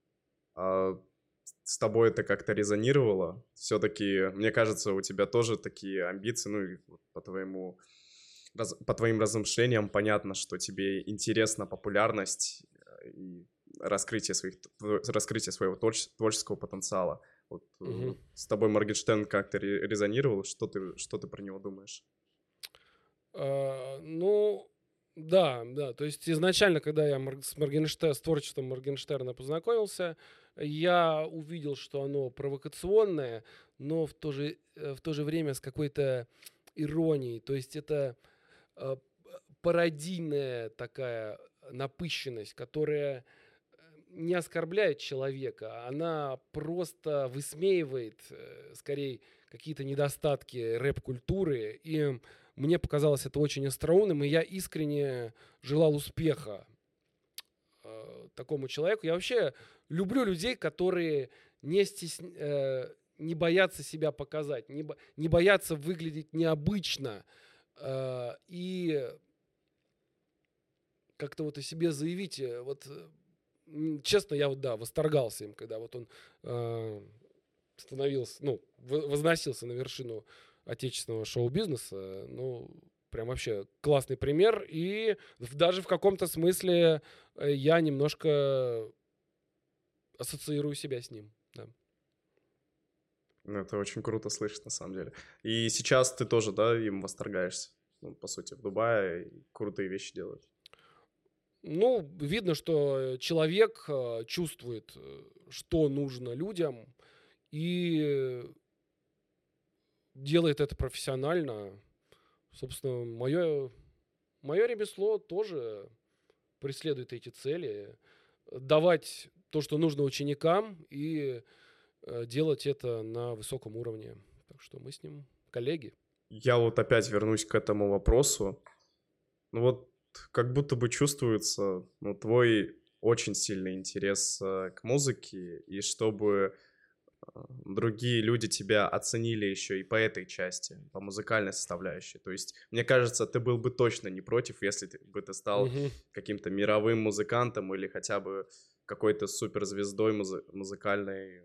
А с тобой это как-то резонировало? Все-таки, мне кажется, у тебя тоже такие амбиции, ну, и по твоему, раз, по твоим размышлениям понятно, что тебе интересна популярность и раскрытие, своих, раскрытие своего творческого потенциала. Вот, угу. С тобой Моргенштерн как-то резонировал? Что ты, что ты про него думаешь? А, ну... Да, да, то есть изначально, когда я с, Моргенштер... с творчеством Моргенштерна познакомился, я увидел, что оно провокационное, но в то же, в то же время с какой-то иронией. То есть это э, пародийная такая напыщенность, которая не оскорбляет человека, она просто высмеивает, э, скорее, какие-то недостатки рэп-культуры. И мне показалось это очень остроумным, и я искренне желал успеха э, такому человеку. Я вообще люблю людей, которые не, стесня... э, не боятся себя показать, не, бо... не боятся выглядеть необычно э, и как-то вот о себе заявить. Вот, честно, я вот, да, восторгался им, когда вот он э, становился, ну, возносился на вершину отечественного шоу-бизнеса. Ну, прям вообще классный пример. И даже в каком-то смысле я немножко ассоциирую себя с ним. Да. Это очень круто слышать, на самом деле. И сейчас ты тоже, да, им восторгаешься? Ну, по сути, в Дубае крутые вещи делают. Ну, видно, что человек чувствует, что нужно людям, и делает это профессионально. Собственно, мое, мое ремесло тоже преследует эти цели. Давать то, что нужно ученикам, и делать это на высоком уровне. Так что мы с ним коллеги. Я вот опять вернусь к этому вопросу. Ну вот как будто бы чувствуется, ну, твой очень сильный интерес к музыке, и чтобы другие люди тебя оценили еще и по этой части, по музыкальной составляющей. То есть, мне кажется, ты был бы точно не против, если ты, бы ты стал Угу. каким-то мировым музыкантом или хотя бы какой-то суперзвездой музы- музыкальной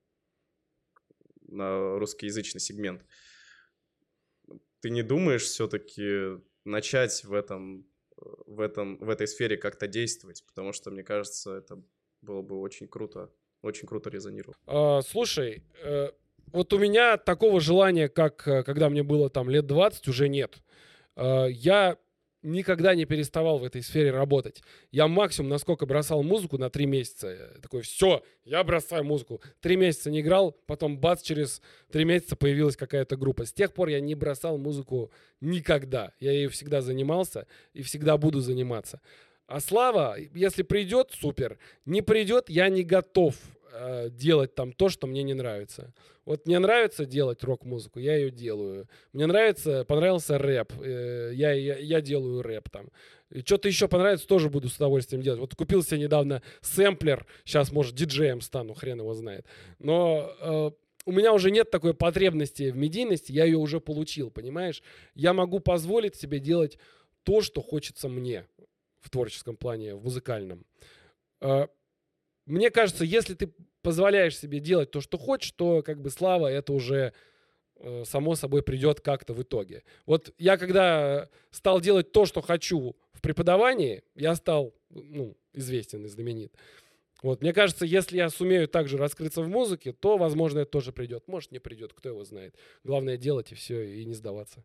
на русскоязычный сегмент. Ты не думаешь все-таки начать в этом, в этом, в этой сфере как-то действовать? Потому что, мне кажется, это было бы очень круто. Очень круто резонировал. А, слушай, э, вот у меня такого желания, как когда мне было там лет двадцать, уже нет. Э, я никогда не переставал в этой сфере работать. Я максимум насколько бросал музыку на три месяца. Я такой, все, я бросаю музыку. Три месяца не играл, потом бац, через три месяца появилась какая-то группа. С тех пор я не бросал музыку никогда. Я ею всегда занимался и всегда буду заниматься. А слава, если придет, супер. Не придет, я не готов э, делать там то, что мне не нравится. Вот мне нравится делать рок-музыку, я ее делаю. Мне нравится, понравился рэп, э, я, я, я делаю рэп там. И что-то еще понравится, тоже буду с удовольствием делать. Вот купил себе недавно сэмплер, сейчас, может, диджеем стану, хрен его знает. Но э, у меня уже нет такой потребности в медийности, я ее уже получил, понимаешь? Я могу позволить себе делать то, что хочется мне в творческом плане, в музыкальном. Э, мне кажется, если ты позволяешь себе делать то, что хочешь, то как бы слава это уже э, само собой придет как-то в итоге. Вот я когда стал делать то, что хочу в преподавании, я стал ну, известен и знаменит. Вот, мне кажется, если я сумею также раскрыться в музыке, то, возможно, это тоже придет. Может, не придет, кто его знает. Главное делать и все, и не сдаваться.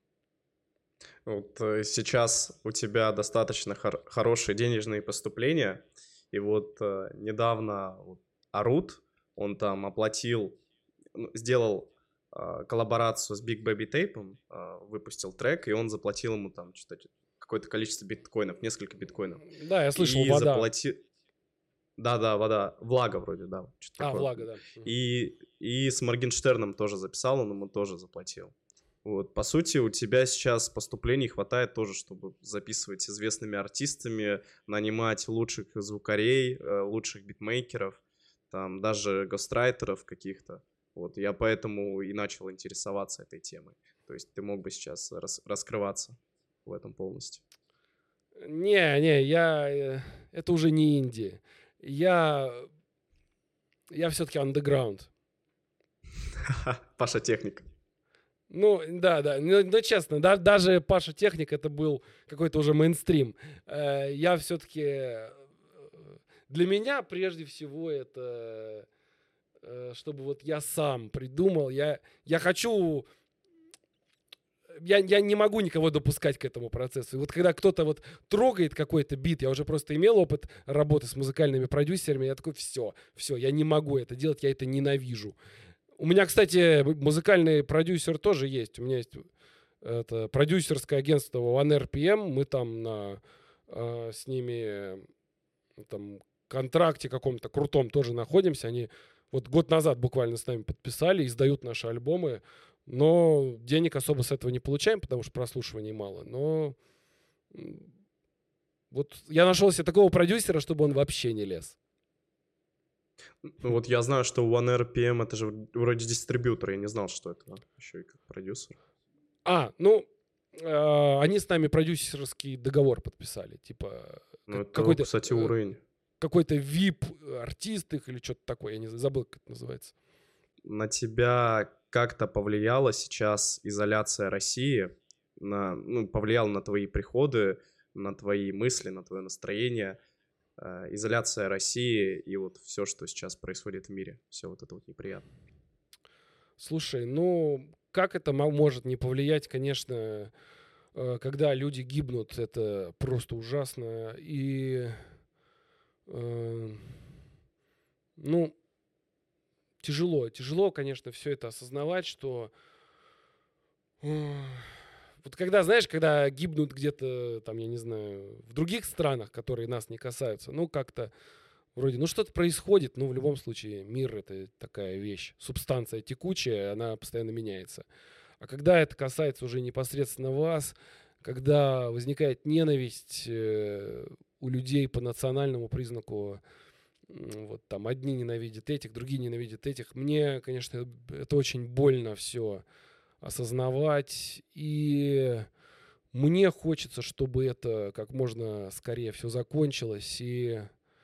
Вот э, сейчас у тебя достаточно хор- хорошие денежные поступления. И вот э, недавно вот, Арут, он там оплатил, ну, сделал э, коллаборацию с Big Baby Tape, э, выпустил трек, и он заплатил ему там что-то, какое-то количество биткоинов, несколько биткоинов. Да, я слышал, и вода. Заплати... Да-да, вода, влага вроде, да. А, такое. влага, да. И, и с Моргенштерном тоже записал, он ему тоже заплатил. Вот, по сути, у тебя сейчас поступлений хватает тоже, чтобы записывать с известными артистами, нанимать лучших звукарей, лучших битмейкеров, там даже гострайтеров каких-то. Вот, я поэтому и начал интересоваться этой темой. То есть ты мог бы сейчас рас- раскрываться в этом полностью. Не, не, я... Это уже не инди. Я... Я все-таки андеграунд. Паша Техник. Ну, да, да, ну, ну честно, да, даже Паша Техник это был какой-то уже мейнстрим. Э, я все-таки, для меня прежде всего это, э, чтобы вот я сам придумал, я, я хочу, я, я не могу никого допускать к этому процессу. И вот когда кто-то вот трогает какой-то бит, я уже просто имел опыт работы с музыкальными продюсерами, я такой, все, все, я не могу это делать, я это ненавижу. У меня, кстати, музыкальный продюсер тоже есть. У меня есть это, продюсерское агентство One эр пи эм. Мы там на, э, с ними там, контракте каком-то крутом тоже находимся. Они вот год назад буквально с нами подписали, издают наши альбомы. Но денег особо с этого не получаем, потому что прослушиваний мало. Но вот я нашел себе такого продюсера, чтобы он вообще не лез. Ну вот я знаю, что One эр пи эм это же вроде дистрибьютор, я не знал, что это еще и как продюсер. А, ну, э, они с нами продюсерский договор подписали, типа Ну это, какой-то, кстати, э, уровень. какой-то ви ай пи-артист их или что-то такое, я не знаю, забыл, как это называется. На тебя как-то повлияла сейчас изоляция России, на, ну, повлияла на твои приходы, на твои мысли, на твое настроение? Изоляция России и вот все, что сейчас происходит в мире, все вот это вот неприятно. Слушай, ну, как это может не повлиять, конечно, когда люди гибнут, это просто ужасно. И, э, ну, тяжело, тяжело, конечно, все это осознавать, что... Вот когда, знаешь, когда гибнут где-то, там, я не знаю, в других странах, которые нас не касаются, ну, как-то вроде, ну, что-то происходит, ну, в любом случае, мир — это такая вещь, субстанция текучая, она постоянно меняется. А когда это касается уже непосредственно вас, когда возникает ненависть э, у людей по национальному признаку, э, вот там одни ненавидят этих, другие ненавидят этих, мне, конечно, это очень больно все осознавать, и мне хочется, чтобы это как можно скорее все закончилось, и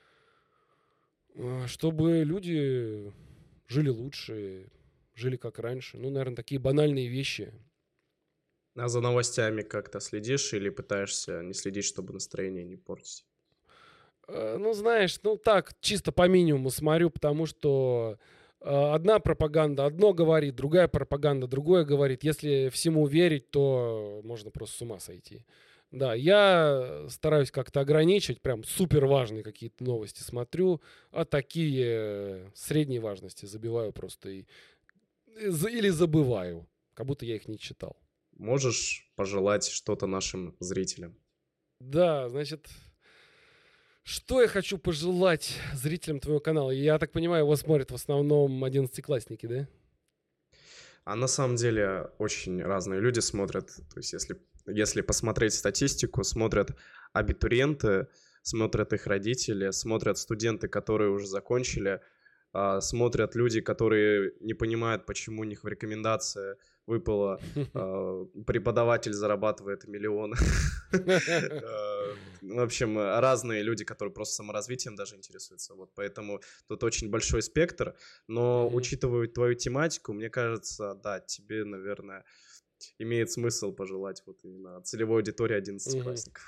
чтобы люди жили лучше, жили как раньше. Ну, наверное, такие банальные вещи. А за новостями как-то следишь или пытаешься не следить, чтобы настроение не портить? Ну, знаешь, ну так, чисто по минимуму смотрю, потому что одна пропаганда одно говорит, другая пропаганда другое говорит. Если всему верить, то можно просто с ума сойти. Да, я стараюсь как-то ограничить, прям супер важные какие-то новости смотрю, а такие средней важности забиваю просто и, и за- или забываю, как будто я их не читал. Можешь пожелать что-то нашим зрителям? Да, значит, что я хочу пожелать зрителям твоего канала? Я так понимаю, его смотрят в основном одиннадцатиклассники, да? А на самом деле очень разные люди смотрят. То есть если, если посмотреть статистику, смотрят абитуриенты, смотрят их родители, смотрят студенты, которые уже закончили, а, смотрят люди, которые не понимают, почему у них в рекомендации выпало а, преподаватель зарабатывает миллион. Э, В общем, разные люди, которые просто саморазвитием даже интересуются. Вот поэтому тут очень большой спектр. Но Мгм. учитывая твою тематику, мне кажется, да, тебе, наверное, имеет смысл пожелать вот именно целевой аудитории Мгм. одиннадцатиклассников.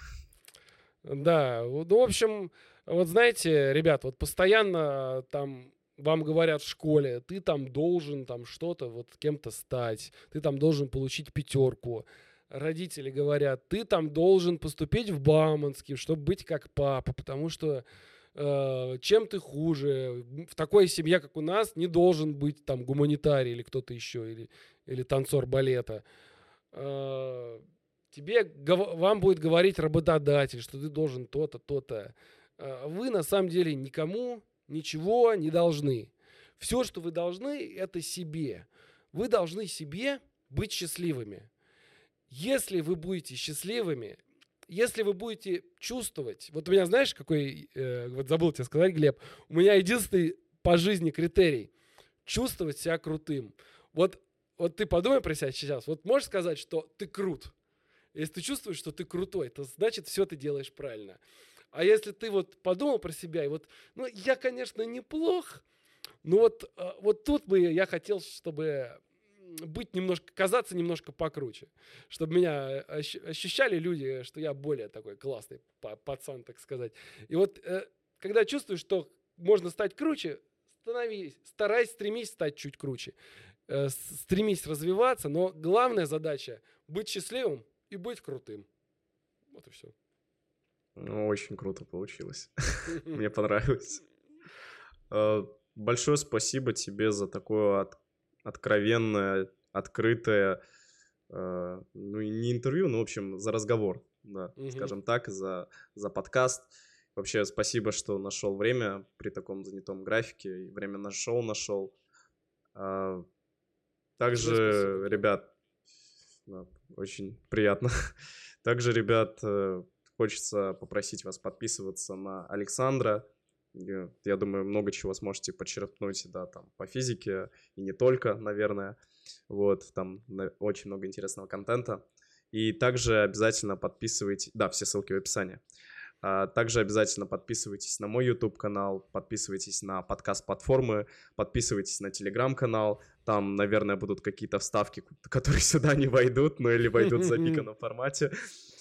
Да, вот, ну, в общем, вот знаете, ребят, вот постоянно там вам говорят в школе, ты там должен там что-то вот кем-то стать, ты там должен получить пятерку. Родители говорят, ты там должен поступить в Бауманский, чтобы быть как папа, потому что э, чем ты хуже, в такой семье, как у нас, не должен быть там гуманитарий или кто-то еще, или, или танцор балета. Э, тебе, гов- вам будет говорить работодатель, что ты должен то-то, то-то. А вы на самом деле никому ничего не должны. Все, что вы должны, это себе. Вы должны себе быть счастливыми. Если вы будете счастливыми, если вы будете чувствовать, вот у меня, знаешь, какой, э, вот забыл тебе сказать, Глеб, у меня единственный по жизни критерий — чувствовать себя крутым. Вот, вот ты подумай про себя сейчас, вот можешь сказать, что ты крут? Если ты чувствуешь, что ты крутой, то значит все ты делаешь правильно. А если ты вот подумал про себя, и вот, ну, я, конечно, неплох, но вот, э, вот тут бы я хотел, чтобы быть немножко, казаться немножко покруче, чтобы меня ощ- ощущали люди, что я более такой классный па- пацан, так сказать. И вот э, когда чувствуешь, что можно стать круче, становись, старайся, стремись стать чуть круче, э, с- стремись развиваться, но главная задача — быть счастливым и быть крутым. Вот и все. Ну, очень круто получилось. Мне понравилось. Э, Большое спасибо тебе за такое от- откровенное, открытое, э, ну, и не интервью, но, в общем, за разговор, да, Мгм. скажем так, за, за подкаст. Вообще, спасибо, что нашел время при таком занятом графике, и время на шоу нашел. А, Тебе спасибо, Также, Глеб. ребят, да, очень приятно. Также, ребят, э, хочется попросить вас подписываться на Александра. Я я думаю, много чего сможете подчеркнуть, да, там, по физике и не только, наверное. Вот, там на- очень много интересного контента. И также обязательно подписывайтесь, да, все ссылки в описании. А, Также обязательно подписывайтесь на мой YouTube-канал, подписывайтесь на подкаст-платформы, подписывайтесь на Telegram-канал. Там, наверное, будут какие-то вставки, которые сюда не войдут, ну или войдут в запиканном формате.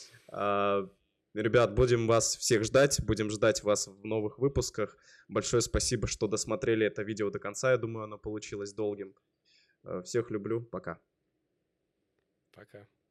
А, Ребят, будем вас всех ждать, будем ждать вас в новых выпусках. Большое спасибо, что досмотрели это видео до конца. Я думаю, оно получилось долгим. Э, Всех люблю, пока. Пока.